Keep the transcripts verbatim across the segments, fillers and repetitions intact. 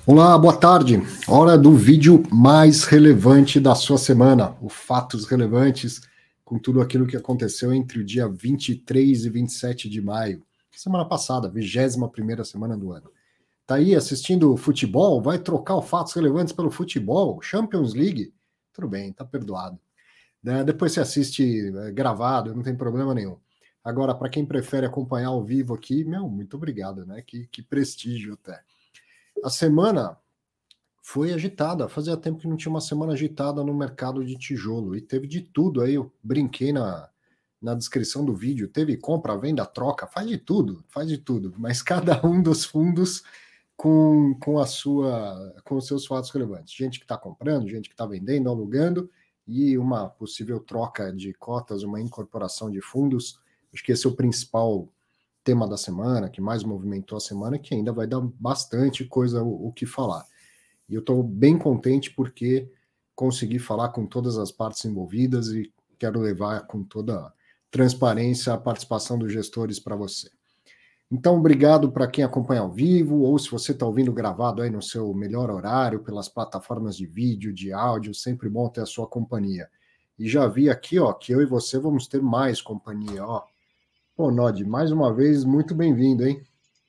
Olá, boa tarde. Hora do vídeo mais relevante da sua semana, o Fatos Relevantes, com tudo aquilo que aconteceu entre o dia vinte e três e vinte e sete de maio, semana passada, vigésima primeira semana do ano. Tá aí assistindo futebol? Vai trocar o Fatos Relevantes pelo futebol? Champions League? Tudo bem, tá perdoado. Né? Depois você assiste é, gravado, não tem problema nenhum. Agora, para quem prefere acompanhar ao vivo aqui, meu, muito obrigado, né? Que, que prestígio até. A semana foi agitada. Fazia tempo que não tinha uma semana agitada no mercado de tijolo. E teve de tudo aí. Eu brinquei na, na descrição do vídeo. Teve compra, venda, troca, faz de tudo, faz de tudo. Mas cada um dos fundos com, com a sua com os seus fatos relevantes. Gente que está comprando, gente que está vendendo, alugando, e uma possível troca de cotas, uma incorporação de fundos. Acho que esse é o principal tema da semana, que mais movimentou a semana, que ainda vai dar bastante coisa o, o que falar. E eu estou bem contente porque consegui falar com todas as partes envolvidas e quero levar com toda transparência a participação dos gestores para você. Então, obrigado para quem acompanha ao vivo, ou se você está ouvindo gravado aí no seu melhor horário, pelas plataformas de vídeo, de áudio, sempre bom ter a sua companhia. E já vi aqui, ó, que eu e você vamos ter mais companhia, ó. Pô, Nod, mais uma vez, muito bem-vindo, hein?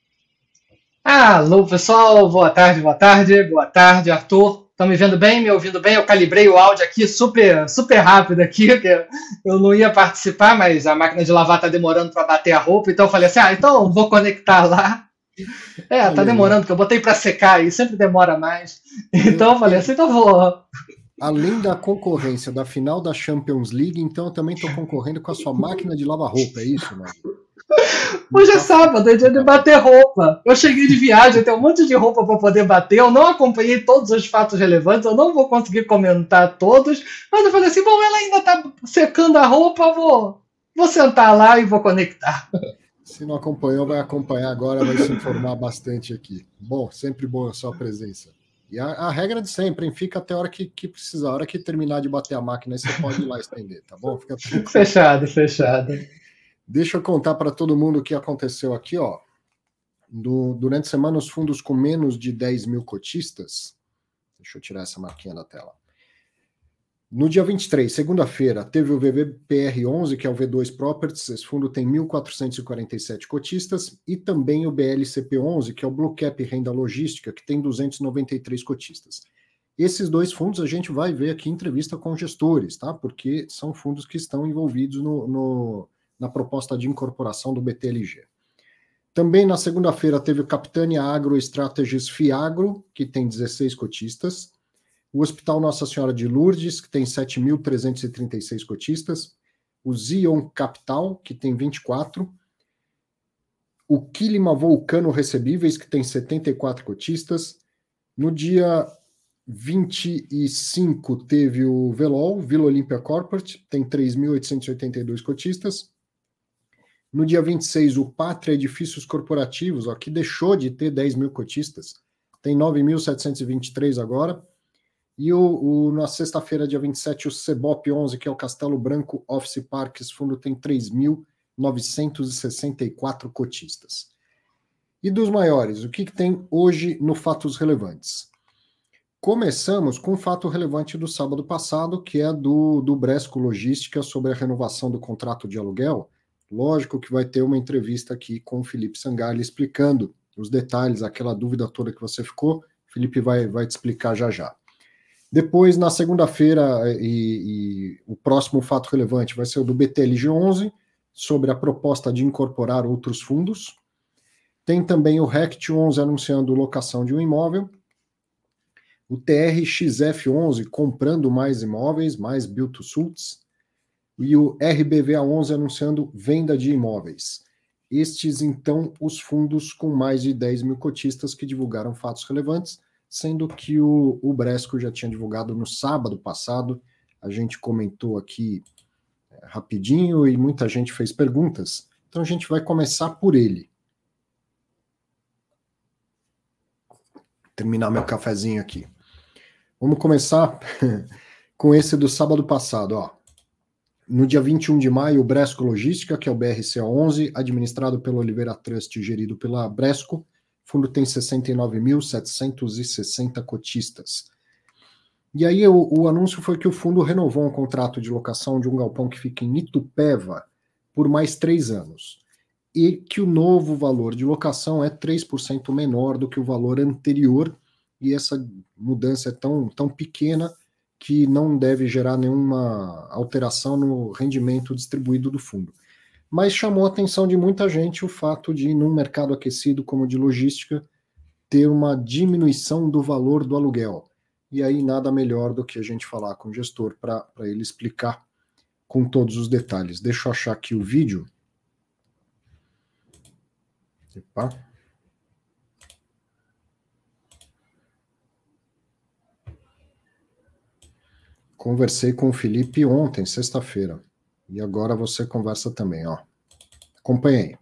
Alô, pessoal, boa tarde, boa tarde, boa tarde, Arthur. Estão me vendo bem, me ouvindo bem? Eu calibrei o áudio aqui super, super rápido aqui, que eu não ia participar, mas a máquina de lavar tá demorando para bater a roupa, então eu falei assim, ah, então vou conectar lá. É, tá Olha aí, ó. demorando, porque eu botei para secar e sempre demora mais. Eu, Então eu falei assim, então vou. além da concorrência da final da Champions League, então eu também estou concorrendo com a sua máquina de lavar roupa, é isso, Nod? Não Hoje é tá sábado, é dia de fácil. bater roupa. Eu cheguei de viagem, eu tenho um monte de roupa para poder bater. Eu não acompanhei todos os fatos relevantes, eu não vou conseguir comentar todos. Mas eu falei assim: bom, ela ainda tá secando a roupa, vou, vou sentar lá e vou conectar. Se não acompanhou, vai acompanhar agora, vai se informar bastante aqui. Bom, sempre boa a sua presença. E a, a regra de sempre, hein? Fica até a hora que, que precisar. A hora que terminar de bater a máquina, aí você pode ir lá estender, tá bom? Fica tranquilo. Fechado, fechado. Deixa eu contar para todo mundo o que aconteceu aqui, ó. Do, durante a semana, os fundos com menos de dez mil cotistas. Deixa eu tirar essa marquinha da tela. No dia vinte e três, segunda-feira, teve o V V P R onze, que é o V dois Properties, esse fundo tem mil quatrocentos e quarenta e sete cotistas, e também o B L C P onze, que é o Blue Cap Renda Logística, que tem duzentos e noventa e três cotistas. Esses dois fundos a gente vai ver aqui em entrevista com gestores, tá? Porque são fundos que estão envolvidos no, no, na proposta de incorporação do B T L G. Também na segunda-feira teve o Capitânia Agro Strategies Fiagro, que tem dezesseis cotistas, o Hospital Nossa Senhora de Lourdes, que tem sete mil trezentos e trinta e seis cotistas, o Zion Capital, que tem vinte e quatro, o Quilima Vulcano Recebíveis, que tem setenta e quatro cotistas. No dia vinte e cinco teve o Velol, Vila Olímpia Corporate, tem três mil oitocentos e oitenta e dois cotistas. No dia vinte e seis, o Pátria Edifícios Corporativos, ó, que deixou de ter dez mil cotistas, tem nove mil setecentos e vinte e três agora. E o, o, na sexta-feira, dia vinte e sete, o Cebop onze, que é o Castelo Branco Office Park, esse fundo tem três mil novecentos e sessenta e quatro cotistas. E dos maiores, o que, que tem hoje no Fatos Relevantes? Começamos com um fato relevante do sábado passado, que é do, do Bresco Logística sobre a renovação do contrato de aluguel. Lógico que vai ter uma entrevista aqui com o Felipe Sangalli explicando os detalhes, aquela dúvida toda que você ficou. O Felipe vai, vai te explicar já já. Depois, na segunda-feira, e, e o próximo fato relevante vai ser o do B T L G onze, sobre a proposta de incorporar outros fundos. Tem também o RECT onze anunciando locação de um imóvel. O T R X F onze comprando mais imóveis, mais build-to-suits. E o R B V A onze anunciando venda de imóveis. Estes, então, os fundos com mais de dez mil cotistas que divulgaram fatos relevantes, sendo que o, o Bresco já tinha divulgado no sábado passado, a gente comentou aqui é, rapidinho e muita gente fez perguntas, então a gente vai começar por ele. Terminar meu cafezinho aqui. Vamos começar com esse do sábado passado, ó. No dia vinte e um de maio, o Bresco Logística, que é o B R C A onze, administrado pelo Oliveira Trust e gerido pela Bresco, O fundo tem sessenta e nove mil setecentos e sessenta cotistas. E aí o, o anúncio foi que o fundo renovou um contrato de locação de um galpão que fica em Itupeva por mais três anos. E que o novo valor de locação é três por cento menor do que o valor anterior, e essa mudança é tão, tão pequena que não deve gerar nenhuma alteração no rendimento distribuído do fundo. Mas chamou a atenção de muita gente o fato de, num mercado aquecido como o de logística, ter uma diminuição do valor do aluguel. E aí nada melhor do que a gente falar com o gestor para ele explicar com todos os detalhes. Deixa eu achar aqui o vídeo. Opa. Conversei com o Felipe ontem, sexta-feira. E agora você conversa também, ó. Acompanhei.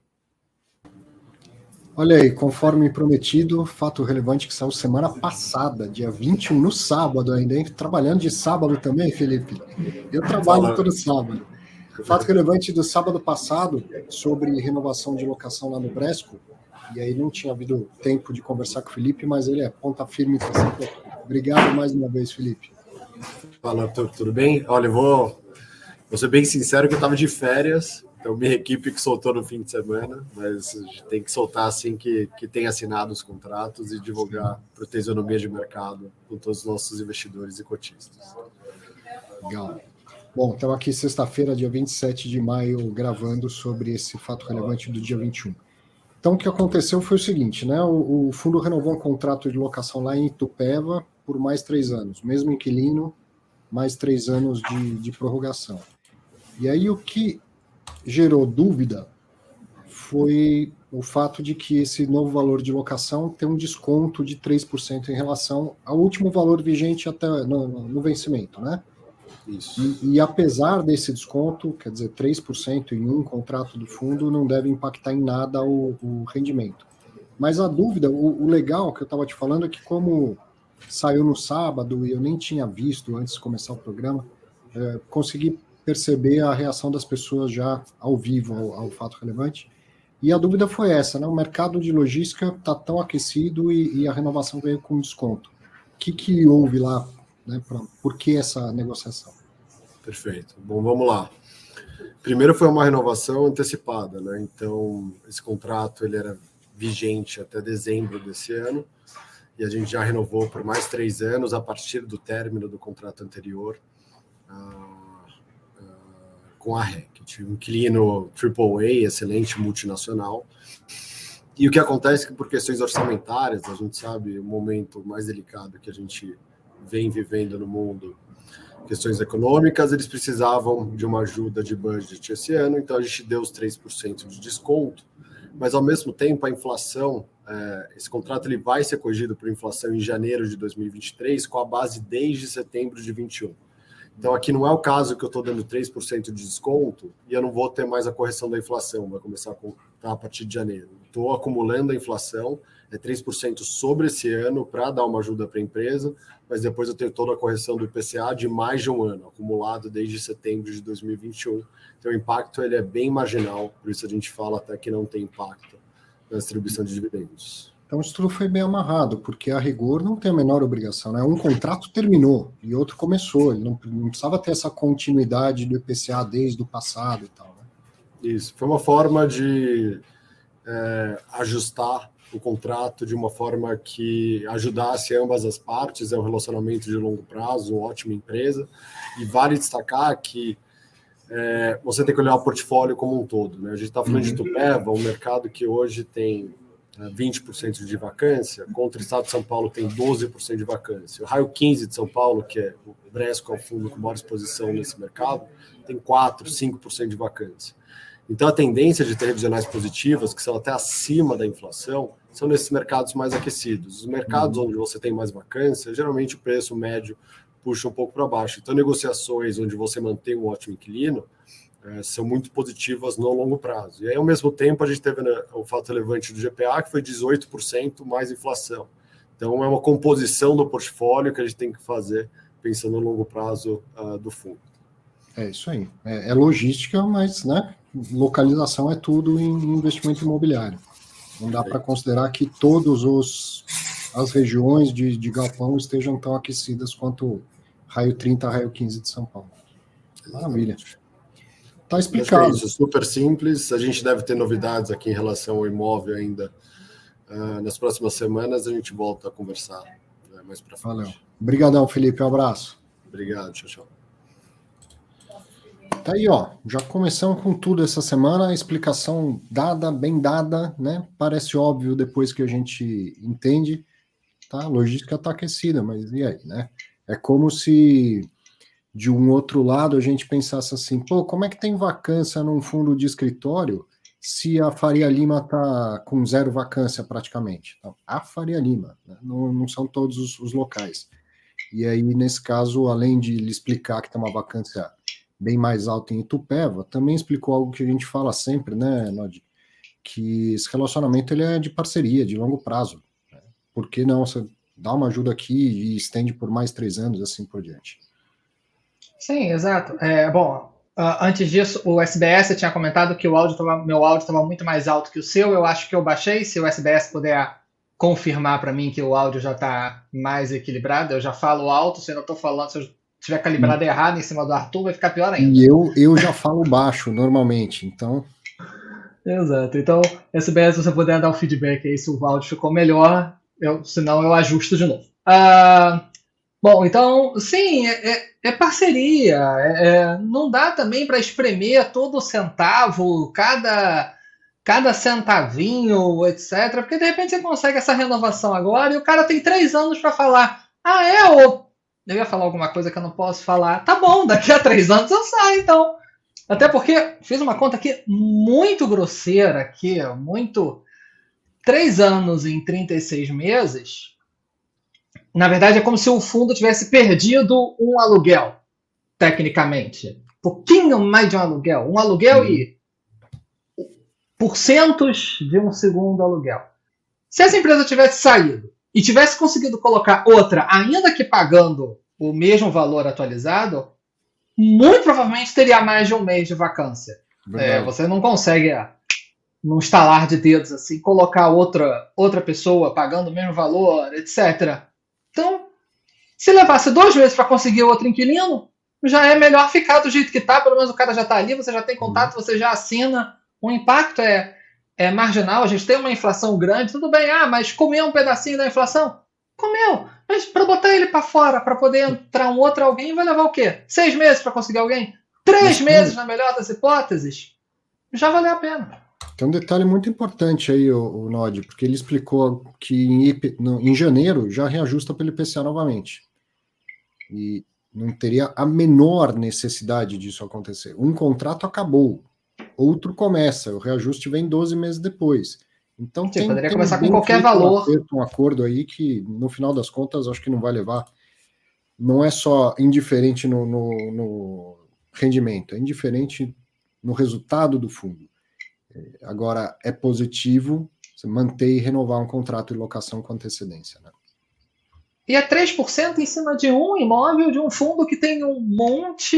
Olha aí, conforme prometido, fato relevante que saiu semana passada, dia vinte e um, no sábado ainda, hein? Trabalhando de sábado também, Felipe? Eu trabalho Fala. todo sábado. Fato relevante do sábado passado, sobre renovação de locação lá no Bresco, e aí não tinha havido tempo de conversar com o Felipe, mas ele é ponta firme. Tá sempre... Obrigado mais uma vez, Felipe. Fala, tudo bem? Olha, eu vou, vou ser bem sincero que eu estava de férias, então minha equipe que soltou no fim de semana, mas tem que soltar assim que, que tem assinado os contratos e divulgar para a isonomia de mercado com todos os nossos investidores e cotistas. Legal. Bom, estamos aqui sexta-feira, dia vinte e sete de maio, gravando sobre esse fato relevante do dia vinte e um. Então, o que aconteceu foi o seguinte, né? O, o fundo renovou um contrato de locação lá em Itupeva por mais três anos, mesmo inquilino, mais três anos de, de prorrogação. E aí o que gerou dúvida foi o fato de que esse novo valor de locação tem um desconto de três por cento em relação ao último valor vigente até no, no vencimento, né? Isso. E, e apesar desse desconto, quer dizer, três por cento em um contrato do fundo não deve impactar em nada o, o rendimento. Mas a dúvida, o, o legal que eu estava te falando é que como saiu no sábado e eu nem tinha visto antes de começar o programa, é, consegui perceber a reação das pessoas já ao vivo ao, ao fato relevante. E a dúvida foi essa, né? O mercado de logística está tão aquecido e, e a renovação veio com desconto. O que, que houve lá? Né, pra, por que essa negociação? Perfeito. Bom, vamos lá. Primeiro foi uma renovação antecipada, né? Então, esse contrato ele era vigente até dezembro desse ano e a gente já renovou por mais três anos a partir do término do contrato anterior uh, uh, com a R E C, um inquilino triplo A, excelente multinacional. E o que acontece é que por questões orçamentárias, a gente sabe o momento mais delicado que a gente vem vivendo no mundo, questões econômicas, eles precisavam de uma ajuda de budget esse ano, então a gente deu os três por cento de desconto, mas ao mesmo tempo a inflação, é, esse contrato ele vai ser corrigido por inflação em janeiro de dois mil e vinte e três, com a base desde setembro de vinte e um. Então aqui não é o caso que eu estou dando três por cento de desconto e eu não vou ter mais a correção da inflação, vai começar a contar a partir de janeiro. Estou acumulando a inflação, é três por cento sobre esse ano para dar uma ajuda para a empresa, mas depois eu tenho toda a correção do I P C A de mais de um ano, acumulado desde setembro de dois mil e vinte e um. Então o impacto ele é bem marginal, por isso a gente fala até que não tem impacto na distribuição de dividendos. Então isso tudo foi bem amarrado, porque a rigor não tem a menor obrigação, né? Um contrato terminou e outro começou, ele não, não precisava ter essa continuidade do I P C A desde o passado e tal, né? Isso, foi uma forma de é, ajustar o contrato de uma forma que ajudasse ambas as partes, é um relacionamento de longo prazo, uma ótima empresa, e vale destacar que é, você tem que olhar o portfólio como um todo, né? A gente está falando uhum. de Itupeva, um mercado que hoje tem é, vinte por cento de vacância, contra o estado de São Paulo tem doze por cento de vacância. O raio quinze de São Paulo, que é o Bresco, é o fundo com maior exposição nesse mercado, tem quatro, cinco por cento de vacância. Então, a tendência de ter revisionais positivas, que são até acima da inflação, são nesses mercados mais aquecidos. Os mercados uhum. onde você tem mais vacância, geralmente o preço médio puxa um pouco para baixo. Então, negociações onde você mantém um ótimo inquilino é, são muito positivas no longo prazo. E aí, ao mesmo tempo, a gente teve né, o fato relevante do G P A, que foi dezoito por cento mais inflação. Então, é uma composição do portfólio que a gente tem que fazer pensando no longo prazo uh, do fundo. É isso aí. É, é logística, mas né, localização é tudo em investimento imobiliário. Não dá para considerar que todas as regiões de, de galpão estejam tão aquecidas quanto raio trinta, raio quinze de São Paulo. Maravilha. Está explicado. É isso, super simples. A gente deve ter novidades aqui em relação ao imóvel ainda. Uh, nas próximas semanas a gente volta a conversar, né, mais para frente. Valeu. Obrigadão, Felipe. Um abraço. Obrigado. Tchau, tchau. Tá aí, ó. Já começamos com tudo essa semana. A explicação dada, bem dada, né? Parece óbvio depois que a gente entende. Tá? A logística está aquecida, mas e aí, né? É como se de um outro lado a gente pensasse assim, pô, como é que tem vacância num fundo de escritório se a Faria Lima está com zero vacância praticamente? Então, a Faria Lima, né? não, não são todos os, os locais. E aí, nesse caso, além de lhe explicar que tem uma vacância bem mais alta em Itupeva, também explicou algo que a gente fala sempre, né, Nod? Que esse relacionamento ele é de parceria, de longo prazo. Né? Por que não você dá uma ajuda aqui e estende por mais três anos, assim por diante? Sim, exato. É, bom, uh, antes disso, o S B S tinha comentado que o áudio tava, meu áudio estava muito mais alto que o seu. Eu acho que eu baixei. Se o S B S puder confirmar para mim que o áudio já está mais equilibrado, eu já falo alto. Se eu não estou falando, se eu estiver calibrado hum. errado em cima do Arthur, vai ficar pior ainda. E eu, eu já falo baixo normalmente, então. Exato. Então, S B S, se você puder dar um feedback aí se o áudio ficou melhor, eu, senão eu ajusto de novo. Uh, bom, então, sim, é, é, é parceria. É, é, não dá também para espremer todo centavo, cada, cada centavinho, etcétera. Porque de repente você consegue essa renovação agora e o cara tem três anos para falar. Ah, é? Ou eu ia falar alguma coisa que eu não posso falar. Tá bom, daqui a três anos eu saio, então. Até porque fiz uma conta aqui muito grosseira, aqui, muito. Três anos em trinta e seis meses. Na verdade, é como se o fundo tivesse perdido um aluguel, tecnicamente. Um pouquinho mais de um aluguel. Um aluguel uhum. e porcentos de um segundo aluguel. Se essa empresa tivesse saído e tivesse conseguido colocar outra, ainda que pagando o mesmo valor atualizado, muito provavelmente teria mais de um mês de vacância. É, você não consegue, num estalar de dedos, assim, colocar outra, outra pessoa pagando o mesmo valor, etcétera. Então, se levasse dois meses para conseguir outro inquilino, já é melhor ficar do jeito que está. Pelo menos o cara já está ali, você já tem contato, você já assina. O impacto é, é marginal. A gente tem uma inflação grande, tudo bem. Ah, mas comeu um pedacinho da inflação? Comeu. Mas para botar ele para fora, para poder entrar um outro alguém, vai levar o quê? Seis meses para conseguir alguém? Três meses, na melhor das hipóteses? Já valeu a pena. Tem um detalhe muito importante aí, o, o Nod, porque ele explicou que em, I P, no, em janeiro já reajusta pelo I P C A novamente. E não teria a menor necessidade disso acontecer. Um contrato acabou, outro começa, o reajuste vem doze meses depois. Então Você tem, poderia tem começar com qualquer valor. Um acerto, um acordo aí que, no final das contas, acho que não vai levar. Não é só indiferente no, no, no rendimento, é indiferente no resultado do fundo. Agora, é positivo você manter e renovar um contrato de locação com antecedência. Né? E é três por cento em cima de um imóvel de um fundo que tem um monte...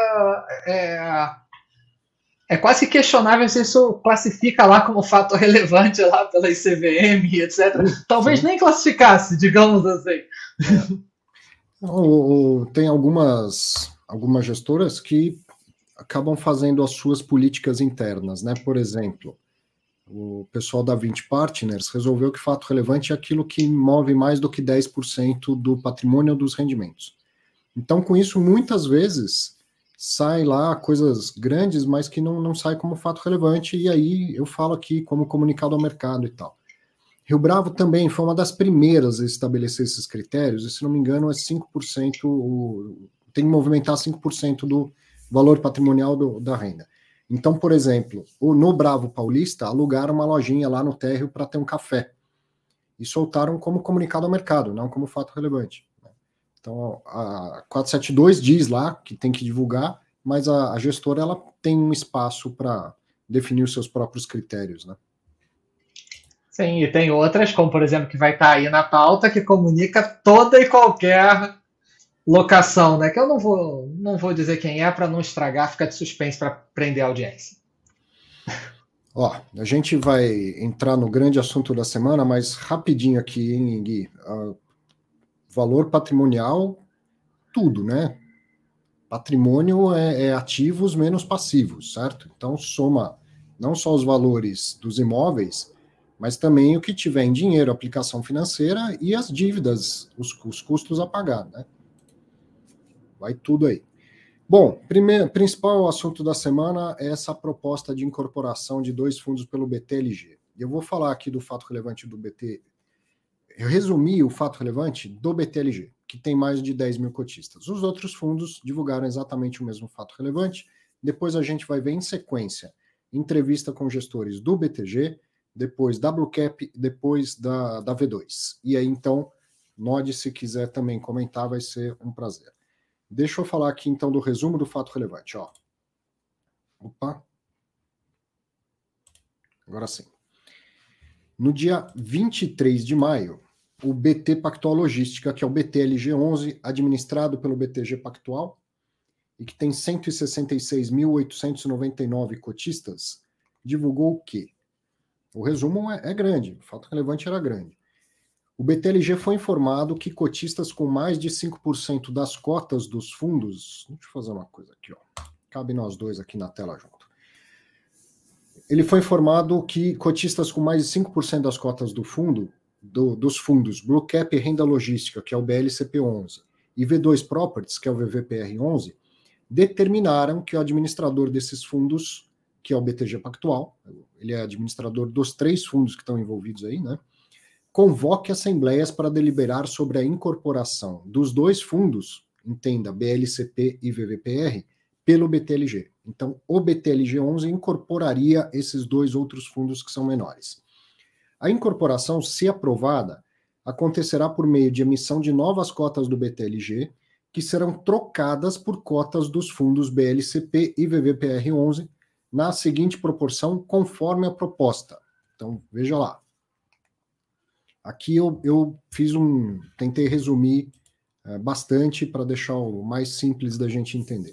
É, é quase questionável se isso classifica lá como fato relevante lá pela I C V M, etcétera. Talvez Sim. nem classificasse, digamos assim. É. Ou, ou, tem algumas, algumas gestoras que acabam fazendo as suas políticas internas, né? Por exemplo, o pessoal da vinte Partners resolveu que fato relevante é aquilo que move mais do que dez por cento do patrimônio dos rendimentos. Então, com isso, muitas vezes, sai lá coisas grandes, mas que não, não sai como fato relevante, e aí eu falo aqui como comunicado ao mercado e tal. Rio Bravo também foi uma das primeiras a estabelecer esses critérios, e se não me engano é cinco por cento, o, tem que movimentar cinco por cento do valor patrimonial do, da renda. Então, por exemplo, no Bravo Paulista, alugaram uma lojinha lá no térreo para ter um café. E soltaram como comunicado ao mercado, não como fato relevante. Então, a quatrocentos e setenta e dois diz lá que tem que divulgar, mas a, a gestora ela tem um espaço para definir os seus próprios critérios, né? Sim, e tem outras, como por exemplo, que vai estar aí na pauta, que comunica toda e qualquer locação, né? Que eu não vou, não vou dizer quem é para não estragar, ficar de suspense para prender a audiência. Ó, a gente vai entrar no grande assunto da semana, mas rapidinho aqui, hein, Gui? Uh, valor patrimonial, tudo, né? Patrimônio é, é ativos menos passivos, certo? Então soma não só os valores dos imóveis, mas também o que tiver em dinheiro, aplicação financeira e as dívidas, os, os custos a pagar, né? Vai tudo aí. Bom, primeiro, principal assunto da semana é essa proposta de incorporação de dois fundos pelo B T L G. Eu vou falar aqui do fato relevante do B T. Eu resumi o fato relevante do B T L G, que tem mais de dez mil cotistas. Os outros fundos divulgaram exatamente o mesmo fato relevante. Depois a gente vai ver em sequência entrevista com gestores do B T G, depois da Blue Cap, depois da, da V dois. E aí, então, Node, se quiser também comentar, vai ser um prazer. Deixa eu falar aqui, então, do resumo do fato relevante. Ó. Opa. Agora sim. No dia vinte e três de maio, o B T Pactual Logística, que é o B T L G onze, administrado pelo B T G Pactual, e que tem cento e sessenta e seis mil oitocentos e noventa e nove cotistas, divulgou o quê? O resumo é, é grande, o fato relevante era grande. O B T L G foi informado que cotistas com mais de cinco por cento das cotas dos fundos... Deixa eu fazer uma coisa aqui, ó. Cabe nós dois aqui na tela junto. Ele foi informado que cotistas com mais de cinco por cento das cotas do fundo, do, dos fundos Blue Cap e Renda Logística, que é o B L C P onze, e V dois Properties, que é o V V P R onze, determinaram que o administrador desses fundos, que é o B T G Pactual, ele é administrador dos três fundos que estão envolvidos aí, né? Convoque assembleias para deliberar sobre a incorporação dos dois fundos, entenda, B L C P e V V P R, pelo B T L G. Então, o B T L G onze incorporaria esses dois outros fundos que são menores. A incorporação, se aprovada, acontecerá por meio de emissão de novas cotas do B T L G, que serão trocadas por cotas dos fundos B L C P e V V P R onze, na seguinte proporção, conforme a proposta. Então, veja lá. Aqui eu, eu fiz um... tentei resumir é, bastante para deixar o mais simples da gente entender.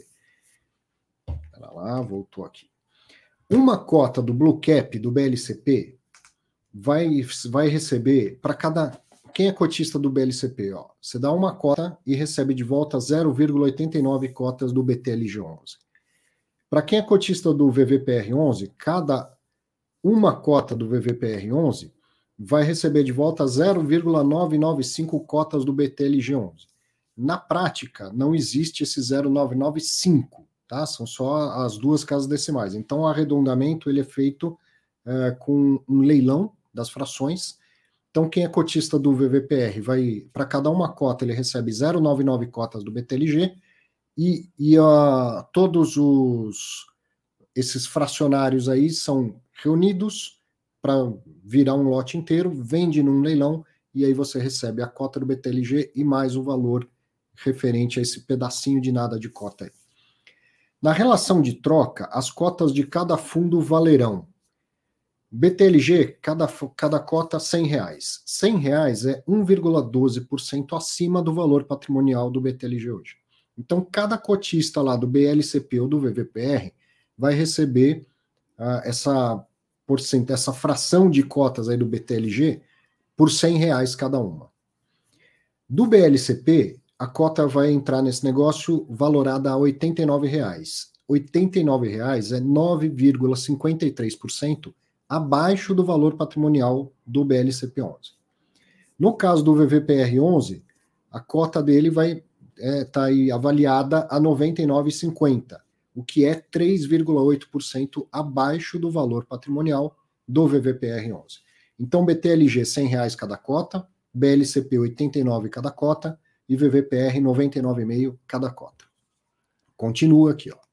Espera lá, voltou aqui. Uma cota do Blue Cap do B L C P vai, vai receber, para cada... Quem é cotista do B L C P? Ó, você dá uma cota e recebe de volta zero vírgula oitenta e nove cotas do B T L G onze. Para quem é cotista do V V P R onze, cada uma cota do V V P R onze vai receber de volta zero vírgula novecentos e noventa e cinco cotas do B T L G onze. Na prática, não existe esse zero vírgula novecentos e noventa e cinco, tá? São só as duas casas decimais. Então, o arredondamento ele é feito é, com um leilão das frações. Então, quem é cotista do V V P R, vai para cada uma cota, ele recebe zero vírgula noventa e nove cotas do B T L G, e, e uh, todos os, esses fracionários aí são reunidos para virar um lote inteiro, vende num leilão, e aí você recebe a cota do B T L G e mais o valor referente a esse pedacinho de nada de cota aí. Na relação de troca, as cotas de cada fundo valerão. B T L G, cada, cada cota cem reais. cem reais é um vírgula doze por cento acima do valor patrimonial do B T L G hoje. Então, cada cotista lá do B L C P ou do V V P R vai receber uh, essa, porcent... essa fração de cotas aí do B T L G por cem reais cada uma. Do B L C P, a cota vai entrar nesse negócio valorada a oitenta e nove reais. oitenta e nove reais é nove vírgula cinquenta e três por cento abaixo do valor patrimonial do B L C P onze. No caso do V V P R onze, a cota dele vai estar é, tá aí avaliada a noventa e nove reais e cinquenta centavos, o que é três vírgula oito por cento abaixo do valor patrimonial do V V P R onze. Então, B T L G cem reais cada cota, B L C P oitenta e nove reais cada cota e V V P R noventa e nove reais e cinquenta centavos cada cota. Continua aqui, ó.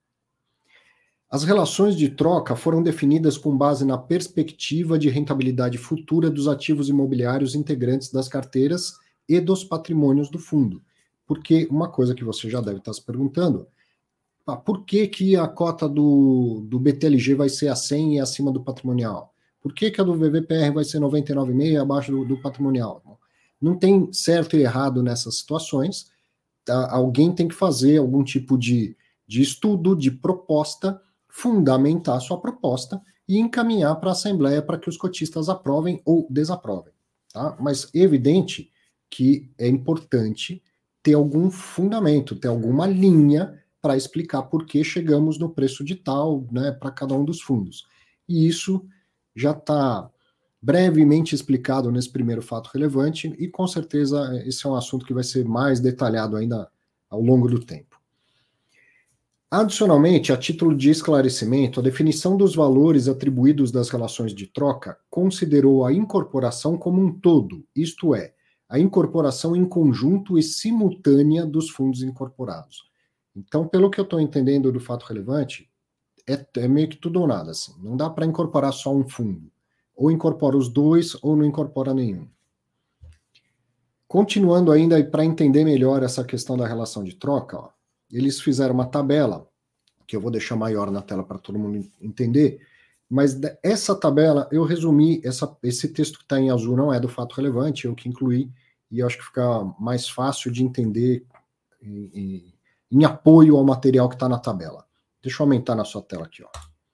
As relações de troca foram definidas com base na perspectiva de rentabilidade futura dos ativos imobiliários integrantes das carteiras e dos patrimônios do fundo. Porque uma coisa que você já deve estar se perguntando, ah, por que, que a cota do, do B T L G vai ser a cem e acima do patrimonial? Por que, que a do V V P R vai ser noventa e nove reais e cinquenta centavos abaixo do, do patrimonial? Não tem certo e errado nessas situações. Tá? Alguém tem que fazer algum tipo de, de estudo, de proposta, fundamentar a sua proposta e encaminhar para a Assembleia para que os cotistas aprovem ou desaprovem. Tá? Mas é evidente que é importante ter algum fundamento, ter alguma linha para explicar por que chegamos no preço de tal, né, para cada um dos fundos. E isso já está brevemente explicado nesse primeiro fato relevante, e com certeza esse é um assunto que vai ser mais detalhado ainda ao longo do tempo. Adicionalmente, a título de esclarecimento, a definição dos valores atribuídos das relações de troca considerou a incorporação como um todo, isto é, a incorporação em conjunto e simultânea dos fundos incorporados. Então, pelo que eu estou entendendo do fato relevante, é, é meio que tudo ou nada, assim. Não dá para incorporar só um fundo. Ou incorpora os dois, ou não incorpora nenhum. Continuando ainda, para entender melhor essa questão da relação de troca, ó, eles fizeram uma tabela, que eu vou deixar maior na tela para todo mundo entender, mas essa tabela, eu resumi, essa, esse texto que está em azul não é do fato relevante, eu que incluí, e eu acho que fica mais fácil de entender em, em, em apoio ao material que está na tabela. Deixa eu aumentar na sua tela aqui, ó.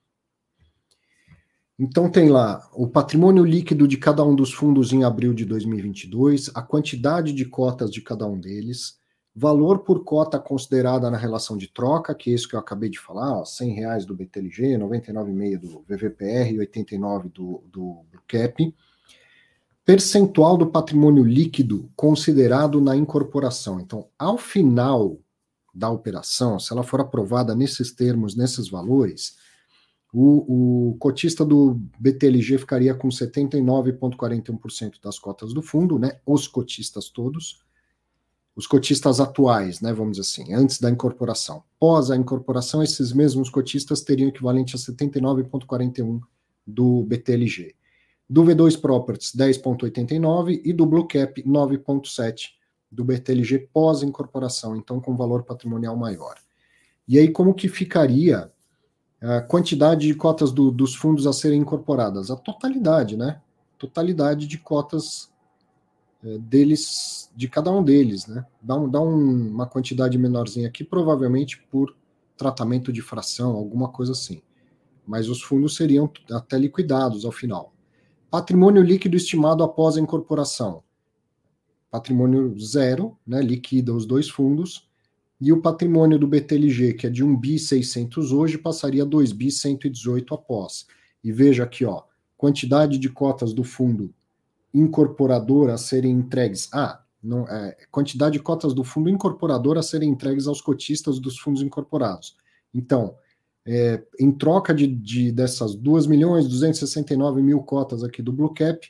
Então tem lá o patrimônio líquido de cada um dos fundos em abril de dois mil e vinte e dois, a quantidade de cotas de cada um deles, valor por cota considerada na relação de troca, que é isso que eu acabei de falar, ó, cem reais do B T L G, noventa e nove vírgula cinco do V V P R e oitenta e nove do, do Blue Cap, percentual do patrimônio líquido considerado na incorporação. Então, ao final da operação, se ela for aprovada nesses termos, nesses valores, O, o cotista do B T L G ficaria com setenta e nove vírgula quarenta e um por cento das cotas do fundo, né? Os cotistas todos. Os cotistas atuais, né? Vamos dizer assim, antes da incorporação. Pós a incorporação, esses mesmos cotistas teriam equivalente a setenta e nove vírgula quarenta e um por cento do B T L G. Do V dois Properties, dez vírgula oitenta e nove por cento e do Blue Cap, nove vírgula sete por cento do B T L G pós-incorporação, então com valor patrimonial maior. E aí, como que ficaria a quantidade de cotas do, dos fundos a serem incorporadas? A totalidade, né? Totalidade de cotas é, deles, de cada um deles, né? Dá, um, dá um, uma quantidade menorzinha aqui, provavelmente por tratamento de fração, alguma coisa assim. Mas os fundos seriam até liquidados ao final. Patrimônio líquido estimado após a incorporação. Patrimônio zero, né? Liquida os dois fundos. E o patrimônio do B T L G, que é de um bi seiscentos hoje, passaria a dois bi cento e dezoito após. E veja aqui, ó, quantidade de cotas do fundo incorporador a serem entregues. Ah, não, é, quantidade de cotas do fundo incorporador a serem entregues aos cotistas dos fundos incorporados. Então, é, em troca de, de dessas dois milhões duzentos e sessenta e nove mil cotas aqui do Blue Cap,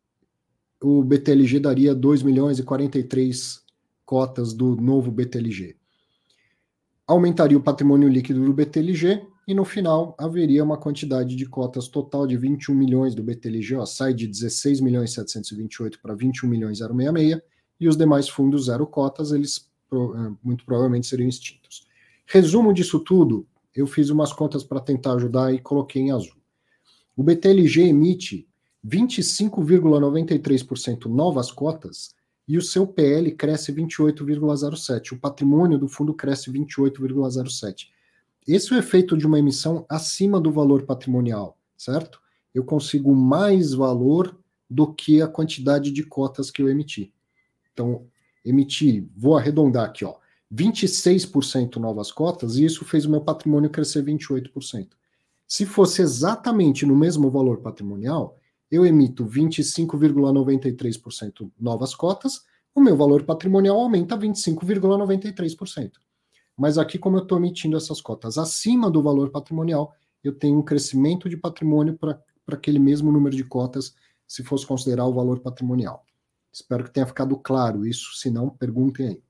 o B T L G daria dois milhões e quarenta e três cotas do novo B T L G. Aumentaria o patrimônio líquido do B T L G e no final haveria uma quantidade de cotas total de vinte e um milhões do B T L G, ó, sai de dezesseis milhões setecentos e vinte e oito para vinte e um milhões zero sessenta e seis, e os demais fundos zero cotas, eles muito provavelmente seriam extintos. Resumo disso tudo, eu fiz umas contas para tentar ajudar e coloquei em azul. O B T L G emite vinte e cinco vírgula noventa e três por cento novas cotas e o seu P L cresce vinte e oito vírgula zero sete por cento. O patrimônio do fundo cresce vinte e oito vírgula zero sete por cento. Esse é o efeito de uma emissão acima do valor patrimonial, certo? Eu consigo mais valor do que a quantidade de cotas que eu emiti. Então, emiti, vou arredondar aqui, ó, vinte e seis por cento novas cotas, e isso fez o meu patrimônio crescer vinte e oito por cento. Se fosse exatamente no mesmo valor patrimonial, eu emito vinte e cinco vírgula noventa e três por cento novas cotas, o meu valor patrimonial aumenta vinte e cinco vírgula noventa e três por cento. Mas aqui, como eu estou emitindo essas cotas acima do valor patrimonial, eu tenho um crescimento de patrimônio para aquele mesmo número de cotas, se fosse considerar o valor patrimonial. Espero que tenha ficado claro isso, se não, perguntem aí.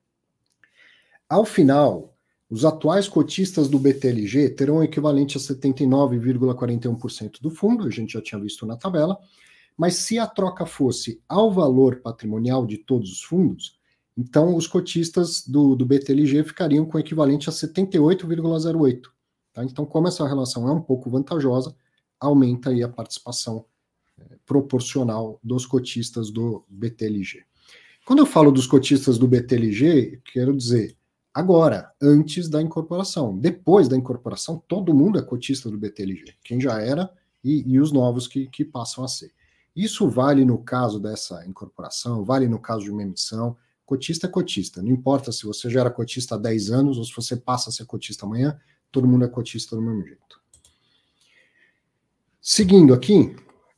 Ao final, os atuais cotistas do B T L G terão o equivalente a setenta e nove vírgula quarenta e um por cento do fundo, a gente já tinha visto na tabela, mas se a troca fosse ao valor patrimonial de todos os fundos, então os cotistas do, do B T L G ficariam com o equivalente a setenta e oito vírgula zero oito por cento. Tá? Então, como essa relação é um pouco vantajosa, aumenta aí a participação é, proporcional dos cotistas do B T L G. Quando eu falo dos cotistas do B T L G, quero dizer agora, antes da incorporação. Depois da incorporação, todo mundo é cotista do B T L G. Quem já era, e, e os novos que, que passam a ser. Isso vale no caso dessa incorporação, vale no caso de uma emissão. Cotista é cotista, não importa se você já era cotista há dez anos ou se você passa a ser cotista amanhã, todo mundo é cotista do mesmo jeito. Seguindo aqui,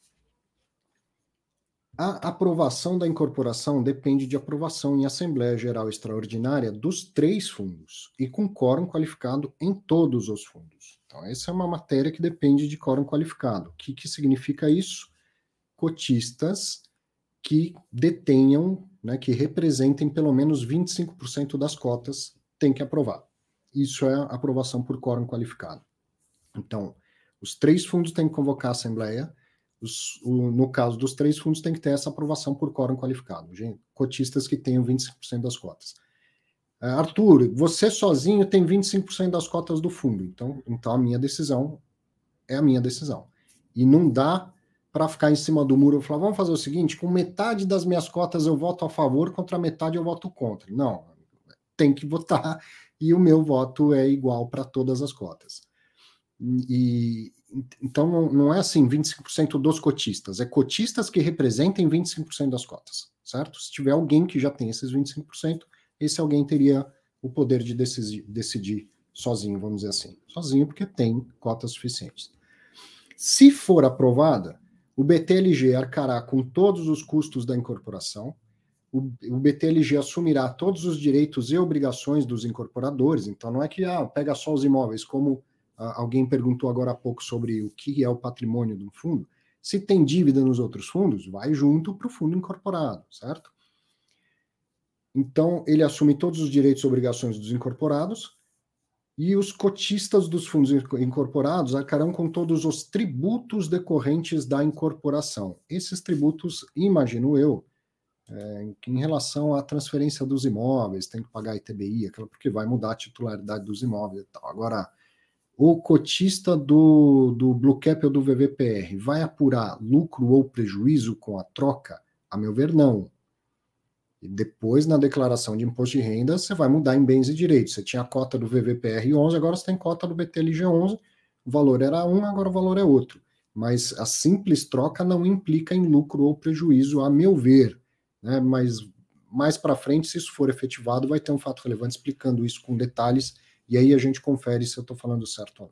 a aprovação da incorporação depende de aprovação em Assembleia Geral Extraordinária dos três fundos e com quórum qualificado em todos os fundos. Então, essa é uma matéria que depende de quórum qualificado. O que, que significa isso? Cotistas que detenham, né, que representem pelo menos vinte e cinco por cento das cotas têm que aprovar. Isso é a aprovação por quórum qualificado. Então, os três fundos têm que convocar a Assembleia. Os, o, no caso dos três fundos, tem que ter essa aprovação por quórum qualificado. Gente, cotistas que tenham vinte e cinco por cento das cotas. Uh, Arthur, você sozinho tem vinte e cinco por cento das cotas do fundo. Então, então a minha decisão é a minha decisão. E não dá para ficar em cima do muro e falar, vamos fazer o seguinte, com metade das minhas cotas eu voto a favor, contra metade eu voto contra. Não, tem que votar e o meu voto é igual para todas as cotas. E então não, não é assim vinte e cinco por cento dos cotistas, é cotistas que representem vinte e cinco por cento das cotas, certo? Se tiver alguém que já tem esses vinte e cinco por cento, esse alguém teria o poder de decidir, decidir sozinho, vamos dizer assim. Sozinho porque tem cotas suficientes. Se for aprovada, o B T L G arcará com todos os custos da incorporação, o, o B T L G assumirá todos os direitos e obrigações dos incorporadores, então não é que ah, pega só os imóveis, como ah, alguém perguntou agora há pouco sobre o que é o patrimônio de um fundo. Se tem dívida nos outros fundos, vai junto para o fundo incorporado, certo? Então, ele assume todos os direitos e obrigações dos incorporados, e os cotistas dos fundos incorporados arcarão com todos os tributos decorrentes da incorporação. Esses tributos, imagino eu, é, em relação à transferência dos imóveis, tem que pagar I T B I, aquela, porque vai mudar a titularidade dos imóveis e tal. Agora, o cotista do, do Blue Cap ou do V V P R vai apurar lucro ou prejuízo com a troca? A meu ver, não. E depois, na declaração de imposto de renda, você vai mudar em bens e direitos. Você tinha a cota do V V P R onze, agora você tem cota do B T L G onze, o valor era um, agora o valor é outro. Mas a simples troca não implica em lucro ou prejuízo, a meu ver. Né? Mas mais para frente, se isso for efetivado, vai ter um fato relevante explicando isso com detalhes, e aí a gente confere se eu estou falando certo ou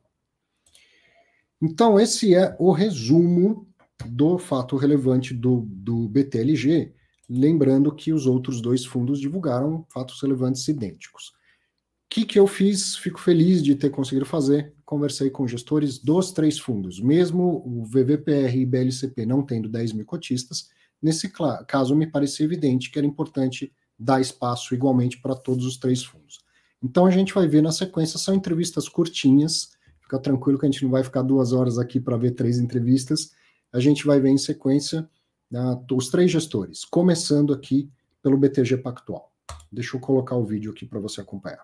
não. Então, esse é o resumo do fato relevante do, do B T L G, lembrando que os outros dois fundos divulgaram fatos relevantes idênticos. O que, que eu fiz? Fico feliz de ter conseguido fazer. Conversei com gestores dos três fundos. Mesmo o V V P R e B L C P não tendo dez mil cotistas, nesse caso me parecia evidente que era importante dar espaço igualmente para todos os três fundos. Então a gente vai ver na sequência, são entrevistas curtinhas, fica tranquilo que a gente não vai ficar duas horas aqui para ver três entrevistas, a gente vai ver em sequência Uh, os três gestores, começando aqui pelo B T G Pactual. Deixa eu colocar o vídeo aqui para você acompanhar.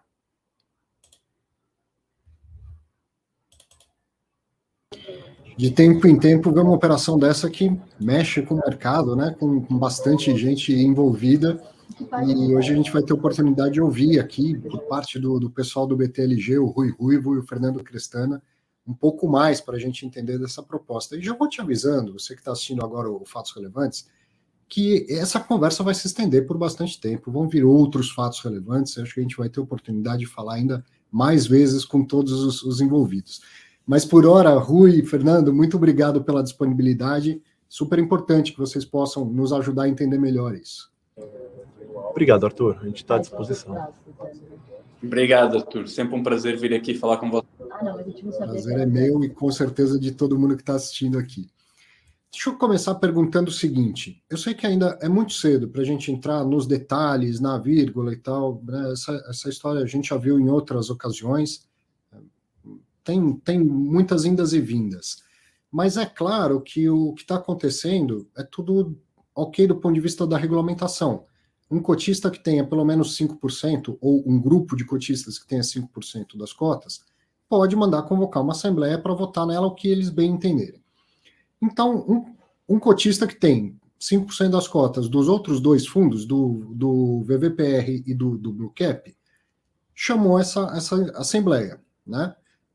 De tempo em tempo, vê uma operação dessa que mexe com o mercado, né, com, com bastante gente envolvida, e hoje a gente vai ter oportunidade de ouvir aqui, por parte do, do pessoal do B T L G, o Rui Ruivo e o Fernando Crestana, um pouco mais para a gente entender dessa proposta. E já vou te avisando, você que está assistindo agora o Fatos Relevantes, que essa conversa vai se estender por bastante tempo, vão vir outros fatos relevantes, acho que a gente vai ter oportunidade de falar ainda mais vezes com todos os, os envolvidos. Mas por hora, Rui e Fernando, muito obrigado pela disponibilidade, super importante que vocês possam nos ajudar a entender melhor isso. Obrigado, Arthur, a gente está à disposição. Obrigado, Arthur. Sempre um prazer vir aqui falar com você. O prazer é meu e com certeza de todo mundo que está assistindo aqui. Deixa eu começar perguntando o seguinte. Eu sei que ainda é muito cedo para a gente entrar nos detalhes, na vírgula e tal. Né? Essa, essa história a gente já viu em outras ocasiões. Tem, tem muitas indas e vindas. Mas é claro que o que está acontecendo é tudo ok do ponto de vista da regulamentação. Um cotista que tenha pelo menos cinco por cento, ou um grupo de cotistas que tenha cinco por cento das cotas, pode mandar convocar uma assembleia para votar nela o que eles bem entenderem. Então, um, um cotista que tem cinco por cento das cotas dos outros dois fundos, do, do V V P R e do, do Blue Cap, chamou essa, essa assembleia, né?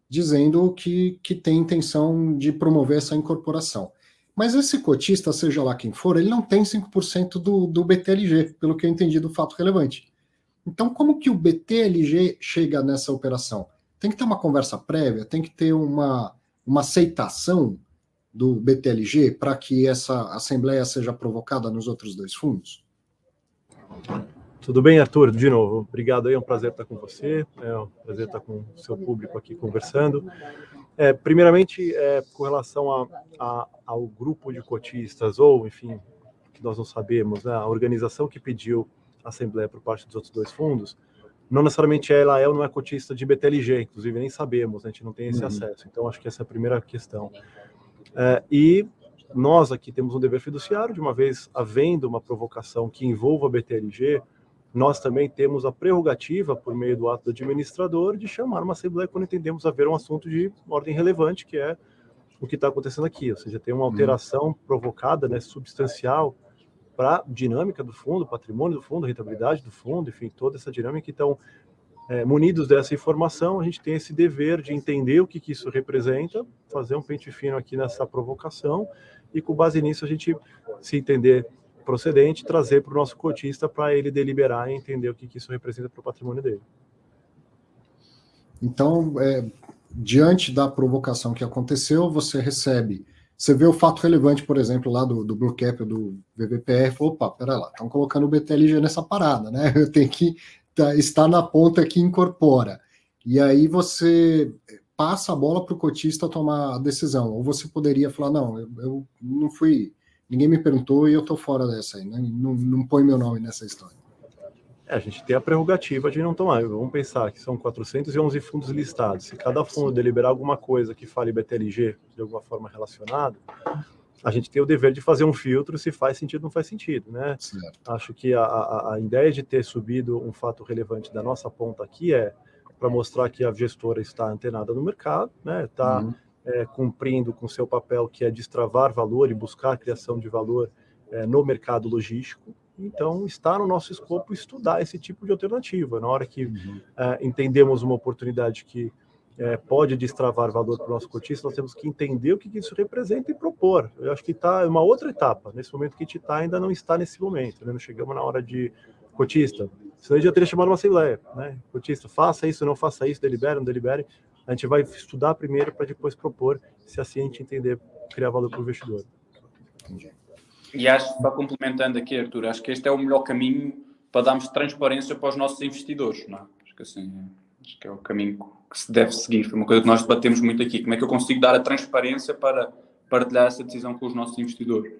dizendo que, que tem intenção de promover essa incorporação. Mas esse cotista, seja lá quem for, ele não tem cinco por cento do, do B T L G, pelo que eu entendi do fato relevante. Então, como que o B T L G chega nessa operação? Tem que ter uma conversa prévia, tem que ter uma, uma aceitação do B T L G para que essa assembleia seja provocada nos outros dois fundos? Tudo bem, Arthur? De novo, obrigado aí, é um prazer estar com você, é um prazer estar com o seu público aqui conversando. É, primeiramente, é, com relação a, a, ao grupo de cotistas, ou, enfim, que nós não sabemos, né, a organização que pediu a assembleia por parte dos outros dois fundos, não necessariamente ela é ou não é cotista de B T L G, inclusive nem sabemos, né, a gente não tem esse uhum. acesso, então acho que essa é a primeira questão. É, e nós aqui temos um dever fiduciário, de uma vez havendo uma provocação que envolva a B T L G, nós também temos a prerrogativa, por meio do ato do administrador, de chamar uma assembleia quando entendemos haver um assunto de ordem relevante, que é o que está acontecendo aqui, ou seja, tem uma alteração uhum. provocada, né, substancial, para a dinâmica do fundo, patrimônio do fundo, rentabilidade do fundo, enfim, toda essa dinâmica. Então, é, munidos dessa informação, a gente tem esse dever de entender o que, que isso representa, fazer um pente fino aqui nessa provocação, e com base nisso a gente se entender procedente, trazer para o nosso cotista para ele deliberar e entender o que, que isso representa para o patrimônio dele. Então, é, diante da provocação que aconteceu, você recebe, você vê o fato relevante, por exemplo, lá do, do Blue Cap, do V V P R, opa, pera lá, estão colocando o B T L G nessa parada, né? Eu tenho que tá, estar na ponta que incorpora. E aí você passa a bola para o cotista tomar a decisão. Ou você poderia falar, não, eu, eu não fui... Ninguém me perguntou e eu estou fora dessa aí, né? não, não põe meu nome nessa história. É, a gente tem a prerrogativa de não tomar. Vamos pensar que são quatrocentos e onze fundos listados. Se cada fundo deliberar alguma coisa que fale B T L G de alguma forma relacionada, a gente tem o dever de fazer um filtro se faz sentido ou não faz sentido, né? Certo. Acho que a, a, a ideia de ter subido um fato relevante da nossa ponta aqui é para mostrar que a gestora está antenada no mercado, né? Está... Uhum. É, cumprindo com seu papel, que é destravar valor e buscar a criação de valor é, no mercado logístico. Então, está no nosso escopo estudar esse tipo de alternativa. Na hora que uhum. é, entendemos uma oportunidade que é, pode destravar valor para o nosso cotista, nós temos que entender o que isso representa e propor. Eu acho que está uma outra etapa. Nesse momento que a gente está, ainda não está nesse momento. Né? Não chegamos na hora de cotista. Senão a gente já teria chamado uma assembleia. Né? Cotista, faça isso, não faça isso, delibere, não delibere. A gente vai estudar primeiro para depois propor, se assim a gente entender, criar valor para o investidor. Entendi. E acho, só complementando aqui, Arthur, acho que este é o melhor caminho para darmos transparência para os nossos investidores, não é? Acho que assim, acho que é o caminho que se deve seguir. Foi uma coisa que nós debatemos muito aqui. Como é que eu consigo dar a transparência para partilhar essa decisão com os nossos investidores?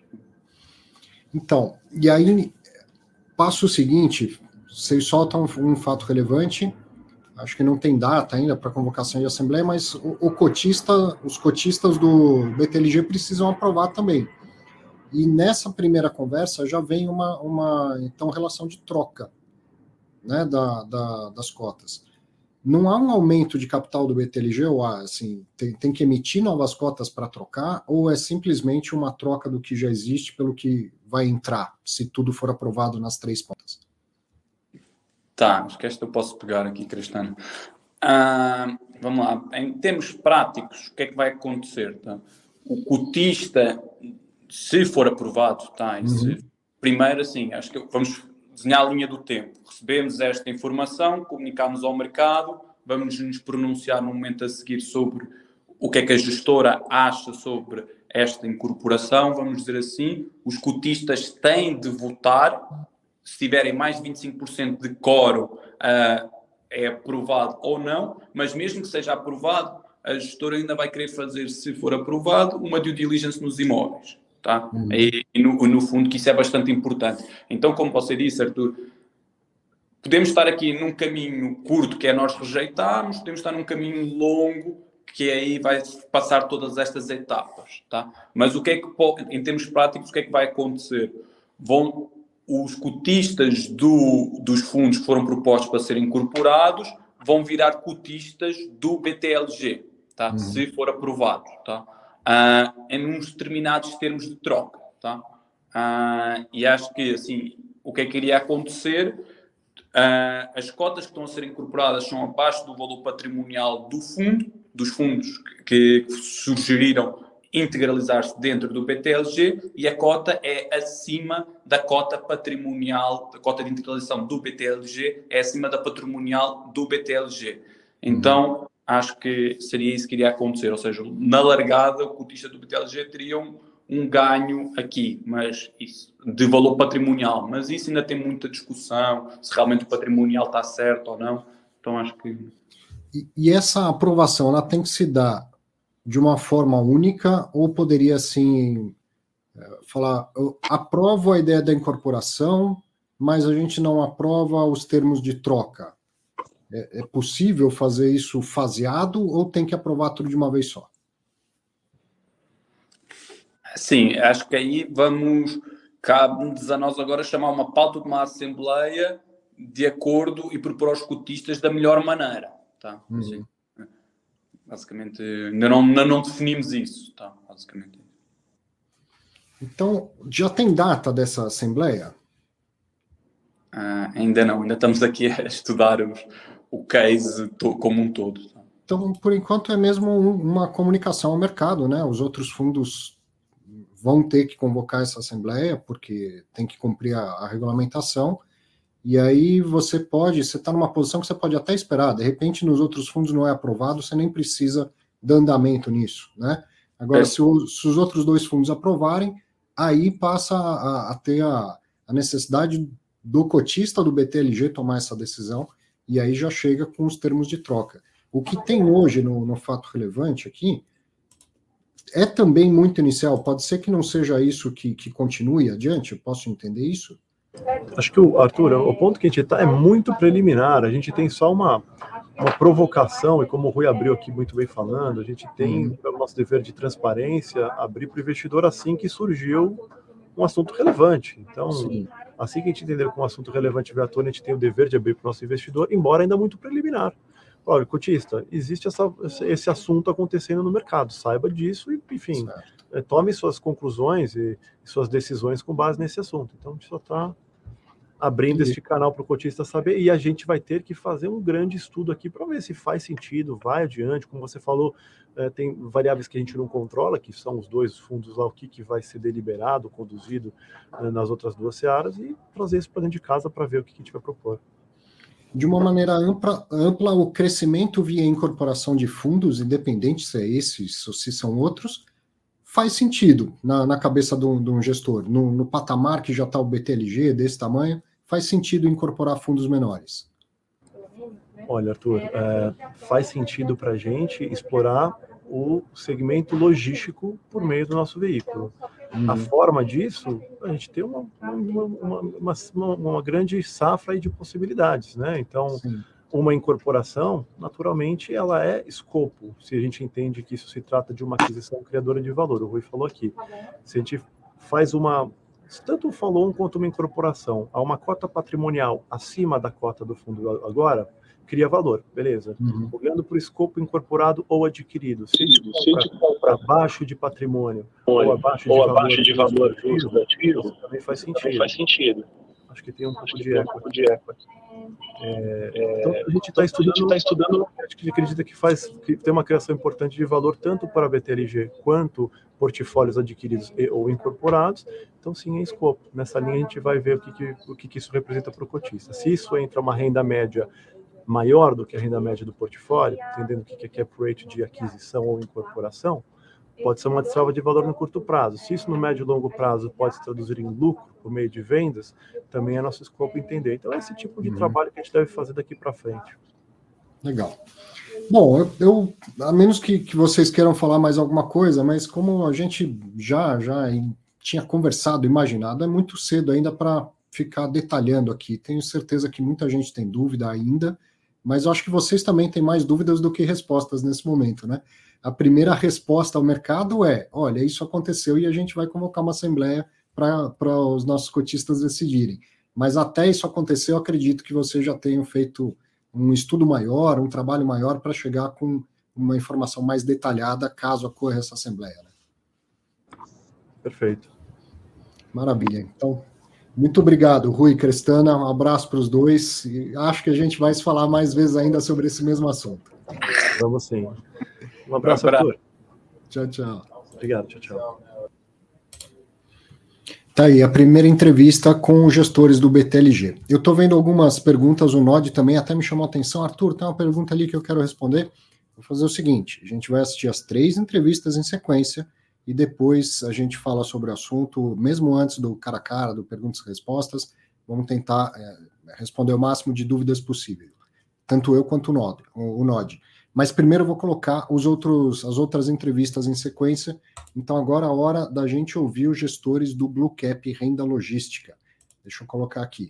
Então, e aí, passo o seguinte, vocês soltam um, um fato relevante, acho que não tem data ainda para convocação de assembleia, mas o, o cotista, os cotistas do B T L G precisam aprovar também. E nessa primeira conversa já vem uma, uma então, relação de troca, né, da, da, das cotas. Não há um aumento de capital do B T L G, ou há, assim, tem, tem que emitir novas cotas para trocar, ou é simplesmente uma troca do que já existe pelo que vai entrar, se tudo for aprovado nas três pontas? Tá, acho que esta eu posso pegar aqui, Cristiano. Ah, vamos lá. Em termos práticos, o que é que vai acontecer? Tá? O cotista, se for aprovado, tá? E se, uhum. Primeiro, assim, acho que vamos desenhar a linha do tempo. Recebemos esta informação, comunicamos ao mercado, vamos nos pronunciar no momento a seguir sobre o que é que a gestora acha sobre esta incorporação, vamos dizer assim. Os cotistas têm de votar. Se tiverem mais de vinte e cinco por cento de quórum, uh, é aprovado ou não, mas mesmo que seja aprovado, a gestora ainda vai querer fazer, se for aprovado, uma due diligence nos imóveis. Tá? Uhum. E, e no, no fundo que isso é bastante importante. Então, como você disse, Arthur, podemos estar aqui num caminho curto, que é nós rejeitarmos, podemos estar num caminho longo, que aí vai passar todas estas etapas. Tá? Mas o que é que, em termos práticos, o que é que vai acontecer? Vão... Os cotistas do, dos fundos que foram propostos para serem incorporados vão virar cotistas do B T L G, tá? Uhum. Se for aprovado, tá? Ah, em uns determinados termos de troca. Tá? Ah, e acho que assim, o que é que iria acontecer? Uh, as cotas que estão a ser incorporadas são abaixo do valor patrimonial do fundo, dos fundos que, que sugeriram integralizar-se dentro do B T L G, e a cota é acima da cota patrimonial, a cota de integralização do B T L G é acima da patrimonial do B T L G. Então, uhum. acho que seria isso que iria acontecer, ou seja, na largada, o cotista do B T L G teria um, um ganho aqui, mas isso, de valor patrimonial, mas isso ainda tem muita discussão, se realmente o patrimonial está certo ou não, então acho que... E, e essa aprovação, ela tem que se dar de uma forma única, ou poderia, assim, falar, eu aprovo a ideia da incorporação, mas a gente não aprova os termos de troca? É, é possível fazer isso faseado, ou tem que aprovar tudo de uma vez só? Sim, acho que aí vamos, cabe-nos a nós agora chamar uma pauta de uma assembleia de acordo e propor aos cotistas da melhor maneira, tá? Uhum. Sim. Basicamente, ainda não, ainda não definimos isso, tá? Basicamente. Então, já tem data dessa assembleia? Ah, ainda não, ainda estamos aqui a estudar os, o case to, como um todo. Tá? Então, por enquanto, é mesmo um, uma comunicação ao mercado, né? Os outros fundos vão ter que convocar essa assembleia, porque tem que cumprir a, a regulamentação, e aí você pode, você está numa posição que você pode até esperar, de repente nos outros fundos não é aprovado, você nem precisa dar andamento nisso, né? Agora, é. se, o, se os outros dois fundos aprovarem, aí passa a, a ter a, a necessidade do cotista do B T L G tomar essa decisão, e aí já chega com os termos de troca. O que tem hoje no, no fato relevante aqui é também muito inicial, pode ser que não seja isso que, que continue adiante, eu posso entender isso? Acho que, o Arthur, o ponto que a gente está é muito preliminar, a gente tem só uma, uma provocação, e como o Rui abriu aqui muito bem falando, a gente tem, pelo uhum. nosso dever de transparência, abrir para o investidor assim que surgiu um assunto relevante. Então, Sim. assim que a gente entender que um assunto relevante veio à tona, a gente tem o dever de abrir para o nosso investidor, embora ainda muito preliminar. Olha, cotista, existe essa, esse assunto acontecendo no mercado, saiba disso e, enfim, certo. tome suas conclusões e suas decisões com base nesse assunto. Então, a gente só está abrindo este canal para o cotista saber, e a gente vai ter que fazer um grande estudo aqui para ver se faz sentido, vai adiante, como você falou, é, tem variáveis que a gente não controla, que são os dois fundos lá, o que, que vai ser deliberado, conduzido é, nas outras duas searas, e trazer isso para dentro de casa para ver o que a gente vai propor. De uma maneira ampla, ampla, o crescimento via incorporação de fundos, independente se é esse ou se são outros, faz sentido na, na cabeça de um, de um gestor. No, no patamar que já está o B T L G, desse tamanho, faz sentido incorporar fundos menores? Olha, Arthur, é, faz sentido para a gente explorar o segmento logístico por meio do nosso veículo. Hum. A forma disso, a gente tem uma, uma, uma, uma, uma, uma grande safra de possibilidades, né? Então, Sim. uma incorporação, naturalmente, ela é escopo, se a gente entende que isso se trata de uma aquisição criadora de valor. O Rui falou aqui. Se a gente faz uma, tanto um follow-on quanto uma incorporação, a uma cota patrimonial acima da cota do fundo agora, cria valor, beleza. Uhum. Olhando para o escopo incorporado ou adquirido, se a gente compra abaixo de patrimônio ou abaixo de ou valor, abaixo de valor ativo, ativo, também faz sentido. Também faz sentido. Acho que tem um pouco Acho de eco. Um de eco. É, é, então a gente está estudando, tá estudando, a gente acredita que faz, que tem uma criação importante de valor tanto para a B T L G quanto portfólios adquiridos e, ou incorporados. Então sim, é escopo. Nessa linha a gente vai ver o que, que, o que, que isso representa para o cotista. Se isso entra uma renda média maior do que a renda média do portfólio, entendendo o que é cap rate de aquisição ou incorporação, pode ser uma destrava de valor no curto prazo. Se isso no médio e longo prazo pode se traduzir em lucro por meio de vendas, também é nosso escopo entender. Então é esse tipo de uhum. trabalho que a gente deve fazer daqui para frente. Legal. Bom, eu, eu a menos que, que vocês queiram falar mais alguma coisa, mas como a gente já, já tinha conversado, imaginado, é muito cedo ainda para ficar detalhando aqui. Tenho certeza que muita gente tem dúvida ainda, mas eu acho que vocês também têm mais dúvidas do que respostas nesse momento, né? A primeira resposta ao mercado é, olha, isso aconteceu e a gente vai convocar uma assembleia para os nossos cotistas decidirem. Mas até isso acontecer, eu acredito que vocês já tenham feito um estudo maior, um trabalho maior para chegar com uma informação mais detalhada caso ocorra essa assembleia, né? Perfeito. Maravilha. Então, Muito obrigado, Rui e Crestana. Um abraço para os dois. E acho que a gente vai se falar mais vezes ainda sobre esse mesmo assunto. Vamos sim. Um abraço, Arthur. Tchau, tchau. Obrigado, tchau, tchau. Tá aí, a primeira entrevista com os gestores do B T L G. Eu estou vendo algumas perguntas, o Nod também até me chamou a atenção. Arthur, tem uma pergunta ali que eu quero responder. Vou fazer o seguinte, a gente vai assistir as três entrevistas em sequência e depois a gente fala sobre o assunto, mesmo antes do cara a cara, do perguntas e respostas, vamos tentar é, responder o máximo de dúvidas possível. Tanto eu quanto o Nod. O Nod. Mas primeiro eu vou colocar os outros, as outras entrevistas em sequência. Então agora é a hora da gente ouvir os gestores do Blue Cap Renda Logística. Deixa eu colocar aqui.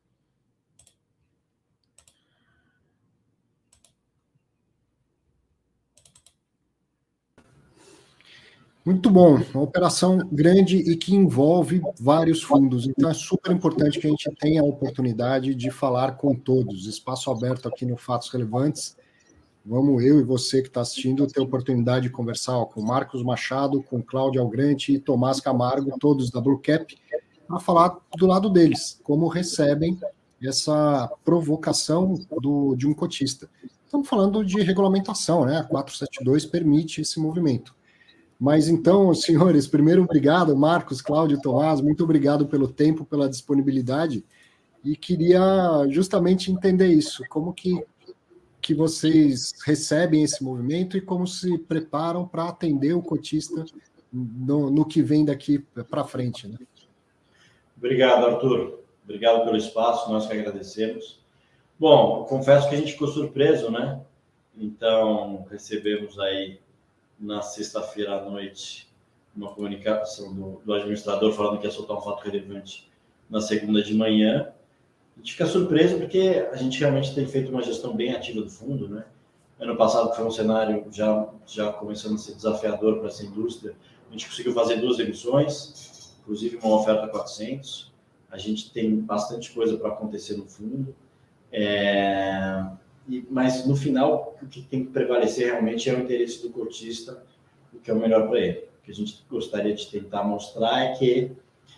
Muito bom, uma operação grande e que envolve vários fundos, então é super importante que a gente tenha a oportunidade de falar com todos, espaço aberto aqui no Fatos Relevantes, vamos eu e você que está assistindo ter a oportunidade de conversar ó, com Marcos Machado, com Cláudio Algrante e Tomás Camargo, todos da Blue Cap, para falar do lado deles, como recebem essa provocação do, de um cotista. Estamos falando de regulamentação, né? A quatrocentos e setenta e dois permite esse movimento. Mas então, senhores, primeiro obrigado, Marcos, Cláudio, Tomás, muito obrigado pelo tempo, pela disponibilidade, e queria justamente entender isso, como que, que vocês recebem esse movimento e como se preparam para atender o cotista no, no que vem daqui para frente, né? Obrigado, Arthur. Obrigado pelo espaço, nós que agradecemos. Bom, confesso que a gente ficou surpreso, né? Então, recebemos aí na sexta-feira à noite uma comunicação do, do administrador falando que ia soltar um fato relevante na segunda de manhã. A gente fica surpreso porque a gente realmente tem feito uma gestão bem ativa do fundo, né? Ano passado foi um cenário já, já começando a ser desafiador para essa indústria. A gente conseguiu fazer duas emissões, inclusive uma oferta quatrocentos. A gente tem bastante coisa para acontecer no fundo. É... E, mas, no final, o que tem que prevalecer realmente é o interesse do cotista, o que é o melhor para ele. O que a gente gostaria de tentar mostrar é que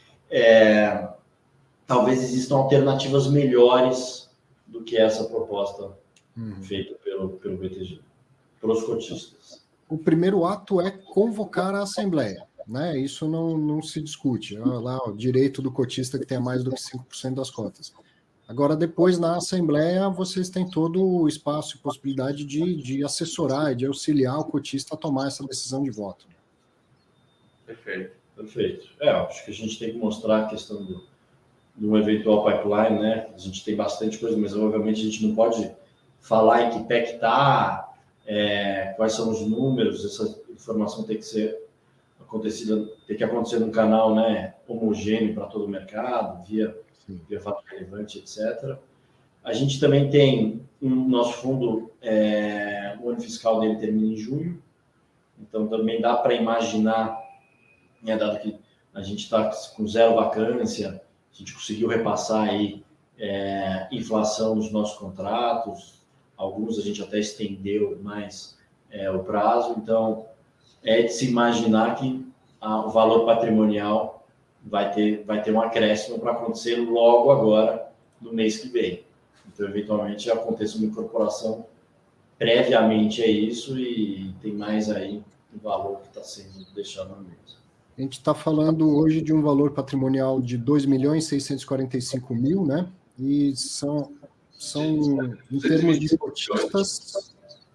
é, talvez existam alternativas melhores do que essa proposta uhum. feita pelo, pelo B T G, pelos cotistas. O primeiro ato é convocar a Assembleia, né? Isso não, não se discute. Olha lá, o direito do cotista que tenha mais do que cinco por cento das cotas. Agora, depois, na Assembleia, vocês têm todo o espaço e possibilidade de, de assessorar e de auxiliar o cotista a tomar essa decisão de voto. Perfeito. Perfeito. É, acho que a gente tem que mostrar a questão do, do eventual pipeline, né? A gente tem bastante coisa, mas, obviamente, a gente não pode falar em que pé que está, é, quais são os números, essa informação tem que ser acontecida, tem que acontecer num canal, né, homogêneo para todo o mercado, via... via fato relevante, etcétera. A gente também tem um nosso fundo, é, o ano fiscal dele termina em junho, então também dá para imaginar, né, dado que a gente está com zero vacância, a gente conseguiu repassar aí é, inflação nos nossos contratos, alguns a gente até estendeu mais é, o prazo, então é de se imaginar que a, o valor patrimonial vai ter, vai ter um acréscimo para acontecer logo agora, no mês que vem. Então, eventualmente, aconteça uma incorporação previamente a isso e tem mais aí o valor que está sendo deixado na mesa. A gente está falando hoje de um valor patrimonial de dois milhões seiscentos e quarenta e cinco mil, né? E são, são em termos de cotistas...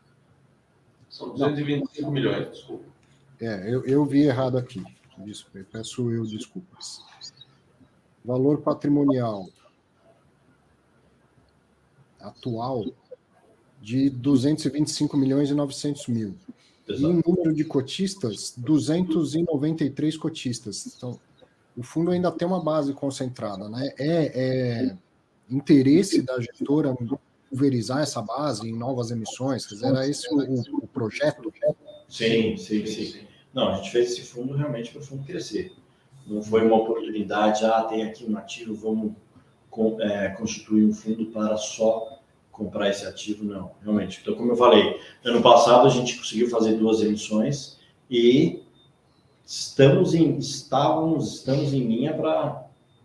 São duzentos e vinte e cinco milhões, desculpa. É, eu, eu vi errado aqui. Peço eu desculpas. Valor patrimonial atual de duzentos e vinte e cinco milhões e novecentos mil. Exato. E o número de cotistas, duzentos e noventa e três cotistas. Então, o fundo ainda tem uma base concentrada, né? É, é interesse da gestora pulverizar essa base em novas emissões? Quer dizer, era esse o, o projeto? Sim, sim, sim. Não, a gente fez esse fundo realmente para o fundo crescer. Não foi uma oportunidade, ah, tem aqui um ativo, vamos é, constituir um fundo para só comprar esse ativo, não, realmente. Então, como eu falei, ano passado a gente conseguiu fazer duas emissões e estamos em, estávamos, estamos em linha para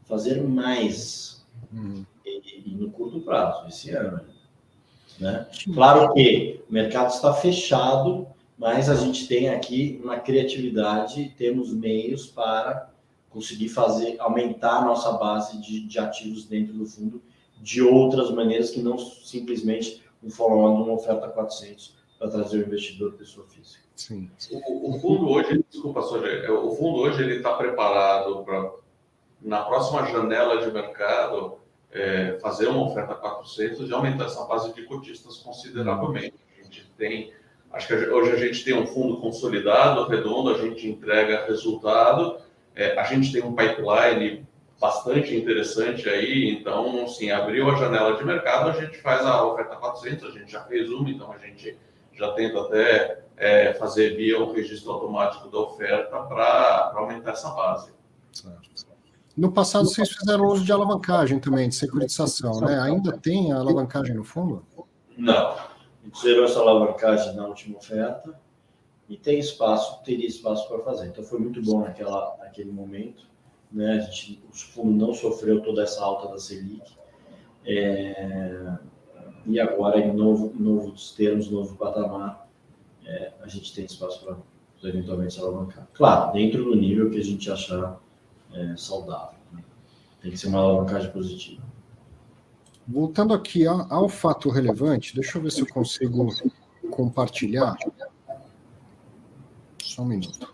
fazer mais Uhum. e, e no curto prazo, esse ano. Né? Claro que o mercado está fechado, mas a gente tem aqui uma criatividade, temos meios para conseguir fazer, aumentar a nossa base de, de ativos dentro do fundo de outras maneiras que não simplesmente um follow-on de uma oferta quatrocentos para trazer o investidor pessoa física. Sim. O, o fundo hoje, desculpa, Sérgio, o fundo hoje ele está preparado para, na próxima janela de mercado, é, fazer uma oferta quatrocentos e aumentar essa base de cotistas consideravelmente. A gente tem, acho que hoje a gente tem um fundo consolidado, redondo, a gente entrega resultado, é, a gente tem um pipeline bastante interessante aí, então, assim, abriu a janela de mercado, a gente faz a oferta quatrocentos, a gente já fez uma, então a gente já tenta até é, fazer via o registro automático da oferta para aumentar essa base. Certo. No passado, vocês fizeram uso de alavancagem também, de securitização, né? Ainda tem a alavancagem no fundo? Não. A gente zerou essa alavancagem na última oferta e tem espaço, teria espaço para fazer. Então, foi muito bom naquela, naquele momento. Né? A gente, o fundo não sofreu toda essa alta da Selic. É, e agora, em novo, novos termos, novo patamar, é, a gente tem espaço para eventualmente se alavancar. Claro, dentro do nível que a gente achar é, saudável. Né? Tem que ser uma alavancagem positiva. Voltando aqui ao, ao fato relevante, deixa eu ver se eu consigo compartilhar. Só um minuto.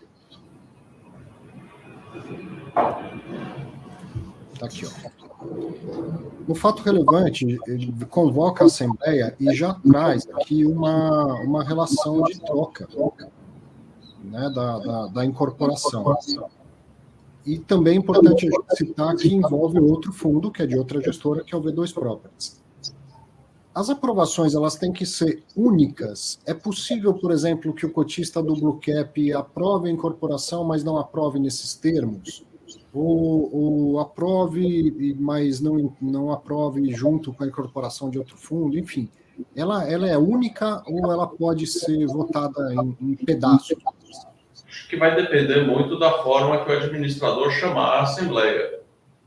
Está aqui, ó. No fato relevante, ele convoca a Assembleia e já traz aqui uma, uma relação de troca, né, da, da, da incorporação. E também é importante a gente citar que envolve outro fundo, que é de outra gestora, que é o V dois Properties. As aprovações, elas têm que ser únicas. É possível, por exemplo, que o cotista do Blue Cap aprove a incorporação, mas não aprove nesses termos? Ou, ou aprove, mas não, não aprove junto com a incorporação de outro fundo? Enfim, ela, ela é única ou ela pode ser votada em, em pedaços? Acho que vai depender muito da forma que o administrador chamar a Assembleia.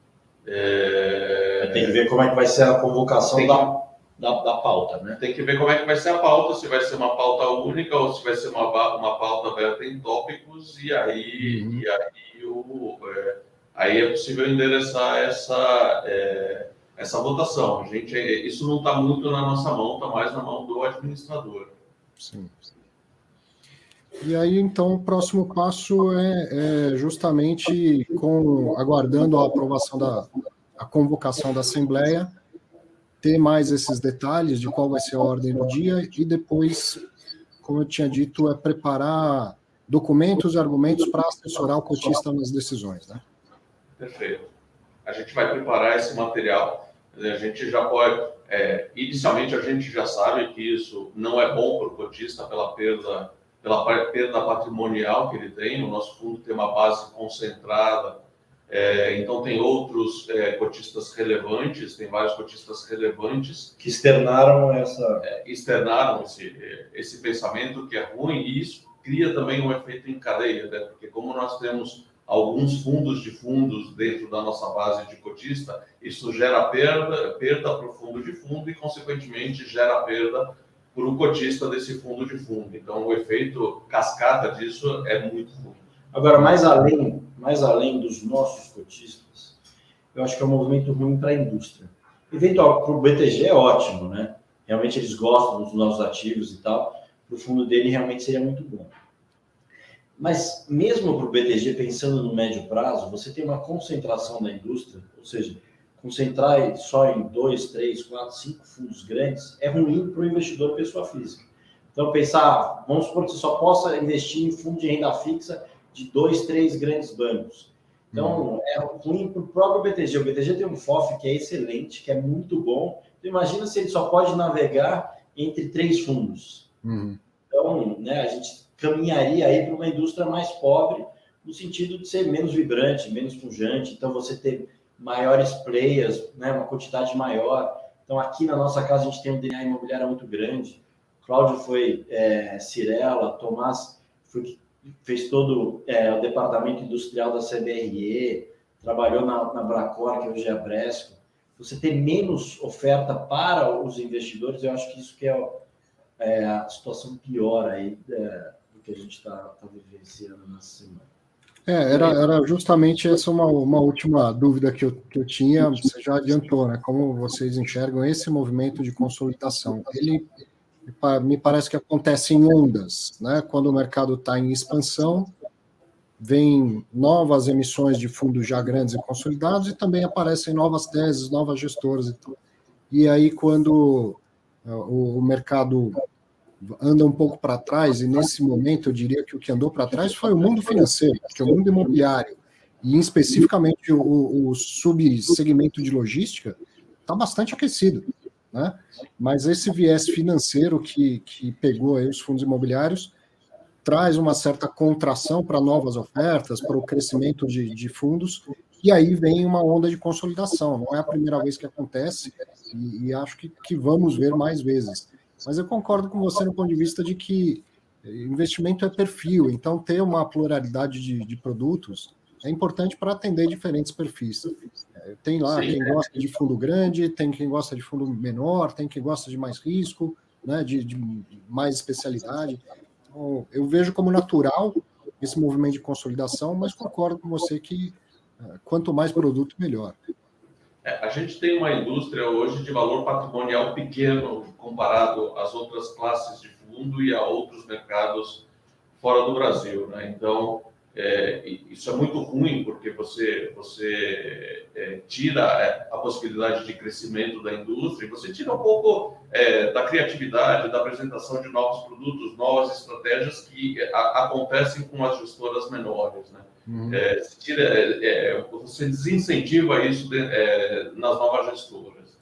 É... Tem que ver como é que vai ser a convocação Tem... da, da, da pauta, né? Tem que ver como é que vai ser a pauta, se vai ser uma pauta única ou se vai ser uma, uma pauta aberta em tópicos, e aí, uhum. e aí, o, é, aí é possível endereçar essa, é, essa votação. A gente, isso não está muito na nossa mão, está mais na mão do administrador. Sim. E aí, então, o próximo passo é, é justamente com, aguardando a aprovação da a convocação da Assembleia, ter mais esses detalhes de qual vai ser a ordem do dia e depois, como eu tinha dito, é preparar documentos e argumentos para assessorar o cotista nas decisões, né? Perfeito. A gente vai preparar esse material. A gente já pode... É, inicialmente, a gente já sabe que isso não é bom para o cotista pela perda... pela perda patrimonial que ele tem. O nosso fundo tem uma base concentrada, é, então tem outros é, cotistas relevantes, tem vários cotistas relevantes que externaram essa é, externaram esse, esse pensamento que é ruim, e isso cria também um efeito em cadeia, né? Porque como nós temos alguns fundos de fundos dentro da nossa base de cotista, isso gera perda, perda para o fundo de fundo e, consequentemente, gera perda para o cotista desse fundo de fundo. Então, o efeito cascata disso é muito ruim. Agora, mais além, mais além dos nossos cotistas, eu acho que é um movimento ruim para a indústria. Eventual, para o B T G é ótimo, né? Realmente eles gostam dos nossos ativos e tal. Para o fundo dele, realmente seria muito bom. Mas, mesmo para o B T G, pensando no médio prazo, você tem uma concentração da indústria, ou seja, concentrar só em dois, três, quatro, cinco fundos grandes é ruim para o investidor pessoa física. Então, pensar, vamos supor que você só possa investir em fundo de renda fixa de dois, três grandes bancos. Então, uhum. é ruim para o próprio B T G. O B T G tem um F O F que é excelente, que é muito bom. Então, imagina se ele só pode navegar entre três fundos. Uhum. Então, né, a gente caminharia aí para uma indústria mais pobre, no sentido de ser menos vibrante, menos pujante. Então, você ter maiores players, né, uma quantidade maior. Então, aqui na nossa casa, a gente tem um D N A imobiliário muito grande. Cláudio foi é, Cirela, Tomás foi, fez todo é, o departamento industrial da C B R E, trabalhou na, na Bracor, que hoje é a Bresco, você ter menos oferta para os investidores, eu acho que isso que é, é a situação pior aí é, do que a gente está tá vivenciando nessa semana. É, era, era justamente essa uma, uma última dúvida que eu, que eu tinha, você já adiantou, né? Como vocês enxergam esse movimento de consolidação? Ele me parece que acontece em ondas, né? Quando o mercado está em expansão, vem novas emissões de fundos já grandes e consolidados e também aparecem novas teses, novas gestoras. E aí, quando o mercado anda um pouco para trás, e nesse momento eu diria que o que andou para trás foi o mundo financeiro, que é o mundo imobiliário, e especificamente o, o subsegmento de logística está bastante aquecido, né? Mas esse viés financeiro que, que pegou aí os fundos imobiliários traz uma certa contração para novas ofertas, para o crescimento de, de fundos, e aí vem uma onda de consolidação. Não é a primeira vez que acontece, e, e acho que, que vamos ver mais vezes. Mas eu concordo com você no ponto de vista de que investimento é perfil, então ter uma pluralidade de, de produtos é importante para atender diferentes perfis. Tem lá Sim, quem é. gosta de fundo grande, tem quem gosta de fundo menor, tem quem gosta de mais risco, né, de, de mais especialidade. Então, eu vejo como natural esse movimento de consolidação, mas concordo com você que quanto mais produto, melhor. É, a gente tem uma indústria hoje de valor patrimonial pequeno comparado às outras classes de fundo e a outros mercados fora do Brasil, né? Então, é, isso é muito ruim porque você, você é, tira a possibilidade de crescimento da indústria, você tira um pouco é, da criatividade, da apresentação de novos produtos, novas estratégias que a, acontecem com as gestoras menores, né? Uhum. É, se tira, é, você desincentiva isso de, é, nas novas gestoras.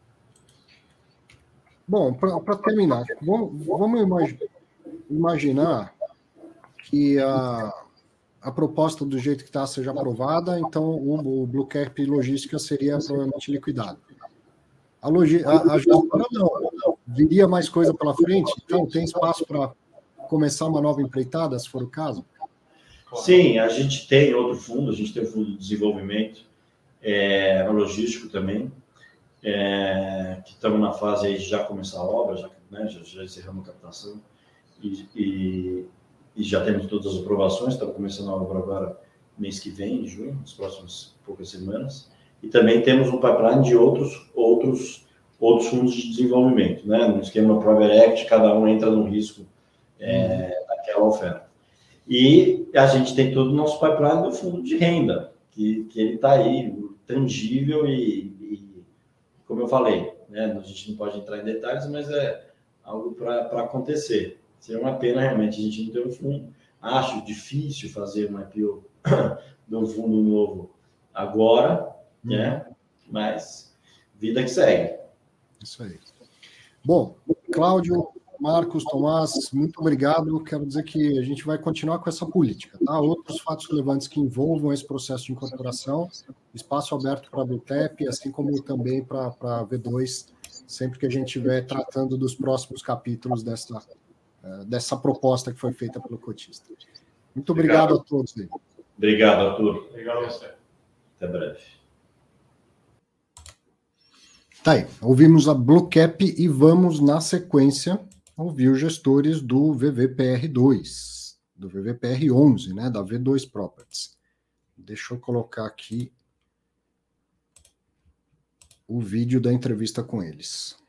Bom, para terminar, vamos, vamos imagi- imaginar que a, a proposta do jeito que está seja aprovada, então o, o Blue Cap Logística seria provavelmente liquidado. A, logi- a, a gestora não, não, viria mais coisa pela frente, então tem espaço para começar uma nova empreitada, se for o caso? Sim, a gente tem outro fundo, a gente tem o fundo de desenvolvimento é, logístico também, é, que estamos na fase aí de já começar a obra, já, né, já, já encerramos a captação e, e, e já temos todas as aprovações, estamos começando a obra agora mês que vem, em junho, nas próximas poucas semanas, e também temos um pipeline de outros, outros, outros fundos de desenvolvimento, né, no esquema Private Equity, cada um entra num risco é, daquela oferta. E a gente tem todo o nosso pipeline do fundo de renda, que, que ele está aí, tangível e, e, como eu falei, né, a gente não pode entrar em detalhes, mas é algo para acontecer. Seria uma pena realmente a gente não ter um fundo. Acho difícil fazer um I P O de um fundo novo agora, hum. né? Mas vida que segue. Isso aí. Bom, Cláudio, Marcos, Tomás, muito obrigado. Quero dizer que a gente vai continuar com essa política, tá? Outros fatos relevantes que envolvam esse processo de incorporação, espaço aberto para a Blue Cap, assim como também para a V dois, sempre que a gente estiver tratando dos próximos capítulos dessa, dessa proposta que foi feita pelo cotista. Muito obrigado, obrigado a todos. Aí. Obrigado, Arthur. Obrigado a você. Até breve. Tá aí, ouvimos a Blue Cap e vamos, na sequência, ouvir os gestores do V V P R dois, do V V P R onze, né, da V dois Properties. Deixa eu colocar aqui o vídeo da entrevista com eles.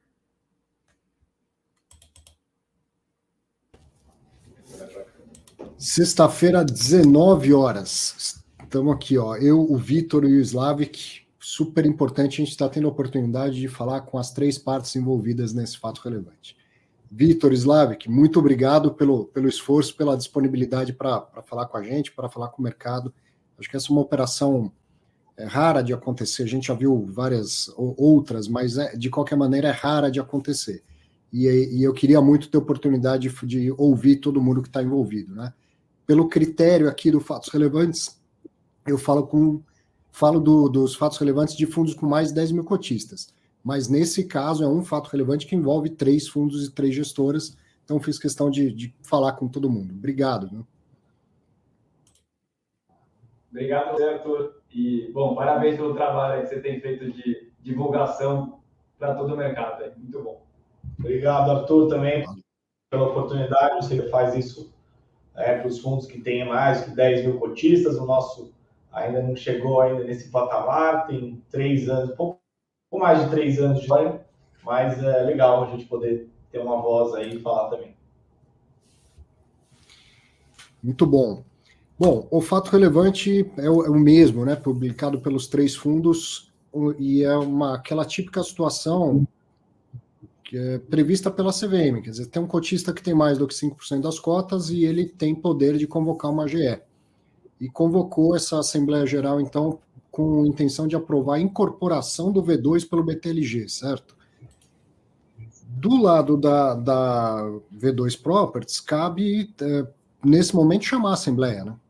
Sexta-feira, dezenove horas. Estamos aqui, ó. Eu, o Vitor e o Slavik. Super importante, a gente está tendo a oportunidade de falar com as três partes envolvidas nesse fato relevante. Vitor, Slavik, muito obrigado pelo, pelo esforço, pela disponibilidade para falar com a gente, para falar com o mercado. Acho que essa é uma operação é, rara de acontecer. A gente já viu várias outras, mas é, de qualquer maneira é rara de acontecer. E, e eu queria muito ter a oportunidade de, de ouvir todo mundo que está envolvido, né? Pelo critério aqui do fatos relevantes, eu falo com falo do, dos fatos relevantes de fundos com mais de dez mil cotistas. Mas nesse caso é um fato relevante que envolve três fundos e três gestoras. Então fiz questão de, de falar com todo mundo. Obrigado. Viu? Obrigado, Arthur. E, bom, parabéns pelo trabalho que você tem feito de divulgação para todo o mercado. É muito bom. Obrigado, Arthur, também pela oportunidade. Você faz isso é, para os fundos que têm mais de dez mil cotistas. O nosso ainda não chegou ainda nesse patamar, tem três anos, pouco mais de três anos de história, mas é legal a gente poder ter uma voz aí e falar também. Muito bom. Bom, o fato relevante é o, é o mesmo, né? Publicado pelos três fundos, e é uma, aquela típica situação que é prevista pela C V M, quer dizer, tem um cotista que tem mais do que cinco por cento das cotas e ele tem poder de convocar uma A G E. E convocou essa Assembleia Geral, então, com intenção de aprovar a incorporação do V dois pelo B T L G, certo? Do lado da, da V dois Properties, cabe, é, nesse momento, chamar a Assembleia, né?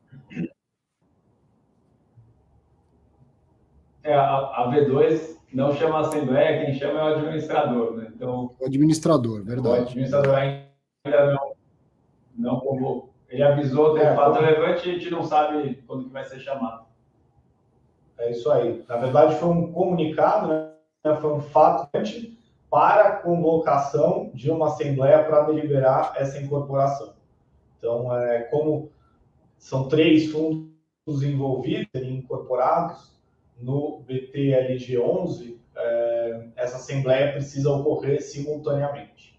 É, a, a V dois não chama a Assembleia, quem chama é o administrador, né? Então, o administrador, verdade. O administrador ainda não, não convocou. Ele avisou, tem É, fato foi... relevante e a gente não sabe quando que vai ser chamado. É isso aí. Na verdade, foi um comunicado, né? Foi um fato para a convocação de uma Assembleia para deliberar essa incorporação. Então, é, como são três fundos envolvidos e incorporados no B T L G onze, é, essa Assembleia precisa ocorrer simultaneamente.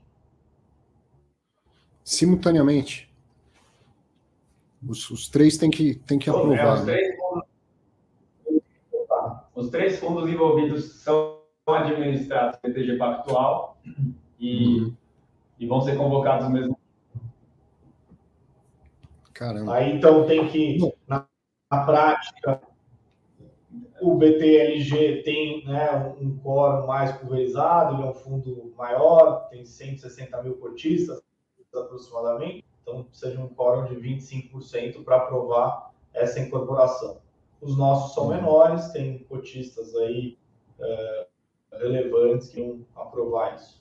Simultaneamente? Os, os três têm que, têm que aprovar. É, os, três fundos, os três fundos envolvidos são administrados pelo B T G Pactual e, uhum. e vão ser convocados mesmo. Caramba. Aí, então, tem que, na, na prática, o B T L G tem, né, um quórum mais pulverizado, ele é um fundo maior, tem cento e sessenta mil cotistas aproximadamente, então precisa de um quórum de vinte e cinco por cento para aprovar essa incorporação. Os nossos são menores, tem cotistas aí é, relevantes que vão aprovar isso.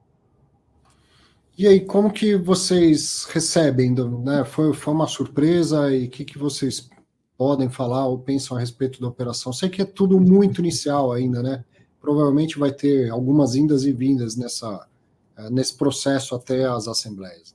E aí, como que vocês recebem, né? Foi, foi uma surpresa, e o que, que vocês podem falar ou pensam a respeito da operação? Sei que é tudo muito inicial ainda, né? Provavelmente vai ter algumas indas e vindas nessa, nesse processo até as assembleias.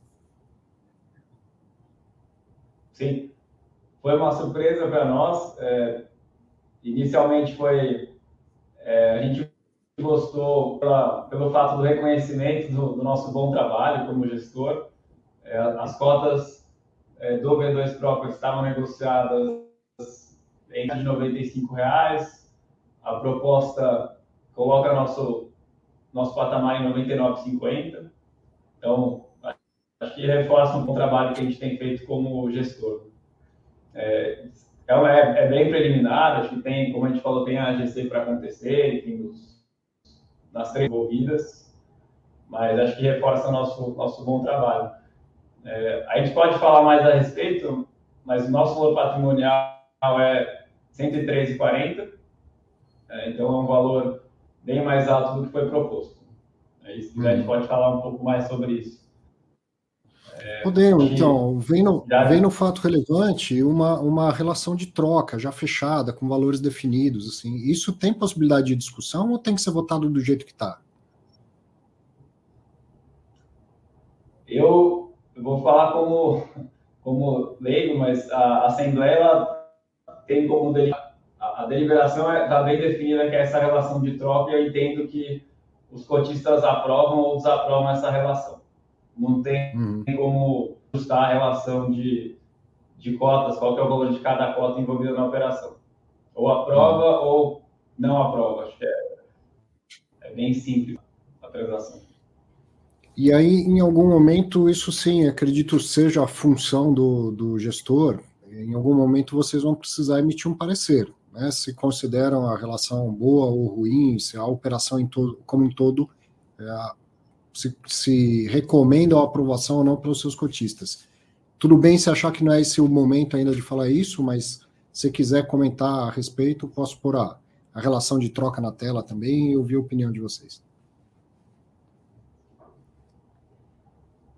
Sim, foi uma surpresa para nós. É, inicialmente foi... É, a gente gostou pela, pelo fato do reconhecimento do, do nosso bom trabalho como gestor. É, as cotas é, do V dois próprio estavam negociadas em de noventa e cinco reais. A proposta coloca nosso, nosso patamar em noventa e nove reais e cinquenta centavos. Então, acho que reforça um bom trabalho que a gente tem feito como gestor. É, é, é bem preliminar, acho que tem, como a gente falou, tem a A G C para acontecer, tem os nas três envolvidas, mas acho que reforça nosso nosso bom trabalho. É, a gente pode falar mais a respeito, mas o nosso valor patrimonial é cento e treze reais e quarenta centavos, é, então é um valor bem mais alto do que foi proposto. É, se quiser, a gente pode falar um pouco mais sobre isso. É, Podemos, então, vem no, já... vem no fato relevante uma, uma relação de troca já fechada, com valores definidos, assim. Isso tem possibilidade de discussão ou tem que ser votado do jeito que está? Eu, eu vou falar como, como leigo, mas a Assembleia ela tem como deli... a, a deliberação está bem definida, que é essa relação de troca, e eu entendo que os cotistas aprovam ou desaprovam essa relação. Não tem uhum. como ajustar a relação de, de cotas, qual que é o valor de cada cota envolvida na operação. Ou aprova uhum. ou não aprova. Acho que é, é bem simples a transação. E aí, em algum momento, isso sim, acredito seja a função do, do gestor, em algum momento vocês vão precisar emitir um parecer, né? Se consideram a relação boa ou ruim, se a operação em todo, como um todo é, Se, se recomendam a aprovação ou não pelos seus cotistas. Tudo bem se achar que não é esse o momento ainda de falar isso, mas se quiser comentar a respeito, posso pôr a, a relação de troca na tela também e ouvir a opinião de vocês.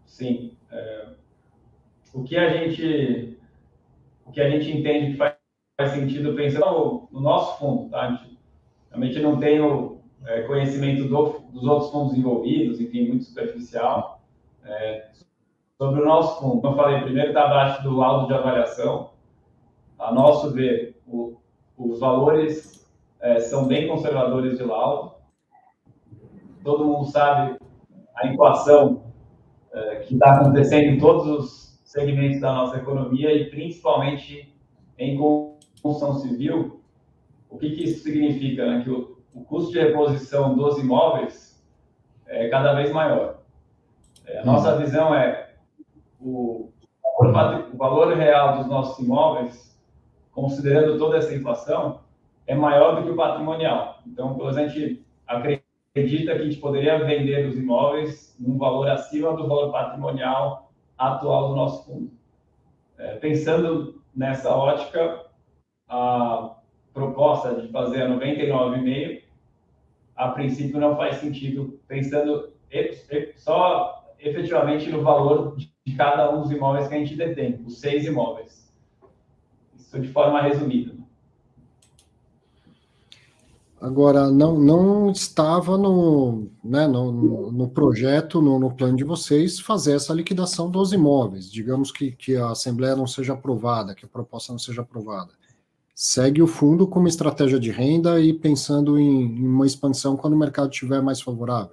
Sim. É, o que a gente o que a gente entende que faz faz sentido pensando no nosso fundo, tá? A gente realmente não tem o é, conhecimento do, dos outros fundos envolvidos, enfim, muito superficial. É, sobre o nosso fundo, como eu falei, primeiro está abaixo do laudo de avaliação. A nosso ver, o, os valores é, são bem conservadores de laudo. Todo mundo sabe a inflação é, que está acontecendo em todos os segmentos da nossa economia e principalmente em construção civil. O que, que isso significa? Né? Que o, o custo de reposição dos imóveis é cada vez maior. É, a nossa hum. visão é o, o valor real dos nossos imóveis, considerando toda essa inflação, é maior do que o patrimonial. Então, pelo menos a gente acredita que a gente poderia vender os imóveis num valor acima do valor patrimonial atual do nosso fundo. É, pensando nessa ótica, a proposta de fazer a noventa e nove vírgula cinco, a princípio não faz sentido, pensando só efetivamente no valor de cada um dos imóveis que a gente detém, os seis imóveis. Isso de forma resumida. Agora, não, não estava no, né, no, no projeto, no, no plano de vocês, fazer essa liquidação dos imóveis. Digamos que, que a Assembleia não seja aprovada, que a proposta não seja aprovada. Segue o fundo como estratégia de renda e pensando em, em uma expansão quando o mercado estiver mais favorável.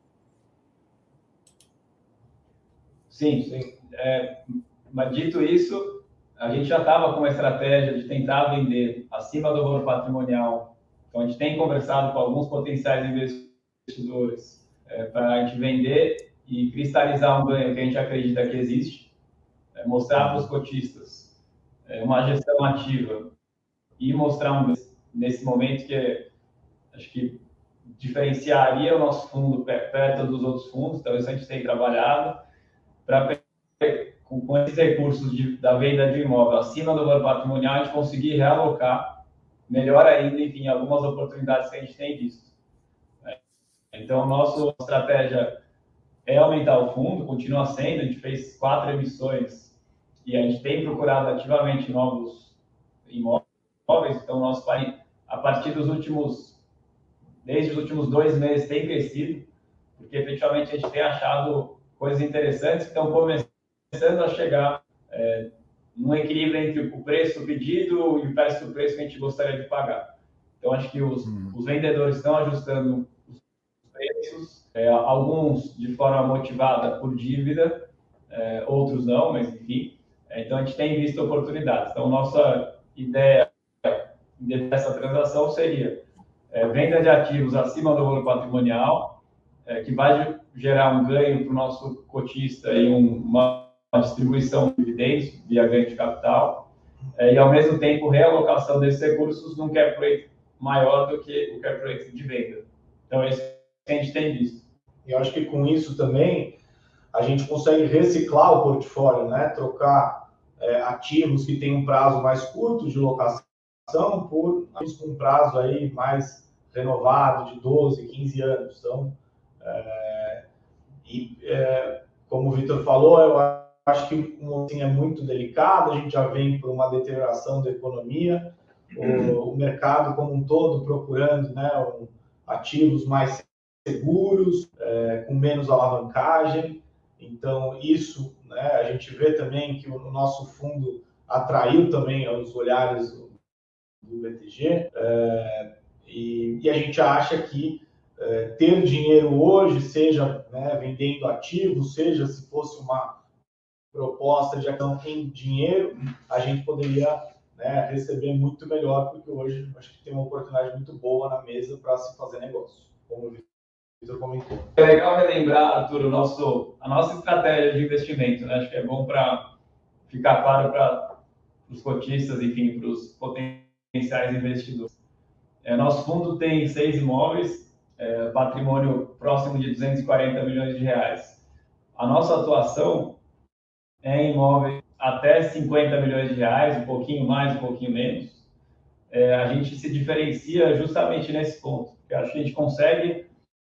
Sim, sim. É, mas dito isso, a gente já estava com uma estratégia de tentar vender acima do valor patrimonial. Então, a gente tem conversado com alguns potenciais investidores é, para a gente vender e cristalizar um ganho que a gente acredita que existe, é, mostrar para os cotistas é, uma gestão ativa e mostrar um ganho nesse momento que acho que diferenciaria o nosso fundo perto dos outros fundos. Então, isso a gente tem trabalhado para, com, com esses recursos de, da venda de imóvel acima do valor patrimonial, a gente conseguir realocar melhor ainda, enfim, algumas oportunidades que a gente tem visto. Então, nossa estratégia é aumentar o fundo, continua sendo, a gente fez quatro emissões e a gente tem procurado ativamente novos imóveis. Então, nosso país, a partir dos últimos, desde os últimos dois meses, tem crescido, porque efetivamente a gente tem achado coisas interessantes que estão começando a chegar é, num equilíbrio entre o preço pedido e o preço do preço que a gente gostaria de pagar. Então, acho que os, hum. os vendedores estão ajustando os preços, é, alguns de forma motivada por dívida, é, outros não, mas enfim. É, então, a gente tem visto oportunidades. Então, nossa ideia dessa transação seria é, venda de ativos acima do valor patrimonial, é, que vai gerar um ganho para o nosso cotista e um, uma a distribuição de dividendos via ganho de capital é, e, ao mesmo tempo, realocação desses recursos num cap rate maior do que o cap rate de venda. Então, é isso que a gente tem visto. E eu acho que com isso também a gente consegue reciclar o portfólio, né? Trocar é, ativos que têm um prazo mais curto de locação por ativos com um prazo aí mais renovado de doze, quinze anos. Então, é, e, é, como o Vitor falou, eu acho que assim, é muito delicado, a gente já vem por uma deterioração da economia, o, o mercado como um todo procurando, né, um, ativos mais seguros, é, com menos alavancagem. Então, isso, né, a gente vê também que o nosso fundo atraiu também os olhares do, do B T G, é, e, e a gente acha que é, ter dinheiro hoje, seja, né, vendendo ativos, seja se fosse uma proposta de ação em dinheiro, a gente poderia, né, receber muito melhor, porque hoje acho que tem uma oportunidade muito boa na mesa para se fazer negócio, como o Vitor comentou. É legal relembrar, Arthur, o nosso, a nossa estratégia de investimento, né? Acho que é bom para ficar claro para os cotistas, enfim, para os potenciais investidores. É, nosso fundo tem seis imóveis, é, patrimônio próximo de duzentos e quarenta milhões de reais. A nossa atuação é em imóveis até cinquenta milhões de reais, um pouquinho mais, um pouquinho menos. É, a gente se diferencia justamente nesse ponto, porque acho que a gente consegue,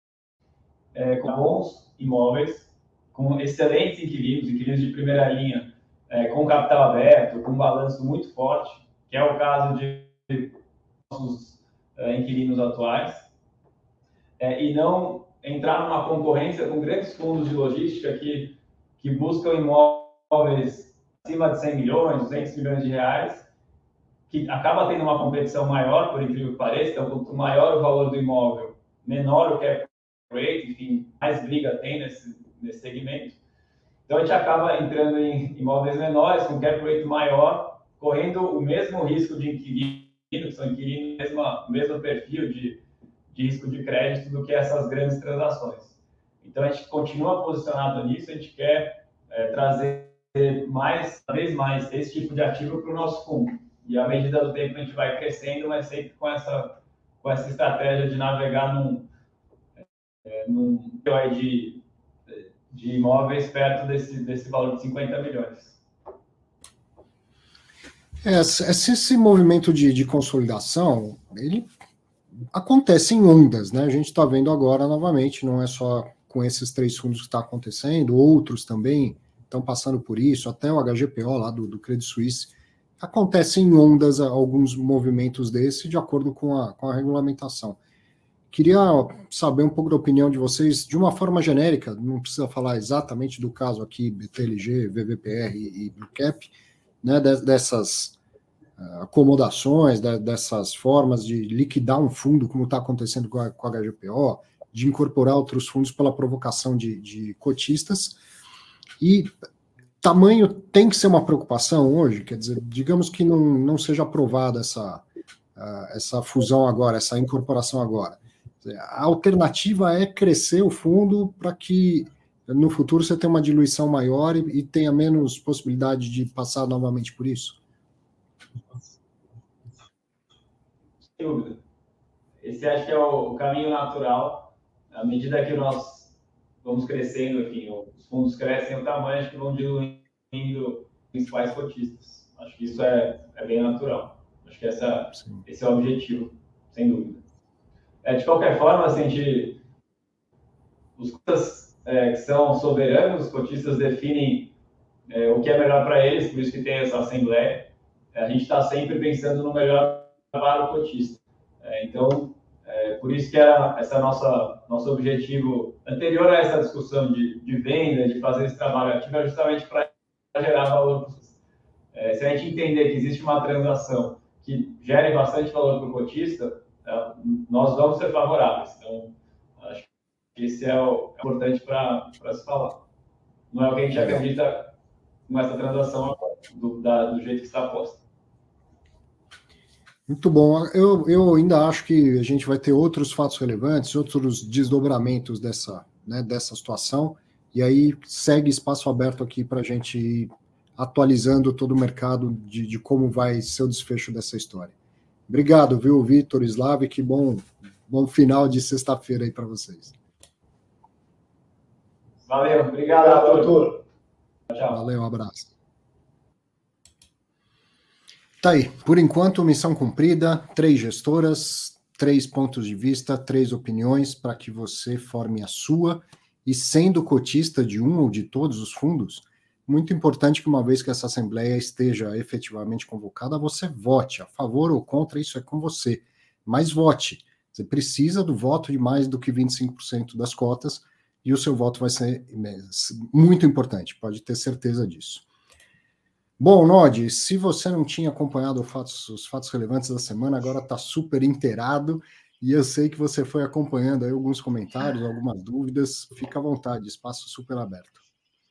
é, com bons imóveis, com excelentes inquilinos, inquilinos de primeira linha, é, com capital aberto, com um balanço muito forte, que é o caso de nossos uh, inquilinos atuais, é, e não entrar numa concorrência com grandes fundos de logística que, que buscam imóveis acima de cem milhões, duzentos milhões de reais, que acaba tendo uma competição maior, por incrível que pareça. Então, quanto maior o valor do imóvel, menor o cap rate, enfim, mais briga tem nesse, nesse segmento. Então, a gente acaba entrando em imóveis menores, com cap rate maior, correndo o mesmo risco de inquilino, que são inquilinos, mesmo, mesmo perfil de, de risco de crédito do que essas grandes transações. Então, a gente continua posicionado nisso, a gente quer é, trazer mais, cada vez mais esse tipo de ativo para o nosso fundo. E à medida do tempo a gente vai crescendo, mas sempre com essa, com essa estratégia de navegar num, é, num de, de imóveis perto desse, desse valor de cinquenta milhões. É, esse movimento de, de consolidação, ele acontece em ondas, né? A gente está vendo agora novamente, não é só com esses três fundos que está acontecendo, outros também estão passando por isso, até o H G P O lá do, do Credit Suisse. Acontecem em ondas alguns movimentos desse, de acordo com a, com a regulamentação. Queria saber um pouco da opinião de vocês, de uma forma genérica, não precisa falar exatamente do caso aqui, B T L G, V V P R e Blue Cap, né, dessas uh, acomodações, de, dessas formas de liquidar um fundo, como está acontecendo com a, com a H G P O, de incorporar outros fundos pela provocação de, de cotistas. E tamanho tem que ser uma preocupação hoje? Quer dizer, digamos que não, não seja aprovada essa, uh, essa fusão agora, essa incorporação agora. A alternativa é crescer o fundo para que no futuro você tenha uma diluição maior e, e tenha menos possibilidade de passar novamente por isso? Sem dúvida. Esse acho que é o, o caminho natural. À medida que nós vamos crescendo, enfim, os fundos crescem, o tamanho acho que vão diluindo os principais cotistas. Acho que isso é, é bem natural. Acho que essa, esse é o objetivo, sem dúvida. É, de qualquer forma, assim, de, os cotistas é, que são soberanos, os cotistas definem é, o que é melhor para eles, por isso que tem essa assembleia. É, a gente está sempre pensando no melhor para o cotista. É, então, é, por isso que é essa nossa nosso objetivo anterior a essa discussão de, de venda, de fazer esse trabalho ativo, é justamente para gerar valor para o cotista. É, se a gente entender que existe uma transação que gere bastante valor para o cotista, é, nós vamos ser favoráveis. Então, acho que esse é o é importante para se falar. Não é o que a gente acredita com essa transação agora, do, da, do jeito que está posta. Muito bom. Eu, eu ainda acho que a gente vai ter outros fatos relevantes, outros desdobramentos dessa, né, dessa situação, e aí segue espaço aberto aqui para a gente ir atualizando todo o mercado de, de como vai ser o desfecho dessa história. Obrigado, viu, Vitor, Slav, que bom, bom final de sexta-feira aí para vocês. Valeu, obrigado, Arthur. Tchau. Valeu, um abraço. Tá aí, por enquanto, missão cumprida, três gestoras, três pontos de vista, três opiniões para que você forme a sua, e sendo cotista de um ou de todos os fundos, muito importante que uma vez que essa assembleia esteja efetivamente convocada, você vote, a favor ou contra, isso é com você, mas vote. Você precisa do voto de mais do que vinte e cinco por cento das cotas, e o seu voto vai ser muito importante, pode ter certeza disso. Bom, Nod, se você não tinha acompanhado fatos, os fatos relevantes da semana, agora está super inteirado, e eu sei que você foi acompanhando aí alguns comentários, algumas dúvidas, fica à vontade, espaço super aberto.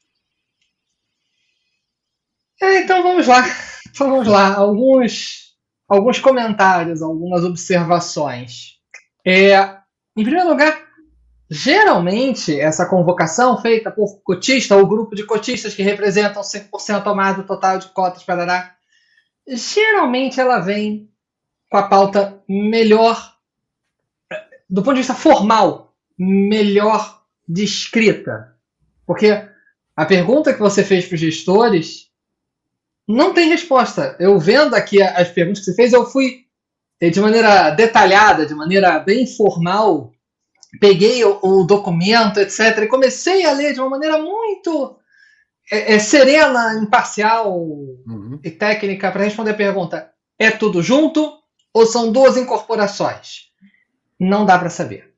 É, então vamos lá, então vamos lá, alguns, alguns comentários, algumas observações. É, em primeiro lugar, geralmente, essa convocação feita por cotista, ou grupo de cotistas que representam cinco por cento ou mais do total de cotas, parará, geralmente ela vem com a pauta melhor, do ponto de vista formal, melhor descrita. Porque a pergunta que você fez para os gestores não tem resposta. Eu vendo aqui as perguntas que você fez, eu fui de maneira detalhada, de maneira bem formal, peguei o, o documento, etcétera, e comecei a ler de uma maneira muito é, é, serena, imparcial uhum. e técnica para responder a pergunta. É tudo junto ou são duas incorporações? Não dá para saber.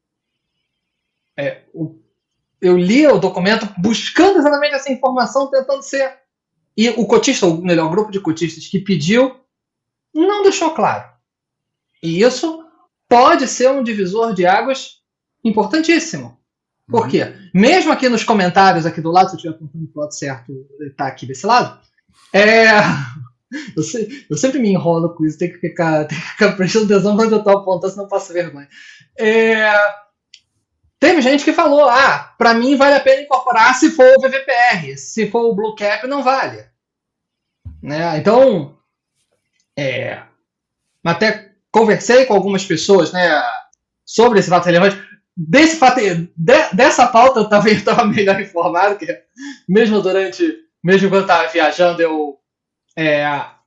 É, o, eu li o documento buscando exatamente essa informação, tentando ser... E o cotista, ou melhor, o grupo de cotistas que pediu, não deixou claro. E isso pode ser um divisor de águas importantíssimo. Por quê? Uhum. Mesmo aqui nos comentários, aqui do lado, se eu estiver apontando o lado certo, ele está aqui desse lado, é... eu, sei, eu sempre me enrolo com isso, tem que ficar, tem que ficar prestando atenção quando eu estou apontando, senão eu passo vergonha. É... Teve gente que falou, ah, para mim vale a pena incorporar se for o V V P R, se for o Blue Cap não vale. Né? Então, é... até conversei com algumas pessoas, né, sobre esse fato relevante. Desse fato, de, dessa pauta eu também estava melhor informado, que mesmo durante, mesmo quando eu estava viajando, eu é,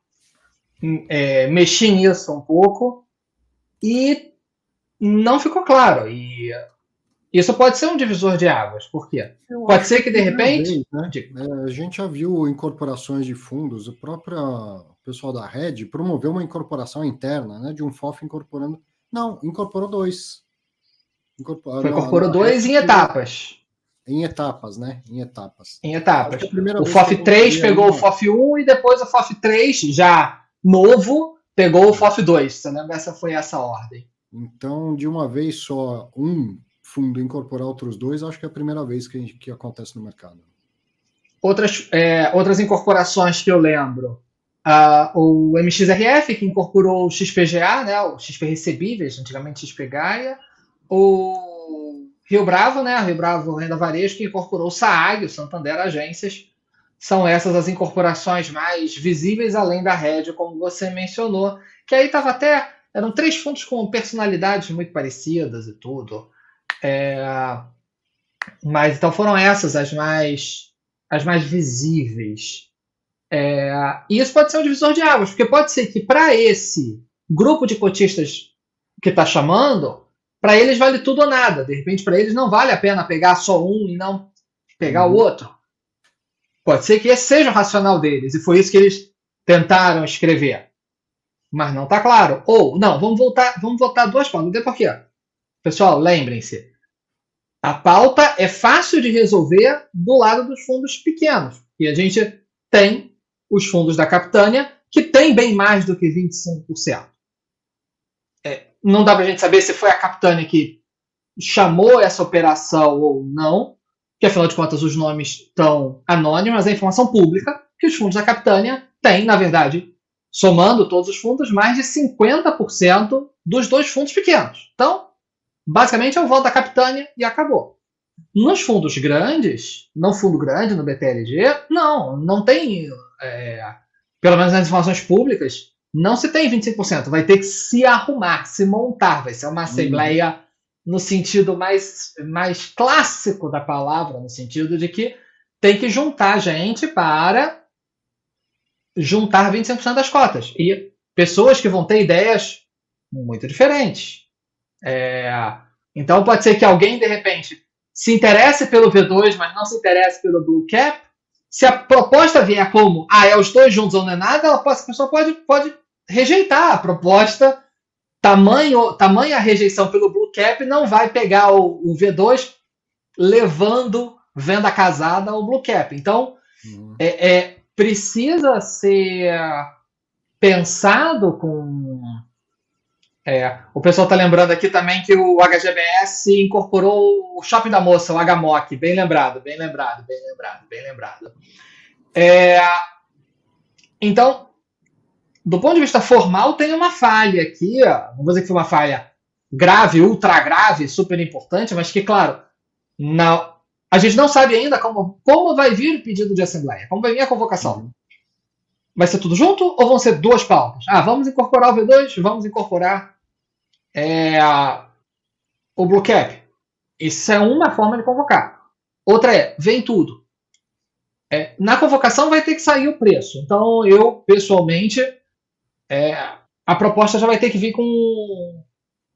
é, mexi nisso um pouco e não ficou claro. E isso pode ser um divisor de águas. Por quê? Eu pode ser que, de repente... Vez, né? é, a gente já viu incorporações de fundos, o próprio pessoal da Red promoveu uma incorporação interna, né, de um F O F incorporando... Não, incorporou dois. Incorporou, Foi incorporou dois em etapas. Em etapas, né? Em etapas. Em etapas. O F O F três pegou o F O F um e depois o F O F três, já novo, pegou o F O F dois. Você lembra? Essa foi essa ordem. Então, de uma vez só, um fundo incorporar outros dois, acho que é a primeira vez que, que acontece no mercado. Outras, é, outras incorporações que eu lembro. Uh, o M X R F, que incorporou o X P G A, né, o X P Recebíveis, antigamente X P Gaia. O Rio Bravo, né, Rio Bravo Renda Varejo, que incorporou o SAAG, o Santander Agências. São essas as incorporações mais visíveis, além da Red, como você mencionou. Que aí estava até... Eram três fundos com personalidades muito parecidas e tudo. É, mas então foram essas as mais, as mais visíveis. É, e isso pode ser um divisor de águas, porque pode ser que para esse grupo de cotistas que está chamando, para eles vale tudo ou nada. De repente, para eles não vale a pena pegar só um e não pegar o outro. Pode ser que esse seja o racional deles, e foi isso que eles tentaram escrever. Mas não está claro. Ou, não, vamos voltar, vamos voltar duas pautas. Por quê? Pessoal, lembrem-se. A pauta é fácil de resolver do lado dos fundos pequenos. E a gente tem os fundos da Capitânia, que tem bem mais do que vinte e cinco por cento. É, não dá para a gente saber se foi a Capitânia que chamou essa operação ou não, porque afinal de contas os nomes estão anônimos, mas é informação pública que os fundos da Capitânia têm, na verdade, somando todos os fundos, mais de cinquenta por cento dos dois fundos pequenos. Então, basicamente é o voto da Capitânia e acabou. Nos fundos grandes, no fundo grande, no B T L G, não, não tem, é, pelo menos nas informações públicas, não se tem vinte e cinco por cento. Vai ter que se arrumar, se montar. Vai ser uma assembleia uhum. no sentido mais, mais clássico da palavra, no sentido de que tem que juntar gente para juntar vinte e cinco por cento das cotas. E pessoas que vão ter ideias muito diferentes. É, então pode ser que alguém, de repente, se interesse pelo V dois, mas não se interesse pelo Blue Cap. Se a proposta vier como, ah, é os dois juntos ou não é nada, ela pode, a pessoa pode, pode rejeitar a proposta. Tamanho, tamanha a rejeição pelo Blue Cap não vai pegar o, o V dois levando venda casada ao Blue Cap. Então, uhum. é, é, precisa ser pensado com... É, o pessoal está lembrando aqui também que o H G B S incorporou o Shopping da Moça, o H M O C, bem lembrado, bem lembrado, bem lembrado, bem lembrado. É, então, do ponto de vista formal, tem uma falha aqui, ó, não vou dizer que foi uma falha grave, ultra grave, super importante, mas que, claro, não, a gente não sabe ainda como, como vai vir o pedido de assembleia, como vai vir a convocação. Vai ser tudo junto ou vão ser duas pautas? Ah, vamos incorporar o V dois, vamos incorporar é, o Blue Cap. Isso é uma forma de convocar. Outra é, vem tudo. É, na convocação vai ter que sair o preço. Então, eu, pessoalmente, é, a proposta já vai ter que vir com,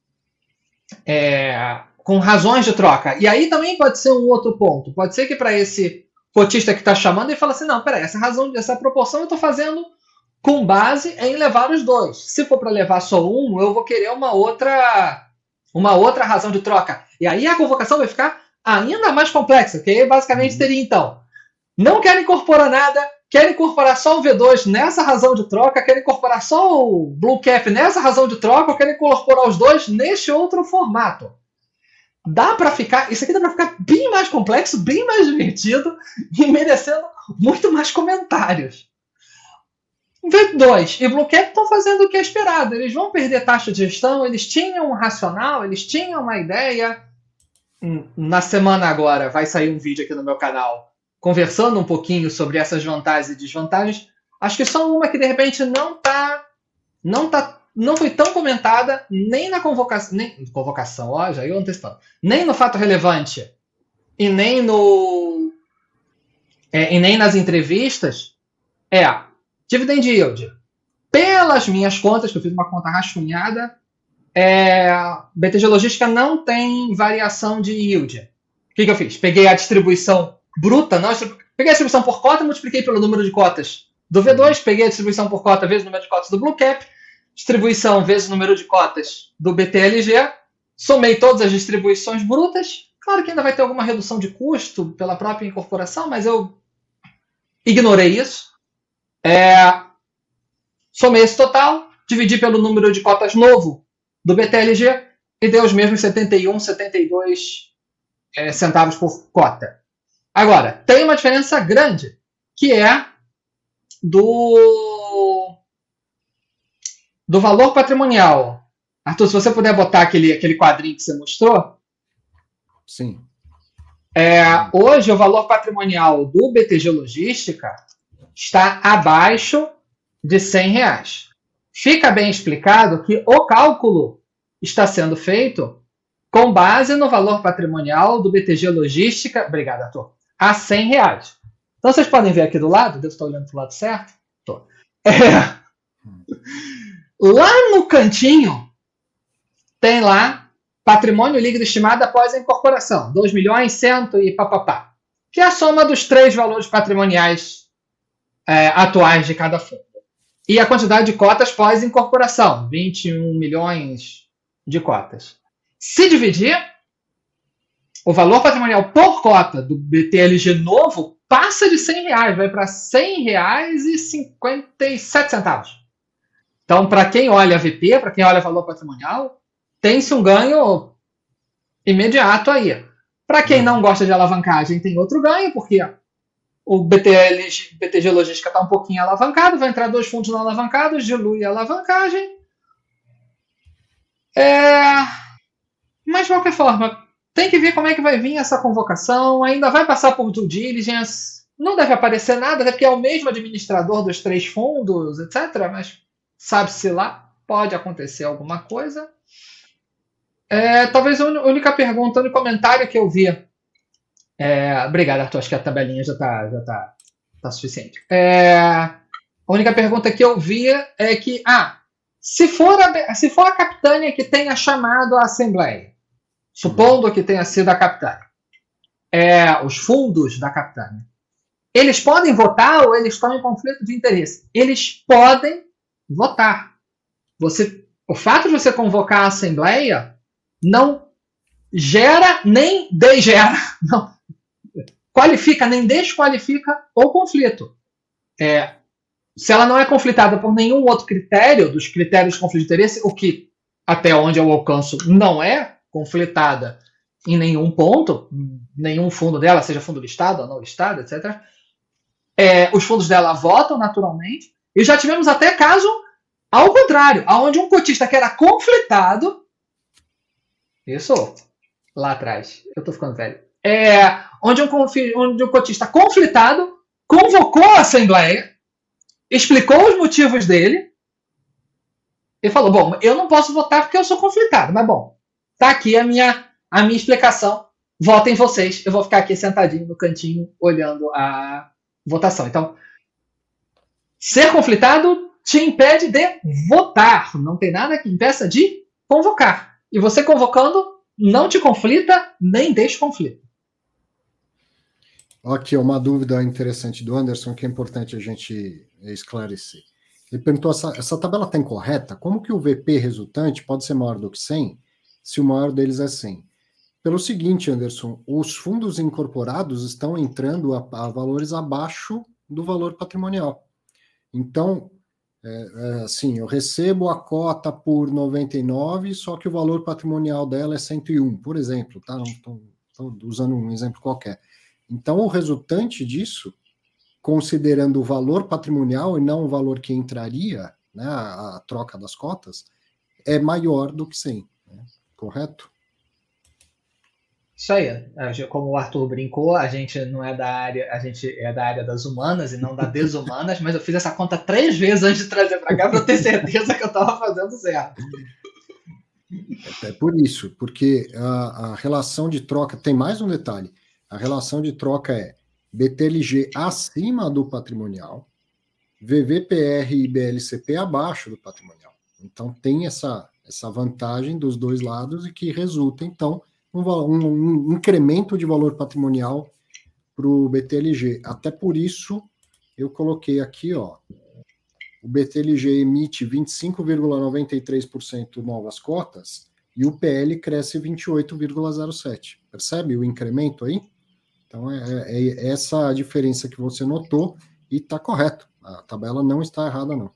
é, com razões de troca. E aí também pode ser um outro ponto. Pode ser que para esse cotista que está chamando, ele fala assim, não, peraí, essa razão, essa proporção eu estou fazendo com base em levar os dois. Se for para levar só um, eu vou querer uma outra, uma outra razão de troca. E aí a convocação vai ficar ainda mais complexa, que aí basicamente teria, então, não quero incorporar nada, quero incorporar só o V dois nessa razão de troca, quero incorporar só o Blue Cap nessa razão de troca, eu quero incorporar os dois neste outro formato. Dá para ficar, isso aqui dá para ficar bem mais complexo, bem mais divertido e merecendo muito mais comentários. V dois e Blue Cap estão fazendo o que é esperado. Eles vão perder taxa de gestão, eles tinham um racional, eles tinham uma ideia. Na semana agora vai sair um vídeo aqui no meu canal conversando um pouquinho sobre essas vantagens e desvantagens. Acho que só uma que de repente não tá, não tá, não foi tão comentada nem na convocação, nem convocação, ó, já ia antecipando, nem no fato relevante e nem no é, e nem nas entrevistas é a dividend yield. Pelas minhas contas, que eu fiz uma conta rascunhada, é, B T G Logística não tem variação de yield. O que, que eu fiz? Peguei a distribuição bruta, não, peguei a distribuição por cota, multipliquei pelo número de cotas do V dois, peguei a distribuição por cota vezes o número de cotas do Blue Cap, distribuição vezes o número de cotas do B T L G, somei todas as distribuições brutas. Claro que ainda vai ter alguma redução de custo pela própria incorporação, mas eu ignorei isso. É, somei esse total, dividi pelo número de cotas novo do B T L G e deu os mesmos setenta e um, setenta e dois é, centavos por cota. Agora, tem uma diferença grande, que é do, do valor patrimonial. Arthur, se você puder botar aquele, aquele quadrinho que você mostrou. Sim. É, hoje, o valor patrimonial do B T G Logística está abaixo de cem reais. Fica bem explicado que o cálculo está sendo feito com base no valor patrimonial do B T G Logística, obrigado, Arthur, a cem reais. Então, vocês podem ver aqui do lado, devo estar olhando para o lado certo? Tô. É, lá no cantinho, tem lá patrimônio líquido estimado após a incorporação, dois milhões, cem e papapá, que é a soma dos três valores patrimoniais é, atuais de cada fundo. E a quantidade de cotas pós-incorporação, vinte e um milhões de cotas. Se dividir, o valor patrimonial por cota do B T L G novo passa de cem reais, vai para cem reais e cinquenta e sete centavos. Então, para quem olha a V P, para quem olha valor patrimonial, tem-se um ganho imediato aí. Para quem não gosta de alavancagem, tem outro ganho, porque o B T L G, B T G Logística está um pouquinho alavancado, vai entrar dois fundos não alavancados, dilui a alavancagem. É... Mas, de qualquer forma, tem que ver como é que vai vir essa convocação, ainda vai passar por due diligence, não deve aparecer nada, até porque é o mesmo administrador dos três fundos, etcétera, mas sabe-se lá, pode acontecer alguma coisa. É, talvez a única pergunta, o único comentário que eu vi. É, obrigado, Arthur, acho que a tabelinha já está já tá, tá suficiente. É, a única pergunta que eu vi é que, ah, se for a, se for a capitânia que tenha chamado a Assembleia, supondo que tenha sido a capitânia, é, os fundos da capitânia, eles podem votar ou eles estão em conflito de interesse? Eles podem votar. Você, o fato de você convocar a Assembleia não gera nem desgera, não qualifica nem desqualifica o conflito. É, se ela não é conflitada por nenhum outro critério, dos critérios de conflito de interesse, o que até onde eu alcanço não é conflitada em nenhum ponto, nenhum fundo dela, seja fundo listado ou não listado, etcétera. É, os fundos dela votam naturalmente, e já tivemos até caso ao contrário, onde um cotista que era conflitado, isso lá atrás, eu estou ficando velho, é, onde, um, onde um cotista conflitado convocou a Assembleia, explicou os motivos dele e falou, bom, eu não posso votar porque eu sou conflitado, mas bom, tá aqui a minha, a minha explicação, votem vocês, eu vou ficar aqui sentadinho no cantinho olhando a votação. Então, ser conflitado te impede de votar, não tem nada que impeça de convocar. E você convocando não te conflita nem desconflita. Aqui, uma dúvida interessante do Anderson que é importante a gente esclarecer. Ele perguntou, essa, essa tabela está incorreta? Como que o V P resultante pode ser maior do que cem, se o maior deles é cem? Pelo seguinte, Anderson, os fundos incorporados estão entrando a, a valores abaixo do valor patrimonial. Então, é, é, assim, eu recebo a cota por noventa e nove, só que o valor patrimonial dela é cento e um, por exemplo, tá? Não estou usando um exemplo qualquer. Então, o resultante disso, considerando o valor patrimonial e não o valor que entraria, né, a, a troca das cotas, é maior do que cem, né? Correto? Isso aí, como o Arthur brincou, a gente não é da área, a gente é da área das humanas e não da desumanas, mas eu fiz essa conta três vezes antes de trazer para cá para eu ter certeza que eu estava fazendo certo. É por isso, porque a, a relação de troca, tem mais um detalhe, a relação de troca é B T L G acima do patrimonial, V V P R e B L C P abaixo do patrimonial. Então tem essa, essa vantagem dos dois lados e que resulta, então, Um, um, um incremento de valor patrimonial para o B T L G. Até por isso, eu coloquei aqui, ó, o B T L G emite vinte e cinco vírgula noventa e três por cento novas cotas e o P L cresce vinte e oito vírgula zero sete por cento. Percebe o incremento aí? Então, é, é essa a diferença que você notou e está correto. A tabela não está errada, não.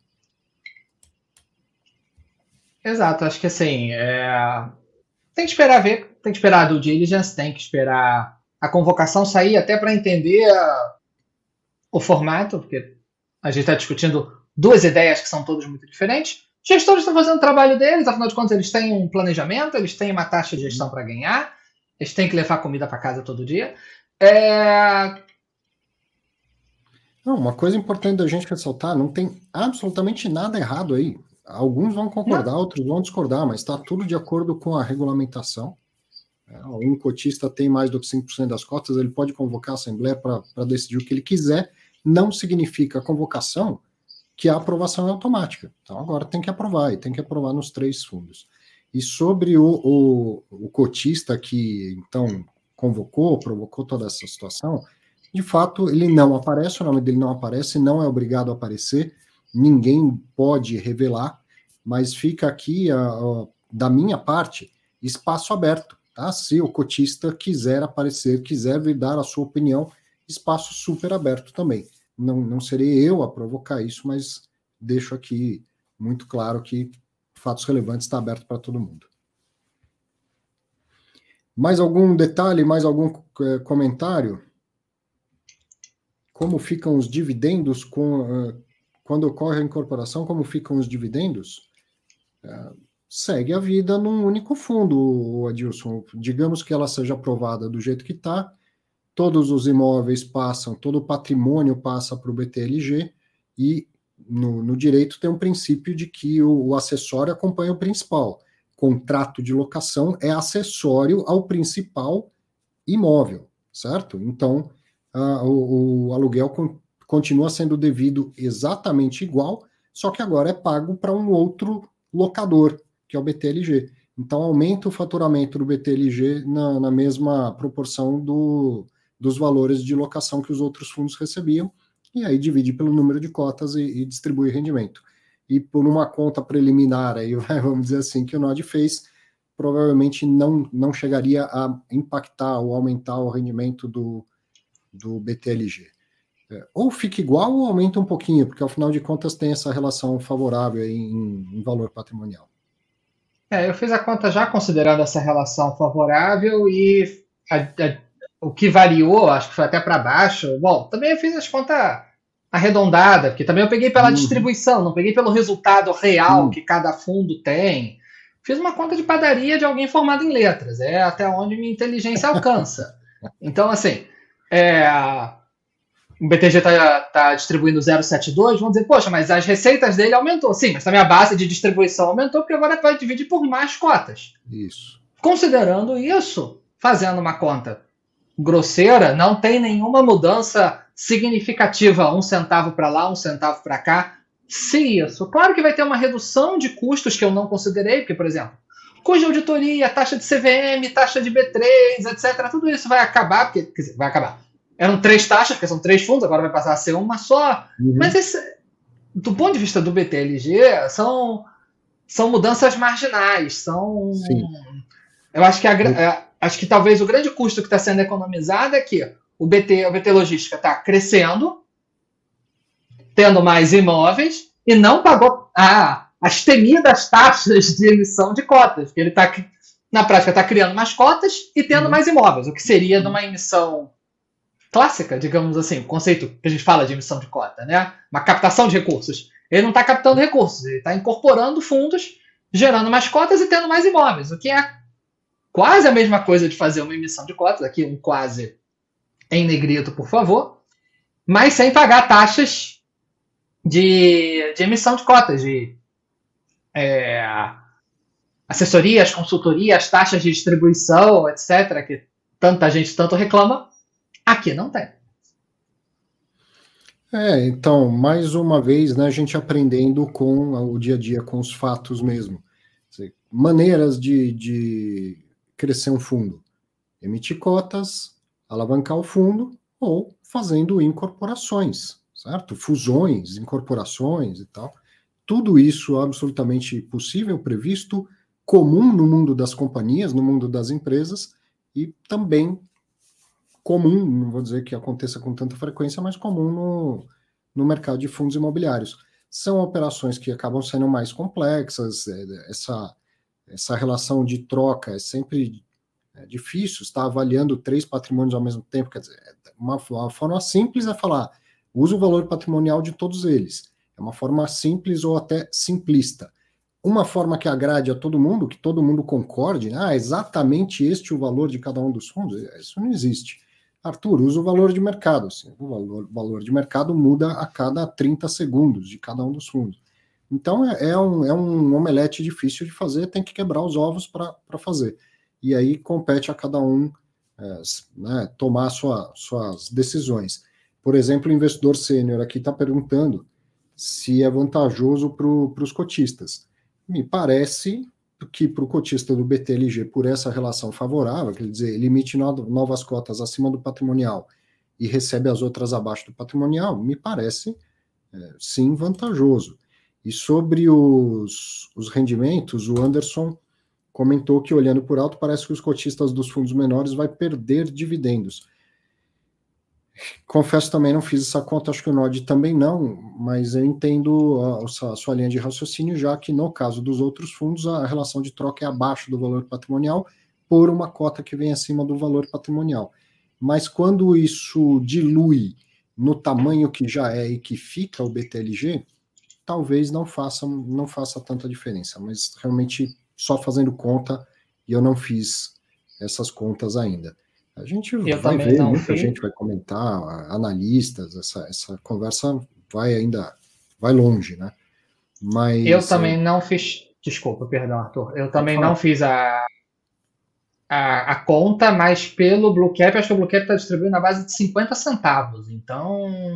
Exato, acho que assim, é... tem que esperar ver, tem que esperar a due diligence, tem que esperar a convocação sair até para entender a, o formato, porque a gente está discutindo duas ideias que são todas muito diferentes. Os gestores estão fazendo o trabalho deles, afinal de contas eles têm um planejamento, eles têm uma taxa de gestão para ganhar, eles têm que levar comida para casa todo dia. É... Não, uma coisa importante da gente ressaltar, não tem absolutamente nada errado aí. Alguns vão concordar, não. Outros vão discordar, mas está tudo de acordo com a regulamentação. Um cotista tem mais do que cinco por cento das cotas, ele pode convocar a Assembleia para decidir o que ele quiser, não significa a convocação que a aprovação é automática. Então agora tem que aprovar, e tem que aprovar nos três fundos. E sobre o, o, o cotista que, então, convocou, provocou toda essa situação, de fato, ele não aparece, o nome dele não aparece, não é obrigado a aparecer, ninguém pode revelar, mas fica aqui, a, a, da minha parte, espaço aberto. Tá? Se o cotista quiser aparecer, quiser vir dar a sua opinião, espaço super aberto também. Não, não serei eu a provocar isso, mas deixo aqui muito claro que fatos relevantes está aberto para todo mundo. Mais algum detalhe, mais algum é, comentário? Como ficam os dividendos com, uh, quando ocorre a incorporação, como ficam os dividendos? Uh, segue a vida num único fundo, Adilson. Digamos que ela seja aprovada do jeito que está, todos os imóveis passam, todo o patrimônio passa para o B T L G e no, no direito tem um princípio de que o, o acessório acompanha o principal. Contrato de locação é acessório ao principal imóvel, certo? Então, uh, o, o aluguel con, continua sendo devido exatamente igual, só que agora é pago para um outro locador, que é o B T L G. Então, aumenta o faturamento do B T L G na, na mesma proporção do, dos valores de locação que os outros fundos recebiam, e aí divide pelo número de cotas e, e distribui rendimento. E por uma conta preliminar, aí, vamos dizer assim, que o N O D fez, provavelmente não, não chegaria a impactar ou aumentar o rendimento do, do B T L G. É, ou fica igual ou aumenta um pouquinho, porque, ao final de contas, tem essa relação favorável aí em, em valor patrimonial. É, eu fiz a conta já considerando essa relação favorável e a, a, o que variou, acho que foi até para baixo. Bom, também eu fiz as contas arredondadas, porque também eu peguei pela uhum. distribuição, não peguei pelo resultado real uhum. que cada fundo tem. Fiz uma conta de padaria de alguém formado em letras, é até onde minha inteligência alcança. Então, assim, é, o B T G está tá distribuindo zero vírgula setenta e dois, vamos dizer, poxa, mas as receitas dele aumentou. Sim, mas também a base de distribuição aumentou, porque agora vai dividir por mais cotas. Isso. Considerando isso, fazendo uma conta grosseira, não tem nenhuma mudança significativa, um centavo para lá, um centavo para cá. Se isso, claro que vai ter uma redução de custos que eu não considerei, porque, por exemplo, custo de auditoria, taxa de C V M, taxa de B três, etcétera, tudo isso vai acabar, porque, quer dizer, vai acabar. Eram três taxas, porque são três fundos, agora vai passar a ser uma só. Uhum. Mas esse, do ponto de vista do B T L G, são, são mudanças marginais. São, Sim. Eu acho que, a, acho que talvez o grande custo que está sendo economizado é que o B T, o B T Logística está crescendo, tendo mais imóveis, e não pagou ah, as temidas taxas de emissão de cotas. Ele está, na prática, está criando mais cotas e tendo uhum. mais imóveis, o que seria uhum. numa emissão clássica, digamos assim, o conceito que a gente fala de emissão de cota, né? Uma captação de recursos. Ele não está captando recursos, ele está incorporando fundos, gerando mais cotas e tendo mais imóveis, o que é quase a mesma coisa de fazer uma emissão de cotas, aqui um quase em negrito, por favor, mas sem pagar taxas de, de emissão de cotas, de é, assessorias, consultorias, taxas de distribuição, etcétera, que tanta gente tanto reclama, aqui não tem. É, então, mais uma vez, né, a gente aprendendo com o dia a dia, com os fatos mesmo. Maneiras de, de crescer um fundo. Emitir cotas, alavancar o fundo, ou fazendo incorporações, certo? Fusões, incorporações e tal. Tudo isso absolutamente possível, previsto, comum no mundo das companhias, no mundo das empresas, e também comum, não vou dizer que aconteça com tanta frequência, mas comum no, no mercado de fundos imobiliários. São operações que acabam sendo mais complexas, essa, essa relação de troca é sempre é difícil, está avaliando três patrimônios ao mesmo tempo, quer dizer, uma, uma forma simples é falar, usa o valor patrimonial de todos eles. É uma forma simples ou até simplista. Uma forma que agrade a todo mundo, que todo mundo concorde, né? Ah, exatamente este o valor de cada um dos fundos, isso não existe. Arthur, usa o valor de mercado. Assim, o valor, valor de mercado muda a cada trinta segundos de cada um dos fundos. Então, é, é, um, é um omelete difícil de fazer, tem que quebrar os ovos para fazer. E aí compete a cada um é, né, tomar sua, suas decisões. Por exemplo, o investidor sênior aqui está perguntando se é vantajoso para os cotistas. Me parece que para o cotista do B T L G, por essa relação favorável, quer dizer, ele emite novas cotas acima do patrimonial e recebe as outras abaixo do patrimonial, me parece, é, sim, vantajoso. E sobre os, os rendimentos, o Anderson comentou que, olhando por alto, parece que os cotistas dos fundos menores vai perder dividendos. Confesso também não fiz essa conta, acho que o Nod também não, mas eu entendo a, a sua linha de raciocínio, já que no caso dos outros fundos a relação de troca é abaixo do valor patrimonial por uma cota que vem acima do valor patrimonial. Mas quando isso dilui no tamanho que já é e que fica o B T L G, talvez não faça, não faça tanta diferença, mas realmente só fazendo conta, e eu não fiz essas contas ainda. A gente eu vai ver, muita vi. gente vai comentar, analistas, essa, essa conversa vai ainda, vai longe, né? Mas, eu também é... não fiz, desculpa, perdão, Arthur, eu também não fiz a, a, a conta, mas pelo Blue Cap, acho que o Blue Cap está distribuindo na base de cinquenta centavos, então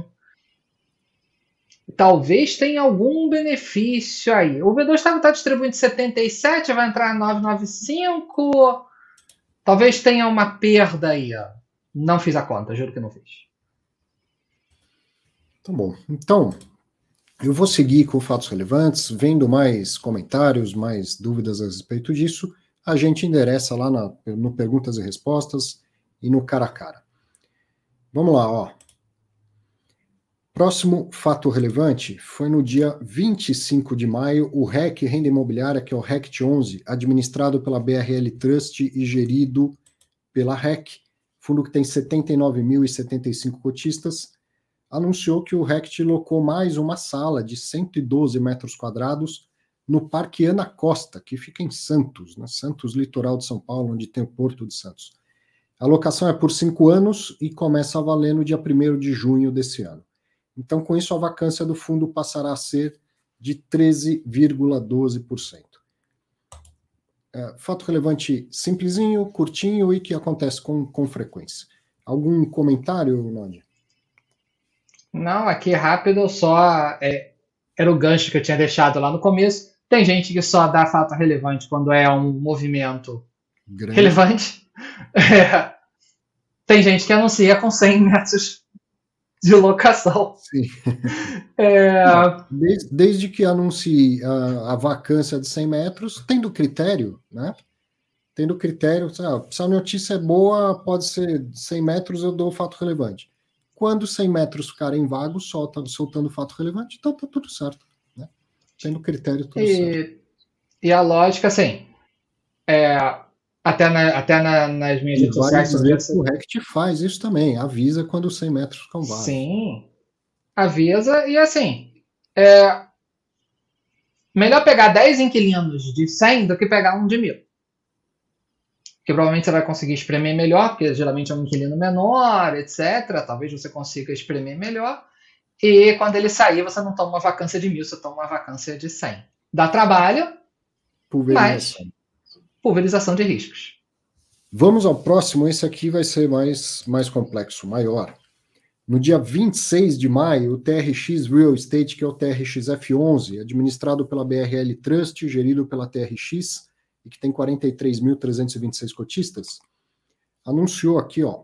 talvez tenha algum benefício aí. O B dois está tá distribuindo setenta e sete, vai entrar novecentos e noventa e cinco... Talvez tenha uma perda aí, ó. Não fiz a conta, juro que não fiz. Tá bom. Então, eu vou seguir com fatos relevantes, vendo mais comentários, mais dúvidas a respeito disso. A gente endereça lá na, no Perguntas e Respostas e no Cara a Cara. Vamos lá, ó. Próximo fato relevante foi no dia vinte e cinco de maio, o R E C Renda Imobiliária, que é o R E C T onze, administrado pela B R L Trust e gerido pela R E C, fundo que tem setenta e nove mil e setenta e cinco cotistas, anunciou que o R E C T locou mais uma sala de cento e doze metros quadrados no Parque Ana Costa, que fica em Santos, né? Santos, litoral de São Paulo, onde tem o Porto de Santos. A locação é por cinco anos e começa a valer no dia primeiro de junho desse ano. Então, com isso, a vacância do fundo passará a ser de treze vírgula doze por cento. É, fato relevante simplesinho, curtinho e que acontece com, com frequência. Algum comentário, Nod? Não, aqui rápido, só é, era o gancho que eu tinha deixado lá no começo. Tem gente que só dá fato relevante quando é um movimento grande. Relevante. É, tem gente que anuncia com cem metros de locação. Sim. É... Desde, desde que anuncie a, a vacância de cem metros, tendo critério, né? Tendo critério, sabe, se a notícia é boa, pode ser cem metros, eu dou o fato relevante. Quando cem metros ficarem vagos, solta, soltando o fato relevante, então tá tudo certo, né? Tendo critério, tudo e, certo. E a lógica, assim, é, até, na, até na, nas minhas E redes vale sociais... dizer você... que o Rect faz isso também, avisa quando cem metros ficam vagos. Sim, avisa, e assim, é, melhor pegar dez inquilinos de cem do que pegar um de mil. Porque provavelmente você vai conseguir espremer melhor, porque geralmente é um inquilino menor, etcétera. Talvez você consiga espremer melhor. E quando ele sair, você não toma uma vacância de mil, você toma uma vacância de cem. Dá trabalho, mas pulverização de riscos. Vamos ao próximo, esse aqui vai ser mais, mais complexo, maior. No dia vinte e seis de maio, o T R X Real Estate, que é o T R X F onze, administrado pela B R L Trust, gerido pela T R X, e que tem quarenta e três mil trezentos e vinte e seis cotistas, anunciou aqui, ó,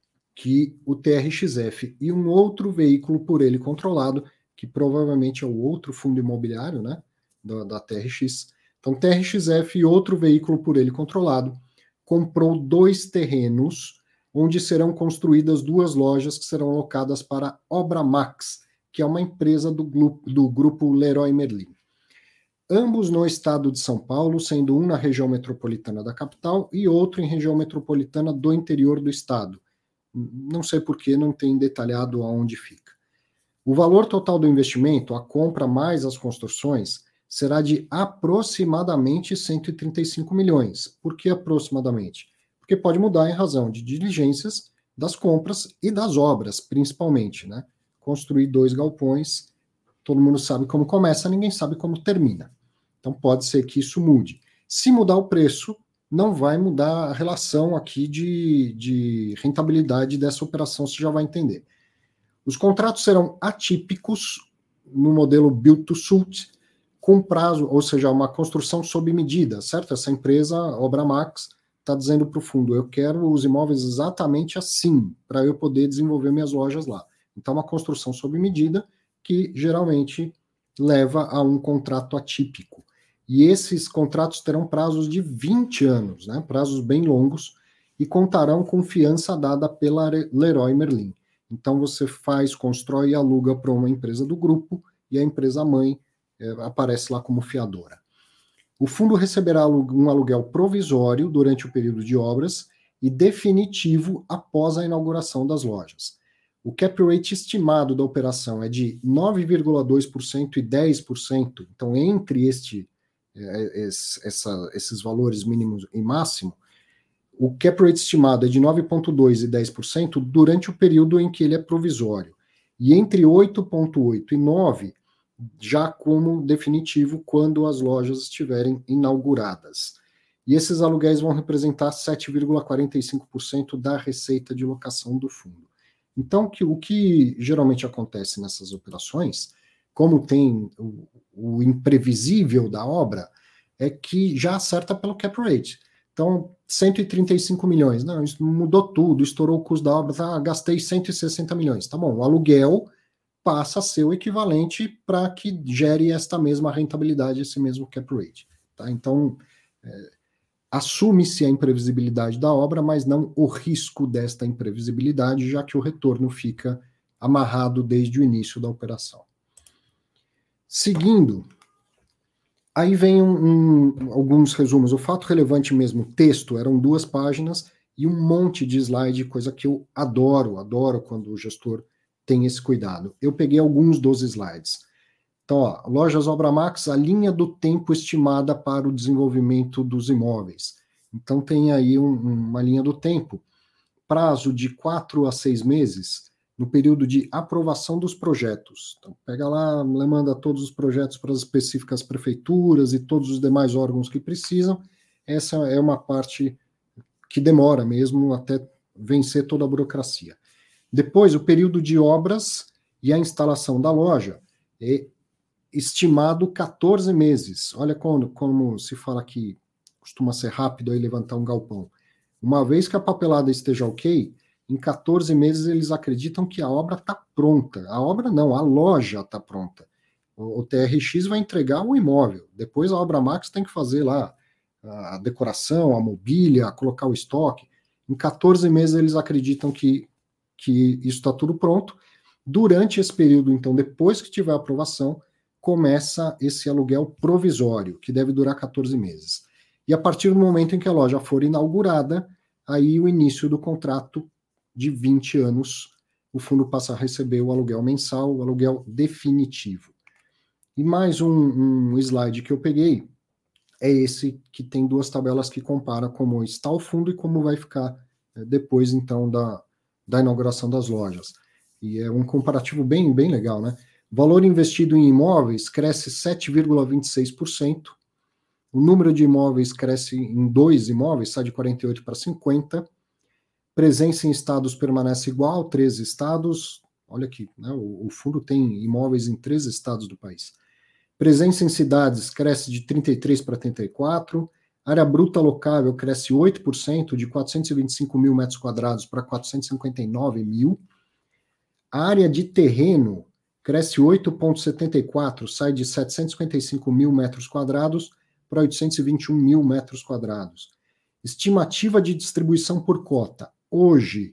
que o T R X F e um outro veículo por ele controlado, que provavelmente é o outro fundo imobiliário, né, da, da T R X. Então, T R X F e outro veículo por ele controlado comprou dois terrenos onde serão construídas duas lojas que serão alocadas para a Obra Max, que é uma empresa do, do grupo Leroy Merlin. Ambos no estado de São Paulo, sendo um na região metropolitana da capital e outro em região metropolitana do interior do estado. Não sei por que não tem detalhado aonde fica. O valor total do investimento, a compra mais as construções, será de aproximadamente cento e trinta e cinco milhões. Por que aproximadamente? Porque pode mudar em razão de diligências, das compras e das obras, principalmente, né? Construir dois galpões, todo mundo sabe como começa, ninguém sabe como termina. Então pode ser que isso mude. Se mudar o preço, não vai mudar a relação aqui de, de rentabilidade dessa operação, você já vai entender. Os contratos serão atípicos no modelo Build to Suit, com prazo, ou seja, uma construção sob medida, certo? Essa empresa, Obra Max, está dizendo para o fundo, eu quero os imóveis exatamente assim, para eu poder desenvolver minhas lojas lá. Então, uma construção sob medida, que geralmente leva a um contrato atípico. E esses contratos terão prazos de vinte anos, né? Prazos bem longos, e contarão com fiança dada pela Leroy Merlin. Então você faz, constrói e aluga para uma empresa do grupo, e a empresa mãe é, aparece lá como fiadora. O fundo receberá um aluguel provisório durante o período de obras e definitivo após a inauguração das lojas. O cap rate estimado da operação é de nove vírgula dois por cento e dez por cento. Então, entre este, essa, esses valores mínimos e máximo, o cap rate estimado é de nove vírgula dois por cento e dez por cento durante o período em que ele é provisório. E entre oito vírgula oito por cento e nove por cento, já como definitivo, quando as lojas estiverem inauguradas. E esses aluguéis vão representar sete vírgula quarenta e cinco por cento da receita de locação do fundo. Então, que, o que geralmente acontece nessas operações, como tem o, o imprevisível da obra, é que já acerta pelo cap rate. Então, cento e trinta e cinco milhões, não, isso mudou tudo, estourou o custo da obra, tá, gastei cento e sessenta milhões. Tá bom, o aluguel passa a ser o equivalente para que gere esta mesma rentabilidade, esse mesmo cap rate. Tá? Então, é, assume-se a imprevisibilidade da obra, mas não o risco desta imprevisibilidade, já que o retorno fica amarrado desde o início da operação. Seguindo, aí vem um, um, alguns resumos. O fato relevante mesmo, texto, eram duas páginas e um monte de slide, coisa que eu adoro, adoro quando o gestor tem esse cuidado. Eu peguei alguns dos slides. Então, ó, Lojas Obra Max, a linha do tempo estimada para o desenvolvimento dos imóveis. Então, tem aí um, uma linha do tempo. Prazo de quatro a seis meses no período de aprovação dos projetos. Então, pega lá, manda todos os projetos para as específicas prefeituras e todos os demais órgãos que precisam. Essa é uma parte que demora mesmo até vencer toda a burocracia. Depois, o período de obras e a instalação da loja é estimado quatorze meses. Olha como, como se fala que costuma ser rápido aí levantar um galpão. Uma vez que a papelada esteja ok, em quatorze meses eles acreditam que a obra está pronta. A obra não, a loja está pronta. O, o T R X vai entregar o imóvel. Depois a Obra Max tem que fazer lá a decoração, a mobília, colocar o estoque. Em quatorze meses eles acreditam que, que isso está tudo pronto. Durante esse período, então, depois que tiver a aprovação, começa esse aluguel provisório, que deve durar quatorze meses. E a partir do momento em que a loja for inaugurada, aí o início do contrato de vinte anos, o fundo passa a receber o aluguel mensal, o aluguel definitivo. E mais um, um slide que eu peguei, é esse que tem duas tabelas que comparam como está o fundo e como vai ficar depois, então, da, da inauguração das lojas. E é um comparativo bem, bem legal, né? Valor investido em imóveis cresce sete vírgula vinte e seis por cento, o número de imóveis cresce em dois imóveis, sai de quarenta e oito para cinquenta, presença em estados permanece igual, treze estados, olha aqui, né? o, o fundo tem imóveis em treze estados do país. Presença em cidades cresce de trinta e três para trinta e quatro, área bruta locável cresce oito por cento, de quatrocentos e vinte e cinco mil metros quadrados para quatrocentos e cinquenta e nove mil, a área de terreno cresce oito vírgula setenta e quatro, sai de setecentos e cinquenta e cinco mil metros quadrados para oitocentos e vinte e um mil metros quadrados. Estimativa de distribuição por cota. Hoje,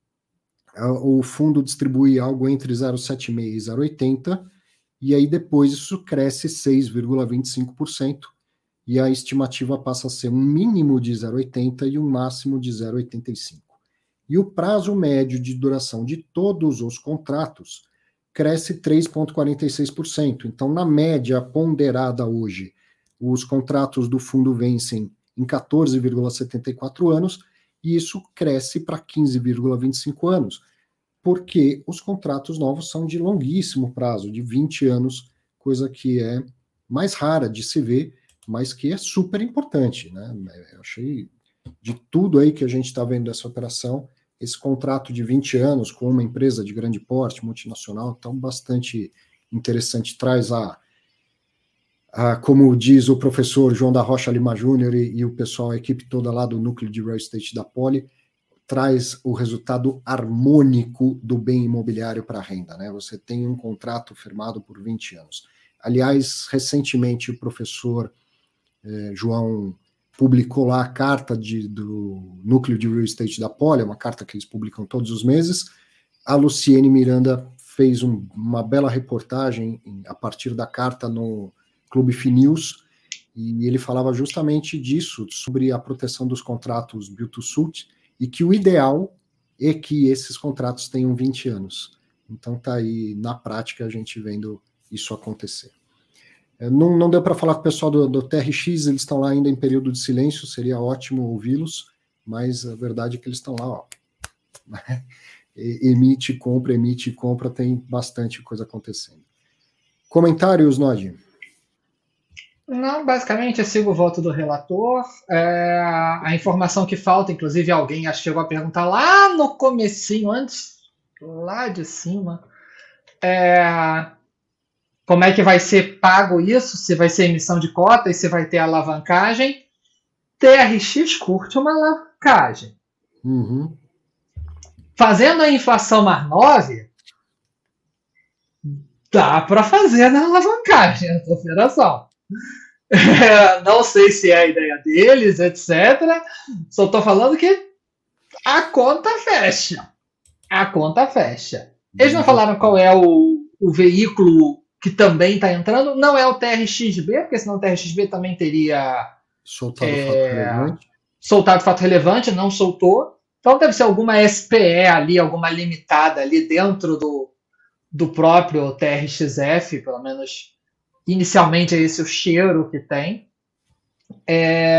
o fundo distribui algo entre zero vírgula setenta e cinco e zero vírgula oitenta, e aí depois isso cresce seis vírgula vinte e cinco por cento, e a estimativa passa a ser um mínimo de zero vírgula oitenta e um máximo de zero vírgula oitenta e cinco. E o prazo médio de duração de todos os contratos cresce três vírgula quarenta e seis por cento. Então, na média ponderada hoje, os contratos do fundo vencem em quatorze vírgula setenta e quatro anos, e isso cresce para quinze vírgula vinte e cinco anos, porque os contratos novos são de longuíssimo prazo, de vinte anos, coisa que é mais rara de se ver, mas que é super importante, né? Eu achei, de tudo aí que a gente está vendo dessa operação, esse contrato de vinte anos com uma empresa de grande porte, multinacional, então bastante interessante, traz a, a como diz o professor João da Rocha Lima Júnior e, e o pessoal, a equipe toda lá do núcleo de real estate da Poli, traz o resultado harmônico do bem imobiliário para a renda, né? Você tem um contrato firmado por vinte anos. Aliás, recentemente o professor eh, João publicou lá a carta de, do núcleo de real estate da Poli, uma carta que eles publicam todos os meses. A Luciene Miranda fez um, uma bela reportagem a partir da carta no Clube Finews, e ele falava justamente disso, sobre a proteção dos contratos build to suit, e que o ideal é que esses contratos tenham vinte anos. Então tá aí, na prática, a gente vendo isso acontecer. Não, não deu para falar com o pessoal do, do T R X, eles estão lá ainda em período de silêncio, seria ótimo ouvi-los, mas a verdade é que eles estão lá, ó, emite, compra, emite, compra, tem bastante coisa acontecendo. Comentários, Nodi? Não, basicamente eu sigo o voto do relator. É, a informação que falta, inclusive alguém chegou a perguntar lá no comecinho, antes, lá de cima, é, como é que vai ser pago isso, se vai ser emissão de cotas, se vai ter alavancagem. T R X curte uma alavancagem. Uhum. Fazendo a inflação mais nove, dá para fazer na alavancagem essa operação. É, não sei se é a ideia deles, etcétera. Só estou falando que a conta fecha. A conta fecha. Eles não falaram qual é o, o veículo que também está entrando. Não é o T R X B, porque senão o T R X B também teria soltado é, fato relevante. soltado fato relevante, não soltou. Então deve ser alguma S P E ali, alguma limitada ali dentro do, do próprio T R X F, pelo menos inicialmente é esse o cheiro que tem. É,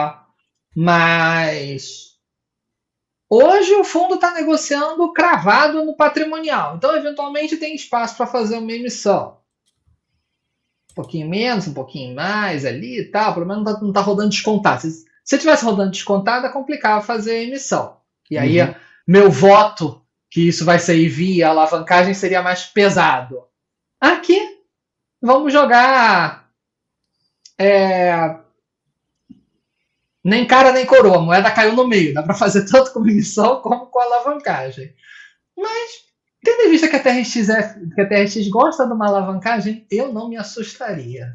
mas hoje o fundo está negociando cravado no patrimonial. Então, eventualmente, tem espaço para fazer uma emissão. Um pouquinho menos, um pouquinho mais ali e tal. Pelo menos não está tá rodando descontado. Se, se tivesse rodando descontado, é complicado fazer a emissão. E aí, uhum. meu voto que isso vai sair via alavancagem seria mais pesado. Aqui, vamos jogar é, Nem cara nem coroa, a moeda caiu no meio. Dá para fazer tanto com emissão como com alavancagem. Mas, tendo em vista que a T R X, é, que a T R X gosta de uma alavancagem, eu não me assustaria.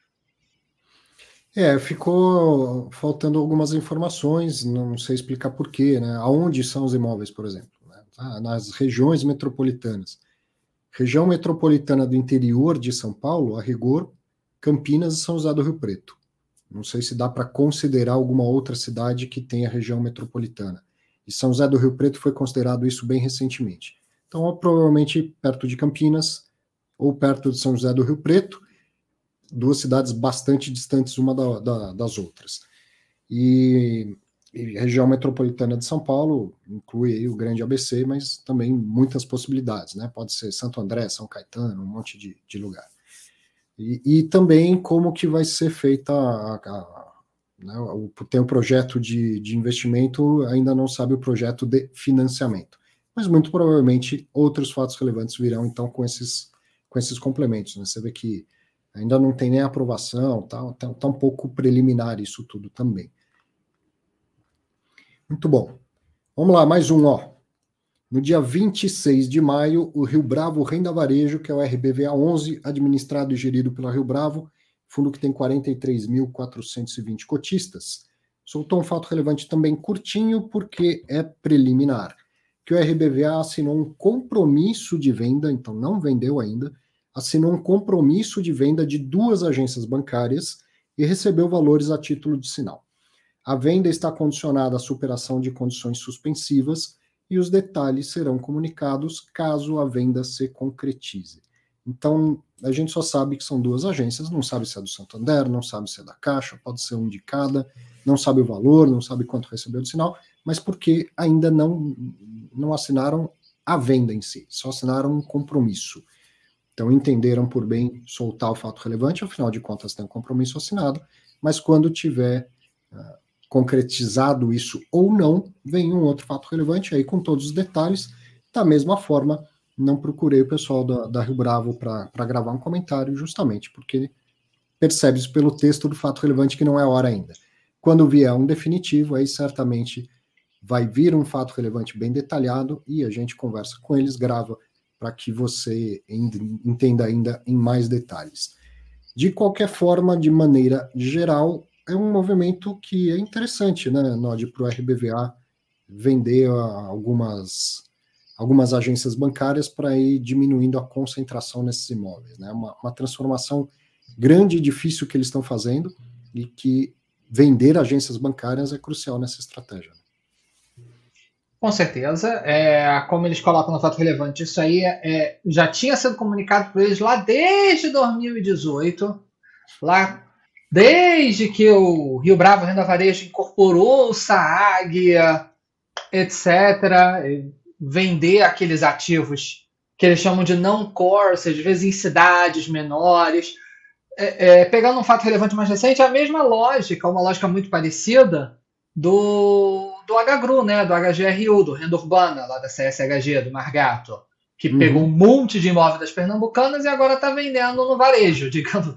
É, ficou faltando algumas informações, não sei explicar porquê, né? Aonde são os imóveis, por exemplo? Né? Ah, nas regiões metropolitanas. Região metropolitana do interior de São Paulo, a rigor, Campinas e São José do Rio Preto. Não sei se dá para considerar alguma outra cidade que tenha região metropolitana. E São José do Rio Preto foi considerado isso bem recentemente. Então, ó, provavelmente perto de Campinas ou perto de São José do Rio Preto, duas cidades bastante distantes uma da, da, das outras. E, e a região metropolitana de São Paulo inclui aí o grande A B C, mas também muitas possibilidades, né? Pode ser Santo André, São Caetano, um monte de, de lugar. E, e também como que vai ser feita a, a, né, o, tem um projeto de, de investimento, ainda não sabe o projeto de financiamento. Mas muito provavelmente outros fatos relevantes virão então com esses, com esses complementos. Né? Você vê que ainda não tem nem aprovação, tá, tá, tá um pouco preliminar isso tudo também. Muito bom. Vamos lá, mais um, ó. No dia vinte e seis de maio, o Rio Bravo Renda Varejo, que é o R B V A onze, administrado e gerido pela Rio Bravo, fundo que tem quarenta e três mil quatrocentos e vinte cotistas, soltou um fato relevante também curtinho, porque é preliminar, que o R B V A assinou um compromisso de venda, então não vendeu ainda, assinou um compromisso de venda de duas agências bancárias e recebeu valores a título de sinal. A venda está condicionada à superação de condições suspensivas e os detalhes serão comunicados caso a venda se concretize. Então, a gente só sabe que são duas agências, não sabe se é do Santander, não sabe se é da Caixa, pode ser um de cada, não sabe o valor, não sabe quanto recebeu de sinal, mas porque ainda não, não assinaram a venda em si, só assinaram um compromisso. Então, entenderam por bem soltar o fato relevante, afinal de contas tem um compromisso assinado, mas quando tiver uh, concretizado isso ou não, vem um outro fato relevante aí com todos os detalhes. Da mesma forma, não procurei o pessoal da, da Rio Bravo para gravar um comentário, justamente porque percebe-se pelo texto do fato relevante que não é hora ainda. Quando vier um definitivo, aí certamente vai vir um fato relevante bem detalhado e a gente conversa com eles, grava para que você entenda ainda em mais detalhes. De qualquer forma, de maneira geral, é um movimento que é interessante, né, Nod, para o R B V A vender algumas, algumas agências bancárias para ir diminuindo a concentração nesses imóveis. Né? Uma, uma transformação grande e difícil que eles estão fazendo e que vender agências bancárias é crucial nessa estratégia. Com certeza. É, como eles colocam no fato relevante, isso aí é, já tinha sido comunicado por eles lá desde dois mil e dezoito, lá desde que o Rio Bravo Renda Varejo incorporou o SAAG, etcétera, vender aqueles ativos que eles chamam de não-core, ou seja, às vezes em cidades menores. É, é, pegando um fato relevante mais recente, é a mesma lógica, uma lógica muito parecida do, do H G R U, né, do H G R U, do Renda Urbana, lá da C S H G, do Margato, que uhum. pegou um monte de imóveis das pernambucanas e agora está vendendo no varejo, digamos.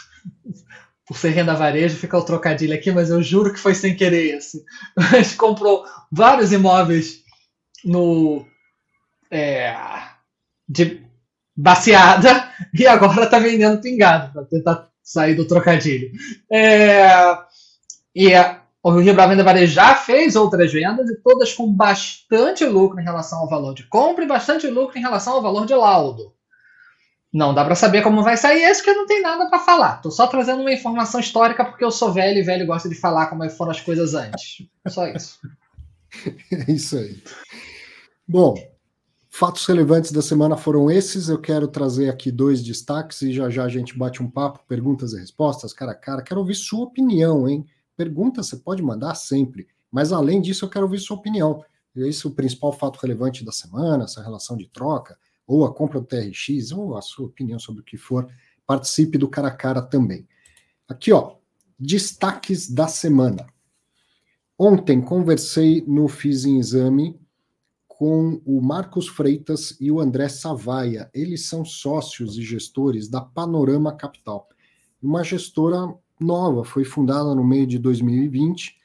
Por ser renda varejo, fica o trocadilho aqui, mas eu juro que foi sem querer esse. A gente comprou vários imóveis no é, de baseada e agora está vendendo pingado, para tentar sair do trocadilho. É, e a, o Rio Bravo Renda Varejo já fez outras vendas e todas com bastante lucro em relação ao valor de compra e bastante lucro em relação ao valor de laudo. Não dá para saber como vai sair esse, porque não tem nada para falar. Estou só trazendo uma informação histórica porque eu sou velho e velho gosta de falar como foram as coisas antes. Só isso. É isso aí. Bom, fatos relevantes da semana foram esses. Eu quero trazer aqui dois destaques e já já a gente bate um papo, perguntas e respostas, cara a cara. Quero ouvir sua opinião, hein? Perguntas você pode mandar sempre, mas além disso eu quero ouvir sua opinião. Esse é o principal fato relevante da semana, essa relação de troca, ou a compra do T R X, ou a sua opinião sobre o que for, participe do cara a cara também. Aqui, ó, destaques da semana. Ontem conversei no Fiz em Exame com o Marcos Freitas e o André Savaia. Eles são sócios e gestores da Panorama Capital, uma gestora nova, foi fundada no meio de dois mil e vinte,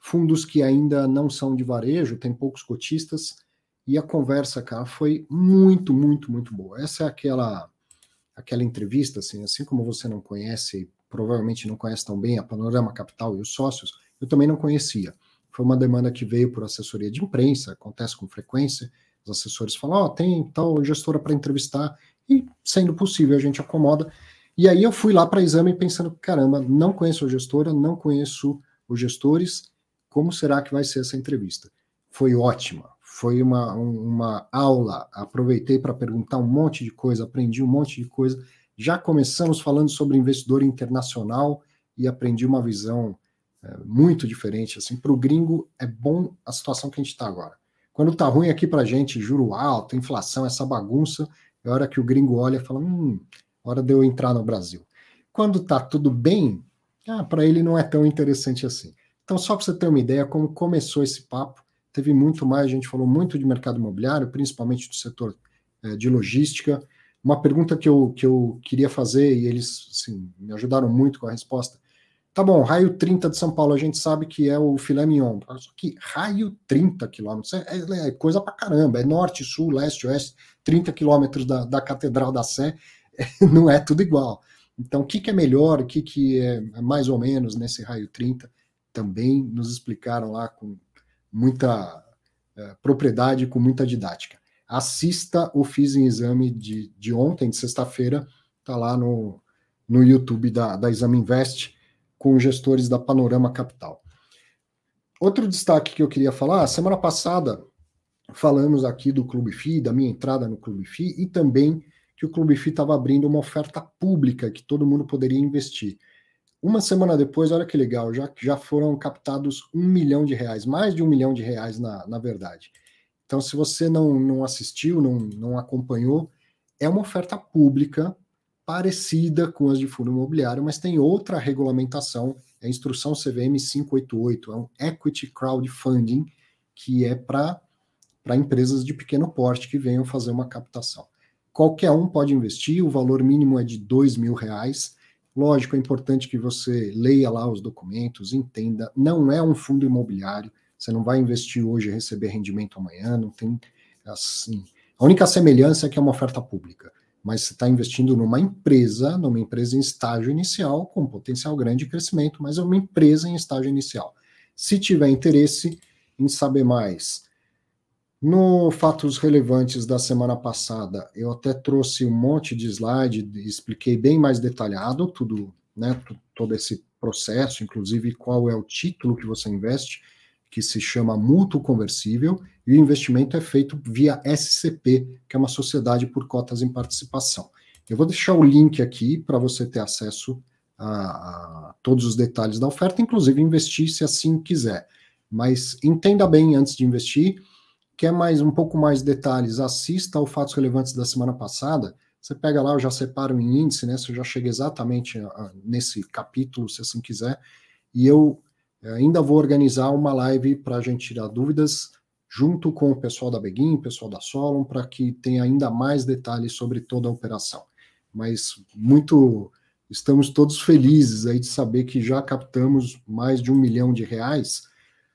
fundos que ainda não são de varejo, tem poucos cotistas, e a conversa, cara, foi muito, muito, muito boa. Essa é aquela, aquela entrevista, assim, assim como você não conhece, provavelmente não conhece tão bem a Panorama Capital e os sócios, eu também não conhecia. Foi uma demanda que veio por assessoria de imprensa, acontece com frequência, os assessores falam, ó, oh, tem tal gestora para entrevistar, e sendo possível a gente acomoda. E aí eu fui lá para Exame pensando, caramba, não conheço a gestora, não conheço os gestores, como será que vai ser essa entrevista? Foi ótima, foi uma, uma aula, aproveitei para perguntar um monte de coisa, aprendi um monte de coisa, já começamos falando sobre investidor internacional e aprendi uma visão é, muito diferente, assim, para o gringo é bom a situação que a gente está agora. Quando está ruim aqui para a gente, juro alto, inflação, essa bagunça, é hora que o gringo olha e fala, hum, hora de eu entrar no Brasil. Quando está tudo bem, ah, para ele não é tão interessante assim. Então, só para você ter uma ideia como começou esse papo, teve muito mais, a gente falou muito de mercado imobiliário, principalmente do setor é, de logística. Uma pergunta que eu, que eu queria fazer, e eles assim, me ajudaram muito com a resposta. Tá bom, raio trinta de São Paulo, a gente sabe que é o filé mignon. Só que raio trinta quilômetros é, é, é coisa pra caramba, é norte, sul, leste, oeste, trinta quilômetros da, da Catedral da Sé, é, não é tudo igual. Então, o que, que é melhor, o que, que é mais ou menos nesse raio trinta, também nos explicaram lá com muita é, propriedade, com muita didática. Assista o Fiz em Exame de, de ontem, de sexta-feira, está lá no, no YouTube da, da Exame Invest, com gestores da Panorama Capital. Outro destaque que eu queria falar, semana passada falamos aqui do Clube F I, da minha entrada no Clube F I, e também que o Clube F I estava abrindo uma oferta pública que todo mundo poderia investir. Uma semana depois, olha que legal, já, já foram captados um milhão de reais, mais de um milhão de reais na, na verdade. Então, se você não, não assistiu, não, não acompanhou, é uma oferta pública parecida com as de fundo imobiliário, mas tem outra regulamentação, é a instrução C V M quinhentos e oitenta e oito, é um Equity Crowdfunding, que é para empresas de pequeno porte que venham fazer uma captação. Qualquer um pode investir, o valor mínimo é de dois mil reais. Lógico, é importante que você leia lá os documentos, entenda, não é um fundo imobiliário, você não vai investir hoje e receber rendimento amanhã, não tem assim. A única semelhança é que é uma oferta pública, mas você está investindo numa empresa, numa empresa em estágio inicial, com potencial grande de crescimento, mas é uma empresa em estágio inicial. Se tiver interesse em saber mais, no Fatos Relevantes da semana passada, eu até trouxe um monte de slide, expliquei bem mais detalhado tudo, né, todo esse processo, inclusive qual é o título que você investe, que se chama mútuo conversível, e o investimento é feito via S C P, que é uma sociedade por cotas em participação. Eu vou deixar o link aqui para você ter acesso a, a todos os detalhes da oferta, inclusive investir se assim quiser. Mas entenda bem antes de investir. Quer mais um pouco mais detalhes, assista ao Fatos Relevantes da semana passada, você pega lá, eu já separo em índice, né, você já chega exatamente a, a, nesse capítulo, se assim quiser, e eu ainda vou organizar uma live para a gente tirar dúvidas, junto com o pessoal da Beguin, o pessoal da Solon, para que tenha ainda mais detalhes sobre toda a operação. Mas muito, estamos todos felizes aí de saber que já captamos mais de um milhão de reais.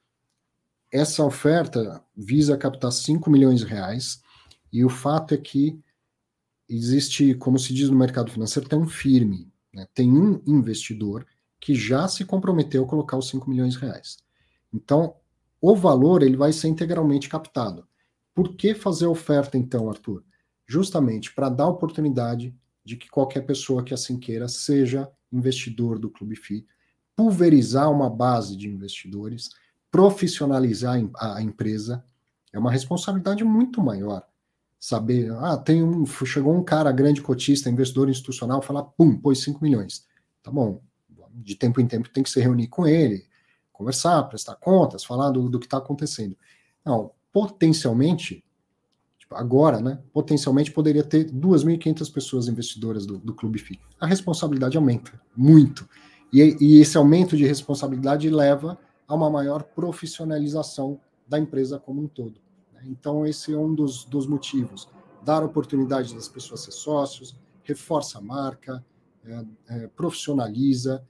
Essa oferta visa captar cinco milhões de reais, e o fato é que existe, como se diz no mercado financeiro, tem um firme, né? Tem um investidor que já se comprometeu a colocar os cinco milhões de reais. Então, o valor ele vai ser integralmente captado. Por que fazer a oferta, então, Arthur? Justamente para dar a oportunidade de que qualquer pessoa que assim queira seja investidor do Clube F I, pulverizar uma base de investidores, profissionalizar a empresa, é uma responsabilidade muito maior. Saber, ah, tem um, chegou um cara grande cotista, investidor institucional, falar, pum, pôs cinco milhões. Tá bom, de tempo em tempo tem que se reunir com ele, conversar, prestar contas, falar do, do que está acontecendo. Não, potencialmente, tipo, agora, né, potencialmente poderia ter duas mil e quinhentas pessoas investidoras do, do Clube F I. A responsabilidade aumenta muito. E, e esse aumento de responsabilidade leva a uma maior profissionalização da empresa como um todo. Então, esse é um dos, dos motivos. Dar oportunidade das pessoas ser sócios, reforça a marca, é, é, profissionaliza,